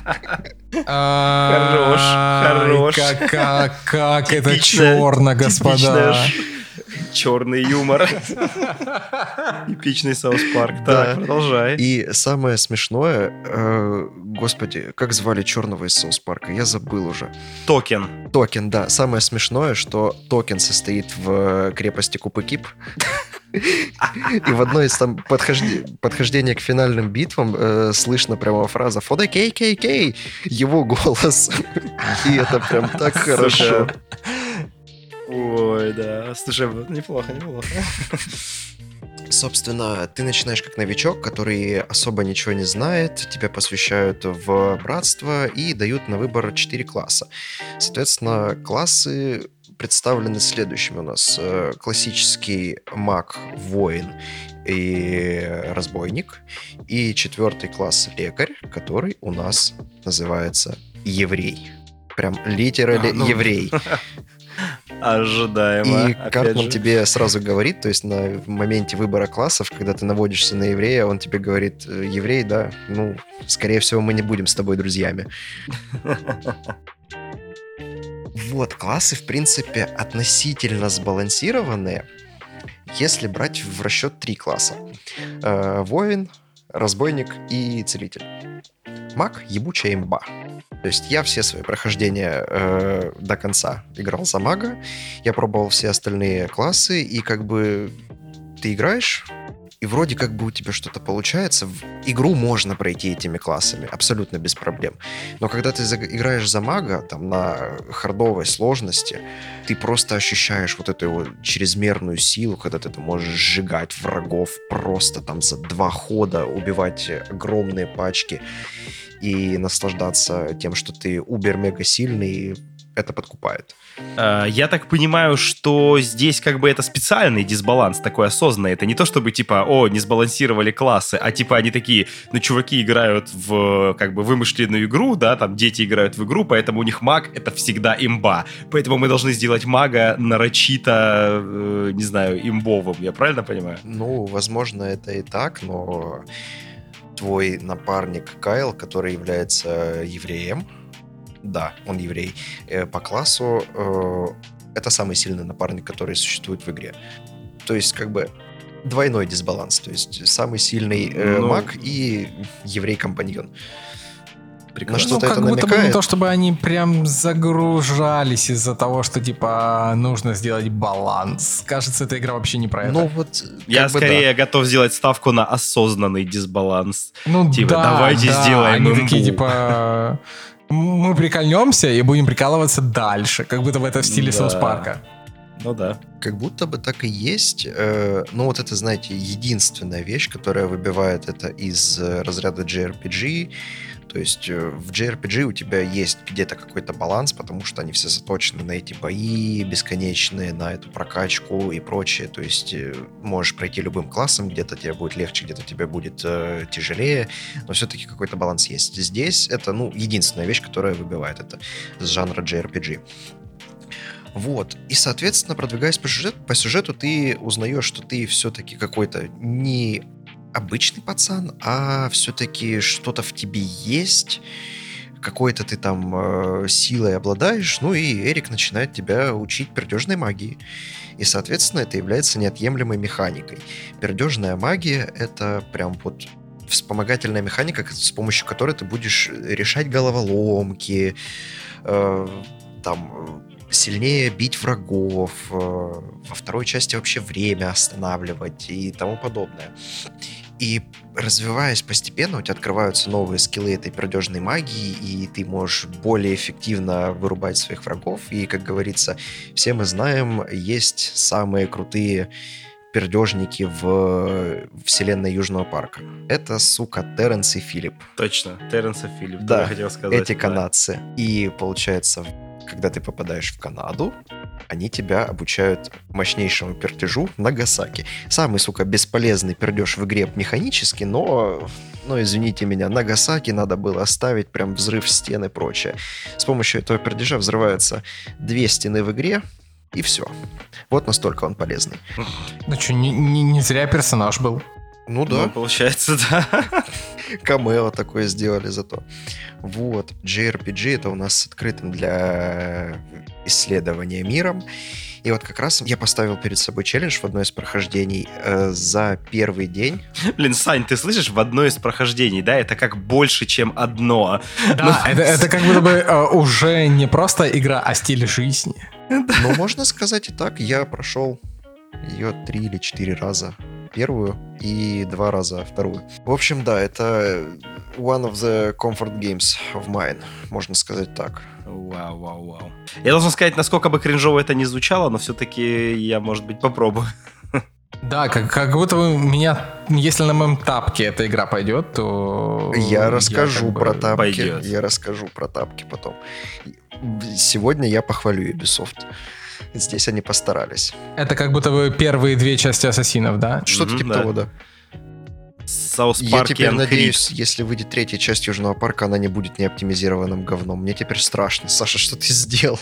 Хорош. Как это черно, господа. Черный юмор. Типичный Саус Парк. Так, продолжай. И самое смешное, господи, как звали черного из Саус Парка? Я забыл уже. Токен. Токен, да. Самое смешное, что Токен состоит в крепости Купы-Кип. И в одной из там подхождений к финальным битвам слышно прямо фраза «For the KKK!» Его голос. И это прям так хорошо. Ой, да. Слушай, неплохо. Собственно, ты начинаешь как новичок, который особо ничего не знает, тебя посвящают в братство и дают на выбор 4 класса. Соответственно, классы представлены следующими у нас. Классический маг, воин и разбойник. И 4 класс лекарь, который у нас называется еврей. Прям литерали еврей. Ожидаемо. И Картман тебе сразу говорит, то есть в моменте выбора классов, когда ты наводишься на еврея, он тебе говорит: еврей, да, ну, скорее всего, мы не будем с тобой друзьями. Вот, классы, в принципе, относительно сбалансированные, если брать в расчет 3 класса. Воин, разбойник и целитель. Маг — ебучая имба. То есть я все свои прохождения до конца играл за мага, я пробовал все остальные классы, и как бы ты играешь, и вроде как бы у тебя что-то получается. Игру можно пройти этими классами, абсолютно без проблем. Но когда ты играешь за мага, там, на хардовой сложности, ты просто ощущаешь вот эту его чрезмерную силу, когда ты там можешь сжигать врагов просто там за 2 хода, убивать огромные пачки и наслаждаться тем, что ты убер-мега сильный, и это подкупает. Я так понимаю, что здесь как бы это специальный дисбаланс такой осознанный. Это не то, чтобы типа, не сбалансировали классы, а типа они такие, ну, чуваки играют в как бы вымышленную игру, да, там дети играют в игру, поэтому у них маг — это всегда имба. Поэтому мы должны сделать мага нарочито, не знаю, имбовым. Я правильно понимаю? Ну, возможно, это и так, но твой напарник Кайл, который является евреем, да, он еврей, по классу это самый сильный напарник, который существует в игре. То есть, как бы, двойной дисбаланс. То есть, самый сильный маг и еврей-компаньон. Прекрасно. На что-то как это будто бы намекает. не то, чтобы они прям загружались из-за того, что, типа, нужно сделать баланс. Кажется, эта игра вообще не про это. Ну, вот, Я скорее готов сделать ставку на осознанный дисбаланс. Ну, типа, да, давайте сделаем они имбу. такие, типа, мы прикольнемся и будем прикалываться дальше. Как будто бы это в стиле Да. Саус Парка. Ну да. Как будто бы так и есть. Но вот это, знаете, единственная вещь, которая выбивает это из разряда JRPG. То есть в JRPG у тебя есть где-то какой-то баланс, потому что они все заточены на эти бои бесконечные, на эту прокачку и прочее. То есть можешь пройти любым классом, где-то тебе будет легче, где-то тебе будет тяжелее, но все-таки какой-то баланс есть. Здесь это, ну, единственная вещь, которая выбивает это с жанра JRPG. Вот. И, соответственно, продвигаясь по сюжету, ты узнаешь, что ты все-таки какой-то не обычный пацан, а все-таки что-то в тебе есть, какой-то ты там силой обладаешь, ну и Эрик начинает тебя учить пердежной магии. И, соответственно, это является неотъемлемой механикой. Пердежная магия — это прям вот вспомогательная механика, с помощью которой ты будешь решать головоломки, там, сильнее бить врагов, во второй части вообще время останавливать и тому подобное. И развиваясь постепенно, у тебя открываются новые скиллы этой пердежной магии, и ты можешь более эффективно вырубать своих врагов. И, как говорится, все мы знаем, есть самые крутые пердежники в вселенной Южного парка. Это, сука, Терренс и Филипп. Точно, Терренс и Филипп, Да, я хотел сказать. эти канадцы. И, получается, когда ты попадаешь в Канаду, они тебя обучают мощнейшему пердежу Нагасаки. Самый, сука, бесполезный пердеж в игре механически, но, извините меня, Нагасаки надо было оставить, прям взрыв стен и прочее. С помощью этого пердежа взрываются 2 стены в игре, и все. Вот настолько он полезный. Ну что, не зря персонаж был. Ну да. Ну, получается, да. Камео такое сделали зато. Вот. JRPG — это у нас с открытым для исследования миром. И вот как раз я поставил перед собой челлендж в одно из прохождений за первый день. Блин, Сань, ты слышишь, в одно из прохождений, да, это как больше, чем одно. Да, это как будто бы уже не просто игра, а стиль жизни. Ну, можно сказать и так. Я прошел ее 3 или 4 раза. Первую и 2 раза вторую. В общем, да, это one of the comfort games of mine, можно сказать так. Вау. Я должен сказать, насколько бы кринжово это не звучало, но все-таки я, может быть, попробую. Да, как будто бы меня, если на моем тапке эта игра пойдет, то... Я расскажу про тапки. Пойдет. Я расскажу про тапки потом. Сегодня я похвалю Ubisoft. Здесь они постарались. Это как будто бы первые 2 части Ассасинов, да? Что-то типа того, да. Саус Я Парк теперь and надеюсь, если выйдет 3-я часть Южного парка, она не будет неоптимизированным говном. Мне теперь страшно. Саша, что ты сделал?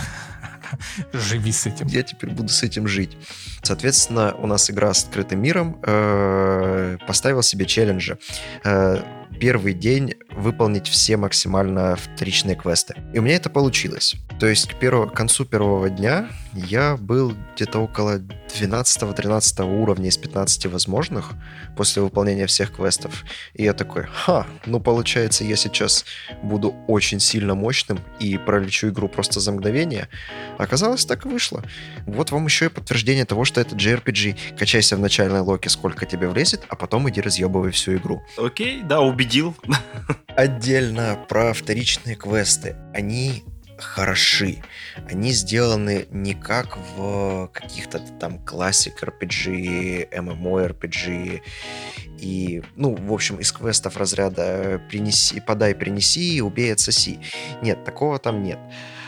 Живи с этим. Я теперь буду с этим жить. Соответственно, у нас игра с открытым миром. Поставил себе челленджи. Первый день выполнить все максимально вторичные квесты. И у меня это получилось. То есть к концу первого дня я был где-то около 12-13 уровня из 15 возможных после выполнения всех квестов. И я такой, получается, я сейчас буду очень сильно мощным и пролечу игру просто за мгновение. Оказалось, так и вышло. Вот вам еще и подтверждение того, что это JRPG. Качайся в начальной локе, сколько тебе влезет, а потом иди разъебывай всю игру. Окей, да, убедил. Отдельно про вторичные квесты. Они хороши. Они сделаны не как в каких-то там классик RPG, MMORPG и, в общем, из квестов разряда подай, принеси, убей, отсоси. Нет, такого там нет.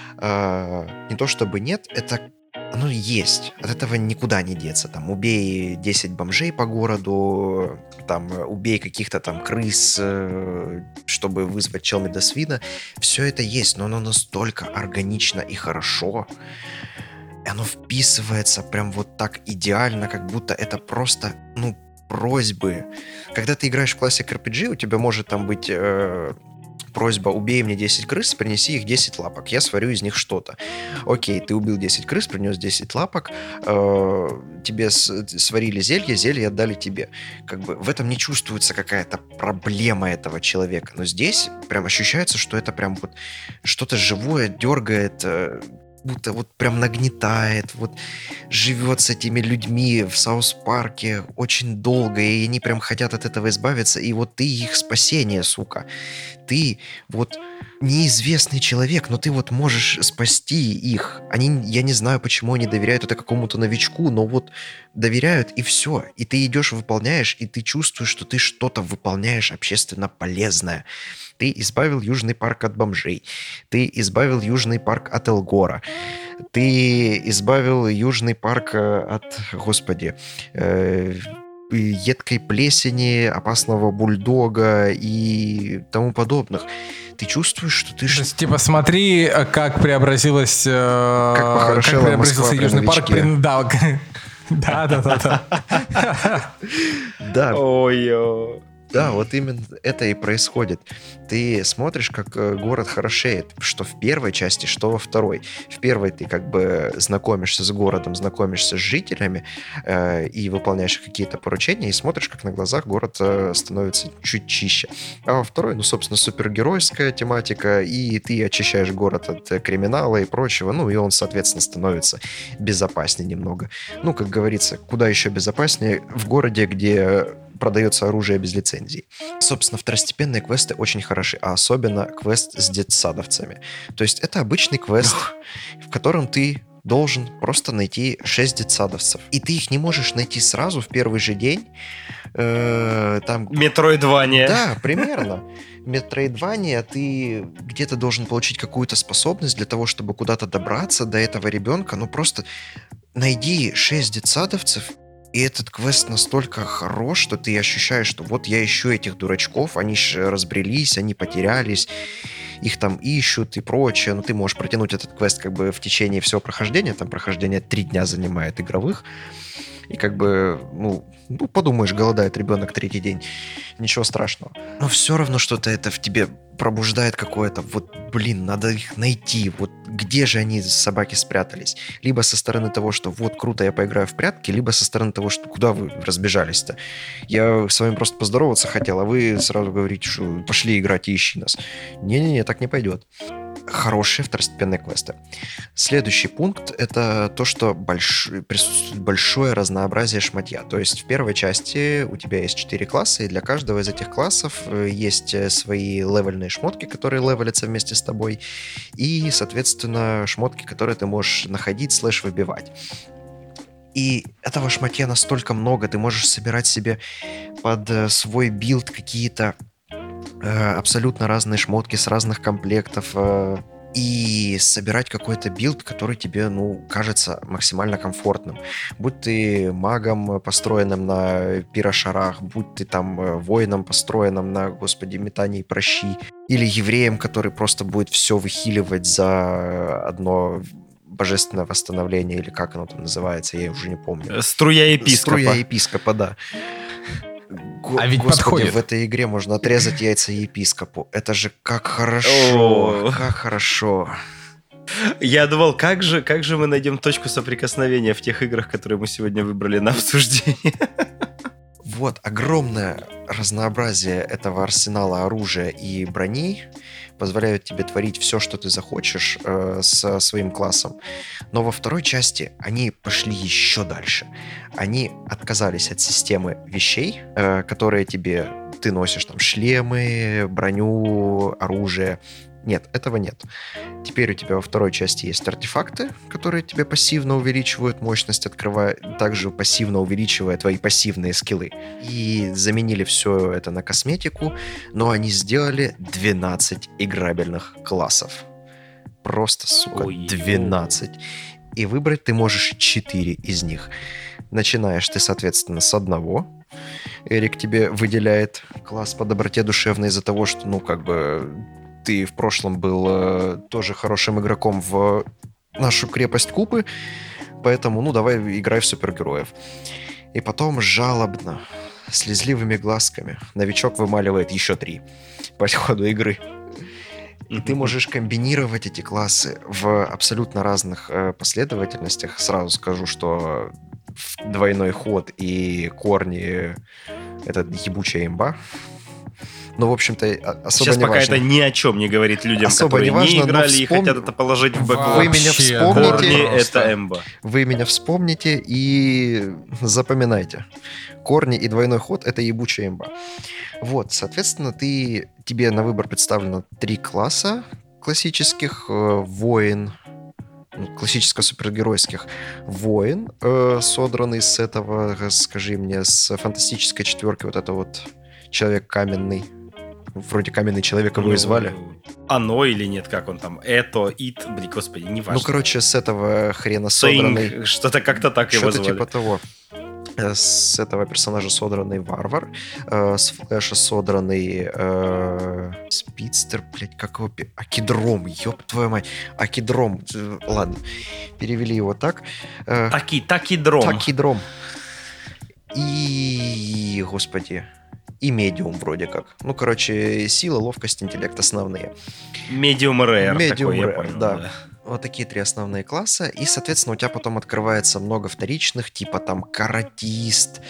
Не то чтобы нет, это оно есть. От этого никуда не деться. Там, убей 10 бомжей по городу, там, убей каких-то там крыс, чтобы вызвать Челмидасвина. Все это есть, но оно настолько органично и хорошо. И оно вписывается прям вот так идеально, как будто это просто, просьбы. Когда ты играешь в классик RPG, у тебя может там быть... просьба: убей мне 10 крыс, принеси их 10 лапок, я сварю из них что-то. Окей, ты убил 10 крыс, принес 10 лапок, тебе сварили зелье отдали тебе. Как бы в этом не чувствуется какая-то проблема этого человека. Но здесь прям ощущается, что это прям вот что-то живое дергает, будто вот прям нагнетает, вот живет с этими людьми в Саус-парке очень долго, и они прям хотят от этого избавиться, и вот ты их спасение, сука. Ты вот неизвестный человек, но ты вот можешь спасти их. Я не знаю, почему они доверяют это какому-то новичку, но вот доверяют, и все. И ты идешь, выполняешь, и ты чувствуешь, что ты что-то выполняешь общественно полезное. Ты избавил Южный парк от бомжей. Ты избавил Южный парк от Элгора. Ты избавил Южный парк от, едкой плесени, опасного бульдога и тому подобных. Ты чувствуешь, что ты... То есть, типа, смотри, как преобразилась... Как похорошела Москва при Южный парк. новичке. Да. Да. Да. Ой-ой. Да, вот именно это и происходит. Ты смотришь, как город хорошеет, что в первой части, что во второй. В первой ты как бы знакомишься с городом, знакомишься с жителями и выполняешь какие-то поручения, и смотришь, как на глазах город становится чуть чище. А во второй, ну, собственно, супергеройская тематика, и ты очищаешь город от криминала и прочего, ну, и он, соответственно, становится безопаснее немного. Ну, как говорится, куда еще безопаснее в городе, где продается оружие без лицензий. Собственно, второстепенные квесты очень хороши, а особенно квест с детсадовцами. То есть это обычный квест, в котором ты должен просто найти 6 детсадовцев. И ты их не можешь найти сразу в первый же день. Там... Метроидвания. Да, примерно. Метроидвания, ты где-то должен получить какую-то способность для того, чтобы куда-то добраться до этого ребенка. Ну просто найди 6 детсадовцев, и этот квест настолько хорош, что ты ощущаешь, что вот я ищу этих дурачков, они же разбрелись, они потерялись, их там ищут и прочее. Но ты можешь протянуть этот квест как бы в течение всего прохождения. Там прохождение 3 дня занимает игровых. И как бы, ну, подумаешь, голодает ребенок 3-й день. Ничего страшного. Но все равно что-то это в тебе пробуждает какое-то, вот, блин, надо их найти. Вот где же они, собаки, спрятались? Либо со стороны того, что вот, круто, я поиграю в прятки, либо со стороны того, что куда вы разбежались-то? Я с вами просто поздороваться хотел, а вы сразу говорите, что пошли играть и ищи нас. Не-не-не, так не пойдет. Хорошие второстепенные квесты. Следующий пункт — это то, что присутствует большое разнообразие шматья. То есть в первой части у тебя есть 4 класса, и для каждого из этих классов есть свои левельные шмотки, которые левелятся вместе с тобой, и, соответственно, шмотки, которые ты можешь находить / выбивать. И этого шматья настолько много, ты можешь собирать себе под свой билд какие-то абсолютно разные шмотки с разных комплектов и собирать какой-то билд, который тебе, ну, кажется максимально комфортным. Будь ты магом, построенным на пирошарах, будь ты там воином, построенным на, господи, метании прощи, или евреем, который просто будет все выхиливать за одно божественное восстановление, или как оно там называется, я уже не помню. Струя епископа. Струя епископа, да. А ведь Господи, подходит. в этой игре можно отрезать яйца епископу. Это же как хорошо, как хорошо. Я думал, как же мы найдем точку соприкосновения в тех играх, которые мы сегодня выбрали на обсуждение. Вот, огромное разнообразие этого арсенала оружия и брони позволяют тебе творить все, что ты захочешь со своим классом. Но во второй части они пошли еще дальше. Они отказались от системы вещей, которые ты носишь, там, шлемы, броню, оружие. Нет, этого нет. Теперь у тебя во второй части есть артефакты, которые тебе пассивно увеличивают мощность, открывая, также пассивно увеличивая твои пассивные скиллы. И заменили все это на косметику, но они сделали 12 играбельных классов. Просто, сука, Ой. 12. И выбрать ты можешь 4 из них. Начинаешь ты, соответственно, с одного. Эрик тебе выделяет класс по доброте душевной из-за того, что, ну, как бы... Ты в прошлом был тоже хорошим игроком в нашу крепость Купы, поэтому, ну, давай играй в супергероев. И потом жалобно, слезливыми глазками, новичок вымаливает еще 3 по ходу игры. И ты можешь комбинировать эти классы в абсолютно разных последовательностях. Сразу скажу, что двойной ход и корни — это ебучая имба. Ну, в общем-то, особо Сейчас не пока важно. это ни о чем не говорит людям, Особо которые не важно, не но играли и хотят это положить в бэклог. Вы меня Вообще, вспомните. Корни — просто. это эмба. Вы меня вспомните и запоминайте. Корни и двойной ход — это ебучая имба. Вот, соответственно, тебе на выбор представлено 3 класса классических. Воин, классическо-супергеройских. Воин, содранный с этого, скажи мне, с фантастической 4 вот это вот человек каменный. Вроде каменный человек его и звали. Оно или нет, как он там? Это, ит, блин, господи, не важно. Ну, короче, с этого хрена содранный... Сейнг, что-то как-то так его Что-то звали. типа того. С этого персонажа содранный варвар. С Флэша содранный спидстер, блядь, как его... Акидром, ёб твою мать. Акидром. Ладно, перевели его так. Такидром. Такидром. И, господи, и медиум вроде как. Ну, короче, сила, ловкость, интеллект основные. Medium Rare. Medium такой, я Rare, понял, да. Вот такие 3 основные класса. И, соответственно, у тебя потом открывается много вторичных, типа там каратист,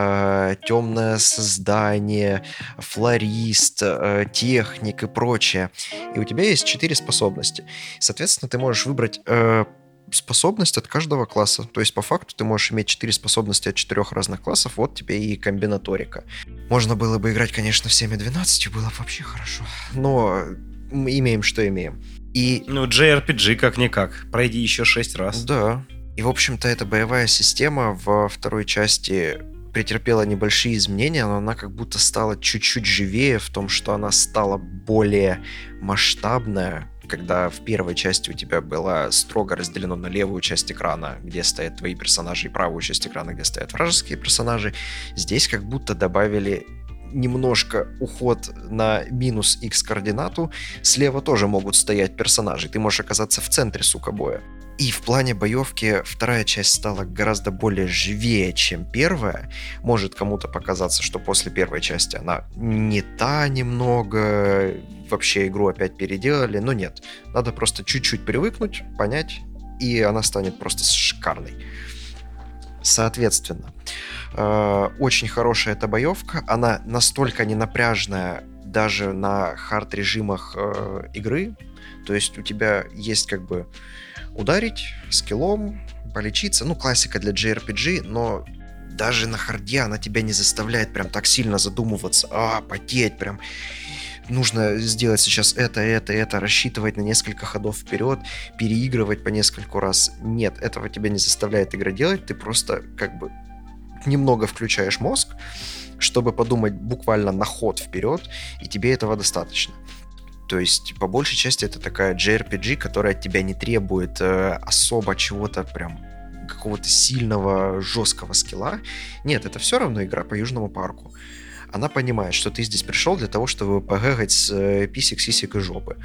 темное создание, флорист, техник и прочее. И у тебя есть 4 способности. Соответственно, ты можешь выбрать способность от каждого класса. То есть, по факту, ты можешь иметь 4 способности от 4 разных классов. Вот тебе и комбинаторика. Можно было бы играть, конечно, всеми 12, было бы вообще хорошо. Но мы имеем, что имеем. И... Ну, JRPG как-никак. Пройди еще 6 раз. Да. И, в общем-то, эта боевая система во второй части претерпела небольшие изменения, но она как будто стала чуть-чуть живее в том, что она стала более масштабная, когда в первой части у тебя было строго разделено на левую часть экрана, где стоят твои персонажи, и правую часть экрана, где стоят вражеские персонажи. Здесь как будто добавили немножко уход на минус X координату. Слева тоже могут стоять персонажи. Ты можешь оказаться в центре, сука, боя. И в плане боевки вторая часть стала гораздо более живее, чем первая. Может кому-то показаться, что после первой части она не та немного, вообще игру опять переделали, но нет. Надо просто чуть-чуть привыкнуть, понять, и она станет просто шикарной. Соответственно, очень хорошая эта боевка, она настолько ненапряжная даже на хард-режимах игры, то есть у тебя есть как бы ударить скиллом, полечиться, ну классика для JRPG, но даже на харде она тебя не заставляет прям так сильно задумываться, потеть прям. Нужно сделать сейчас это, рассчитывать на несколько ходов вперед, переигрывать по нескольку раз. Нет, этого тебя не заставляет игра делать, ты просто как бы немного включаешь мозг, чтобы подумать буквально на ход вперед, и тебе этого достаточно. То есть, по большей части, это такая JRPG, которая от тебя не требует особо чего-то прям какого-то сильного, жесткого скилла. Нет, это все равно игра по Южному парку. Она понимает, что ты здесь пришел для того, чтобы погэгать с писек, сисек и жопы.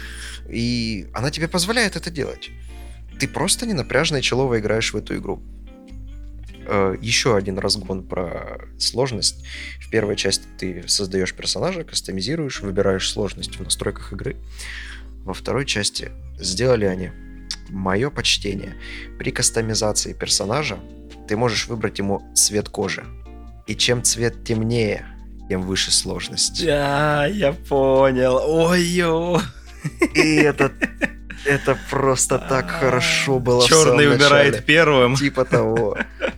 И она тебе позволяет это делать. Ты просто ненапряжно и челово играешь в эту игру. Еще один разгон про сложность. В первой части ты создаешь персонажа, кастомизируешь, выбираешь сложность в настройках игры. Во второй части сделали они, мое почтение, при кастомизации персонажа ты можешь выбрать ему цвет кожи. И чем цвет темнее, тем выше сложность. Да, я понял. Ой-ё. И это просто так хорошо было в Черный самом умирает начале. первым. Типа того.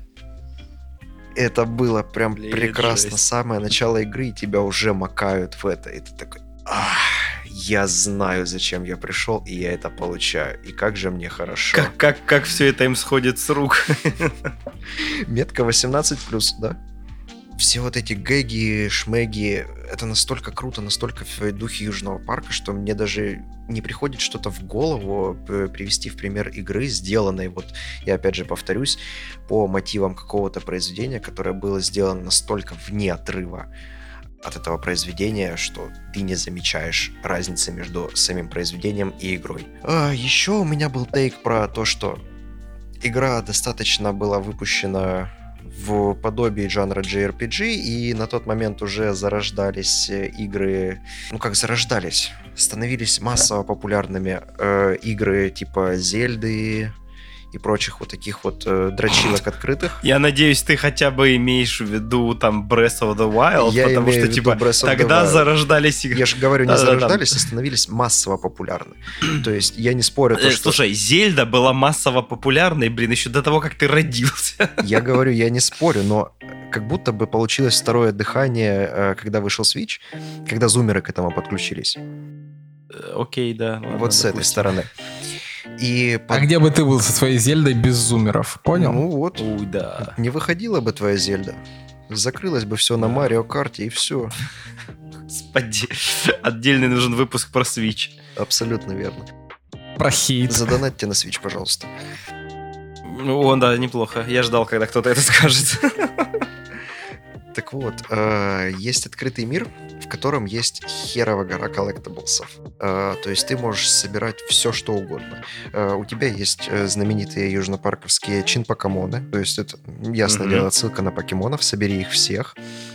Это было прям Блин, прекрасно. жесть. Самое начало игры, и тебя уже макают в это. И ты такой, я знаю, зачем я пришел, и я это получаю. И как же мне хорошо. Как все это им сходит с рук. Метка 18+, да? Все вот эти гэги, шмеги, это настолько круто, настолько в духе Южного парка, что мне даже не приходит что-то в голову привести в пример игры, сделанной, вот я опять же повторюсь, по мотивам какого-то произведения, которое было сделано настолько вне отрыва от этого произведения, что ты не замечаешь разницы между самим произведением и игрой. Еще у меня был тейк про то, что игра достаточно была выпущена в подобии жанра JRPG, и на тот момент уже зарождались игры, становились массово популярными игры типа Зельды и прочих вот таких вот дрочилок открытых. Я надеюсь, ты хотя бы имеешь в виду там Breath of the Wild, Я потому имею что в виду типа Breath of the тогда Wild. зарождались игры. Я же говорю, не Да-да-да. зарождались, а становились массово популярны. То есть я не спорю, то, что... Слушай, Зельда была массово популярной, еще до того, как ты родился. Я говорю, я не спорю, но как будто бы получилось второе дыхание, когда вышел Switch, когда зумеры к этому подключились. Окей, да. ладно, Вот с этой допустим. стороны. И А где бы ты был со своей Зельдой без зумеров? Понял? Ну вот, Уй, да. не выходила бы твоя Зельда. Закрылось бы все на Марио Карте, и все. Господи. Отдельный нужен выпуск про Switch. Абсолютно верно. Про хейт. Задонатьте на Switch, пожалуйста. О, да, неплохо. Я ждал, когда кто-то это скажет. Так вот, есть открытый мир, в котором есть херова гора коллектаблсов. То есть ты можешь собирать все, что угодно. У тебя есть знаменитые южнопарковские чин-покемоны, то есть это, ясное дело, отсылка на покемонов, собери их всех.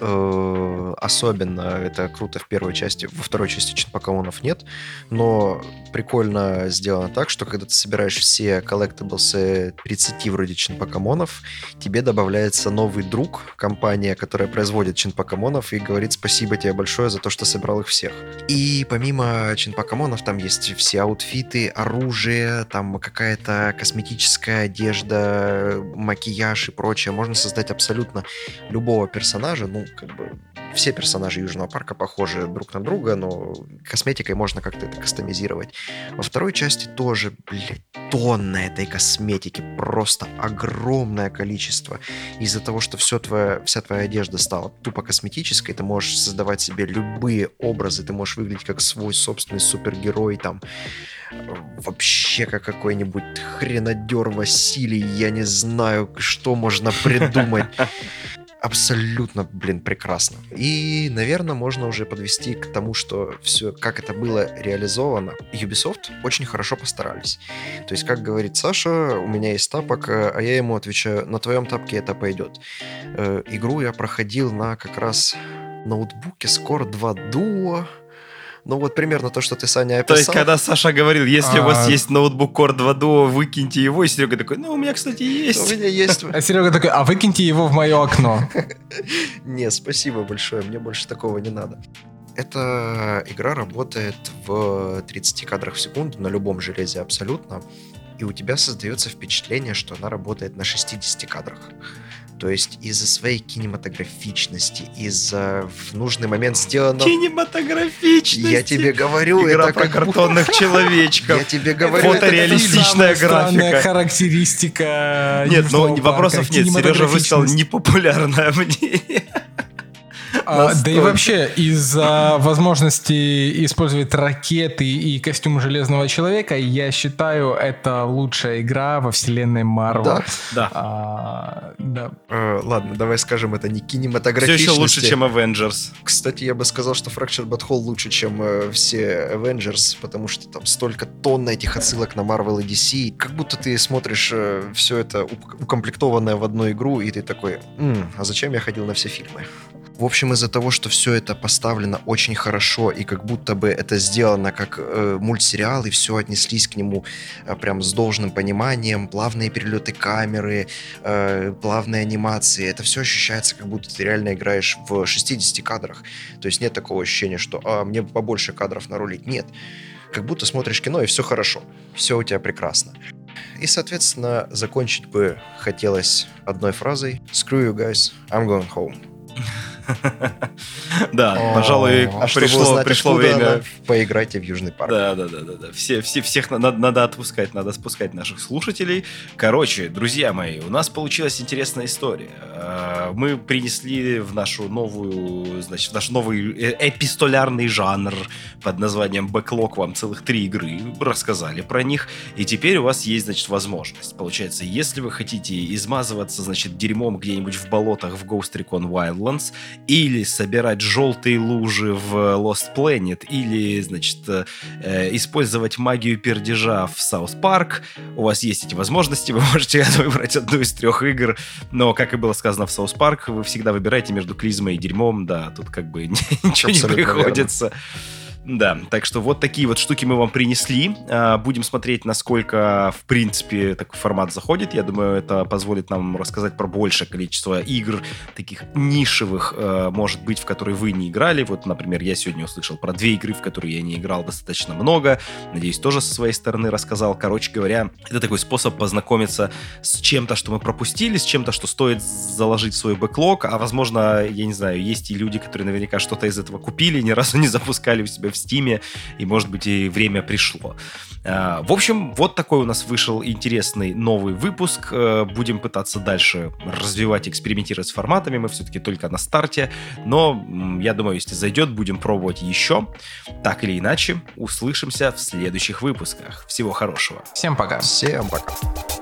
Особенно это круто в первой части, во второй части чин-покемонов нет, но прикольно сделано так, что когда ты собираешь все коллектаблсы 30 вроде чин-покемонов, тебе добавляется новый друг, компания, которая производит чин-покемонов, и говорит спасибо тебе большое за то, что собрал их всех. И помимо чин-покемонов там есть все аутфиты, оружие, там какая-то косметическая одежда, макияж и прочее. Можно создать абсолютно любого персонажа, ну, как бы все персонажи Южного парка похожи друг на друга, но косметикой можно как-то это кастомизировать. Во второй части тоже, тонна этой косметики, просто огромное количество. Из-за того, что вся твоя одежда стала тупо косметической, ты можешь создавать себе любые образы, ты можешь выглядеть как свой собственный супергерой, там, вообще как какой-нибудь хренодер Василий, я не знаю, что можно придумать. Абсолютно, прекрасно. И, наверное, можно уже подвести к тому, что все, как это было реализовано. Ubisoft очень хорошо постарались. То есть, как говорит Саша, у меня есть тапок, а я ему отвечаю, на твоем тапке это пойдет. Игру я проходил на как раз ноутбуке Core 2 Duo. Ну вот примерно то, что ты, Саня, описал. То есть, когда Саша говорил, если у вас есть ноутбук Core 2 Duo, выкиньте его, и Серега такой, ну, у меня, кстати, есть. У меня есть. А Серега такой, а выкиньте его в мое окно. Не, спасибо большое, мне больше такого не надо. Эта игра работает в 30 кадрах в секунду на любом железе абсолютно, и у тебя создается впечатление, что она работает на 60 кадрах. То есть из-за своей кинематографичности, из-за в нужный момент сделано... Кинематографичность! Я тебе говорю, игра это про как картонных человечков. Я тебе говорю, фотореалистичная графика. Характеристика. Нет, ну вопросов нет. Сережа высказал непопулярное мнение. Да и вообще, из-за возможности использовать ракеты и костюм Железного Человека, я считаю, это лучшая игра во вселенной Marvel. Да. Да. Ладно, давай скажем, это не кинематографичность. Все еще лучше, чем Avengers. Кстати, я бы сказал, что Fractured But Whole лучше, чем все Avengers, потому что там столько тонн этих отсылок на Marvel и DC. Как будто ты смотришь все это укомплектованное в одну игру, и ты такой, а зачем я ходил на все фильмы? В общем, из-за того, что все это поставлено очень хорошо, и как будто бы это сделано как мультсериал, и все отнеслись к нему прям с должным пониманием, плавные перелеты камеры, плавные анимации, это все ощущается, как будто ты реально играешь в 60 кадрах. То есть нет такого ощущения, что мне побольше кадров нарулить. Нет. Как будто смотришь кино, и все хорошо. Все у тебя прекрасно. И, соответственно, закончить бы хотелось одной фразой. Screw you guys, I'm going home. Да, пожалуй, пришло время. Поиграйте в Южный парк. Да. Всех надо отпускать, надо спускать наших слушателей. Короче, друзья мои, у нас получилась интересная история. Мы принесли в наш новый эпистолярный жанр под названием Backlog вам целых 3 игры, рассказали про них, и теперь у вас есть, значит, возможность. Получается, если вы хотите измазываться, значит, дерьмом где-нибудь в болотах в Ghost Recon Wildlands, или собирать желтые лужи в Lost Planet, или, значит, использовать магию пердежа в South Park, у вас есть эти возможности, вы можете выбрать одну из 3 игр, но, как и было сказано в South Park, вы всегда выбираете между клизмой и дерьмом, да, тут как бы ничего не приходится. Верно. Да, так что вот такие вот штуки мы вам принесли. Будем смотреть, насколько, в принципе, такой формат заходит. Я думаю, это позволит нам рассказать про большее количество игр, таких нишевых, может быть, в которые вы не играли. Вот, например, я сегодня услышал про 2 игры, в которые я не играл достаточно много. Надеюсь, тоже со своей стороны рассказал. Короче говоря, это такой способ познакомиться с чем-то, что мы пропустили, с чем-то, что стоит заложить в свой бэклог. А, возможно, я не знаю, есть и люди, которые наверняка что-то из этого купили, ни разу не запускали у себя в Стиме, и, может быть, и время пришло. В общем, вот такой у нас вышел интересный новый выпуск. Будем пытаться дальше развивать, экспериментировать с форматами. Мы все-таки только на старте, но я думаю, если зайдет, будем пробовать еще. Так или иначе, услышимся в следующих выпусках. Всего хорошего. Всем пока. Всем пока.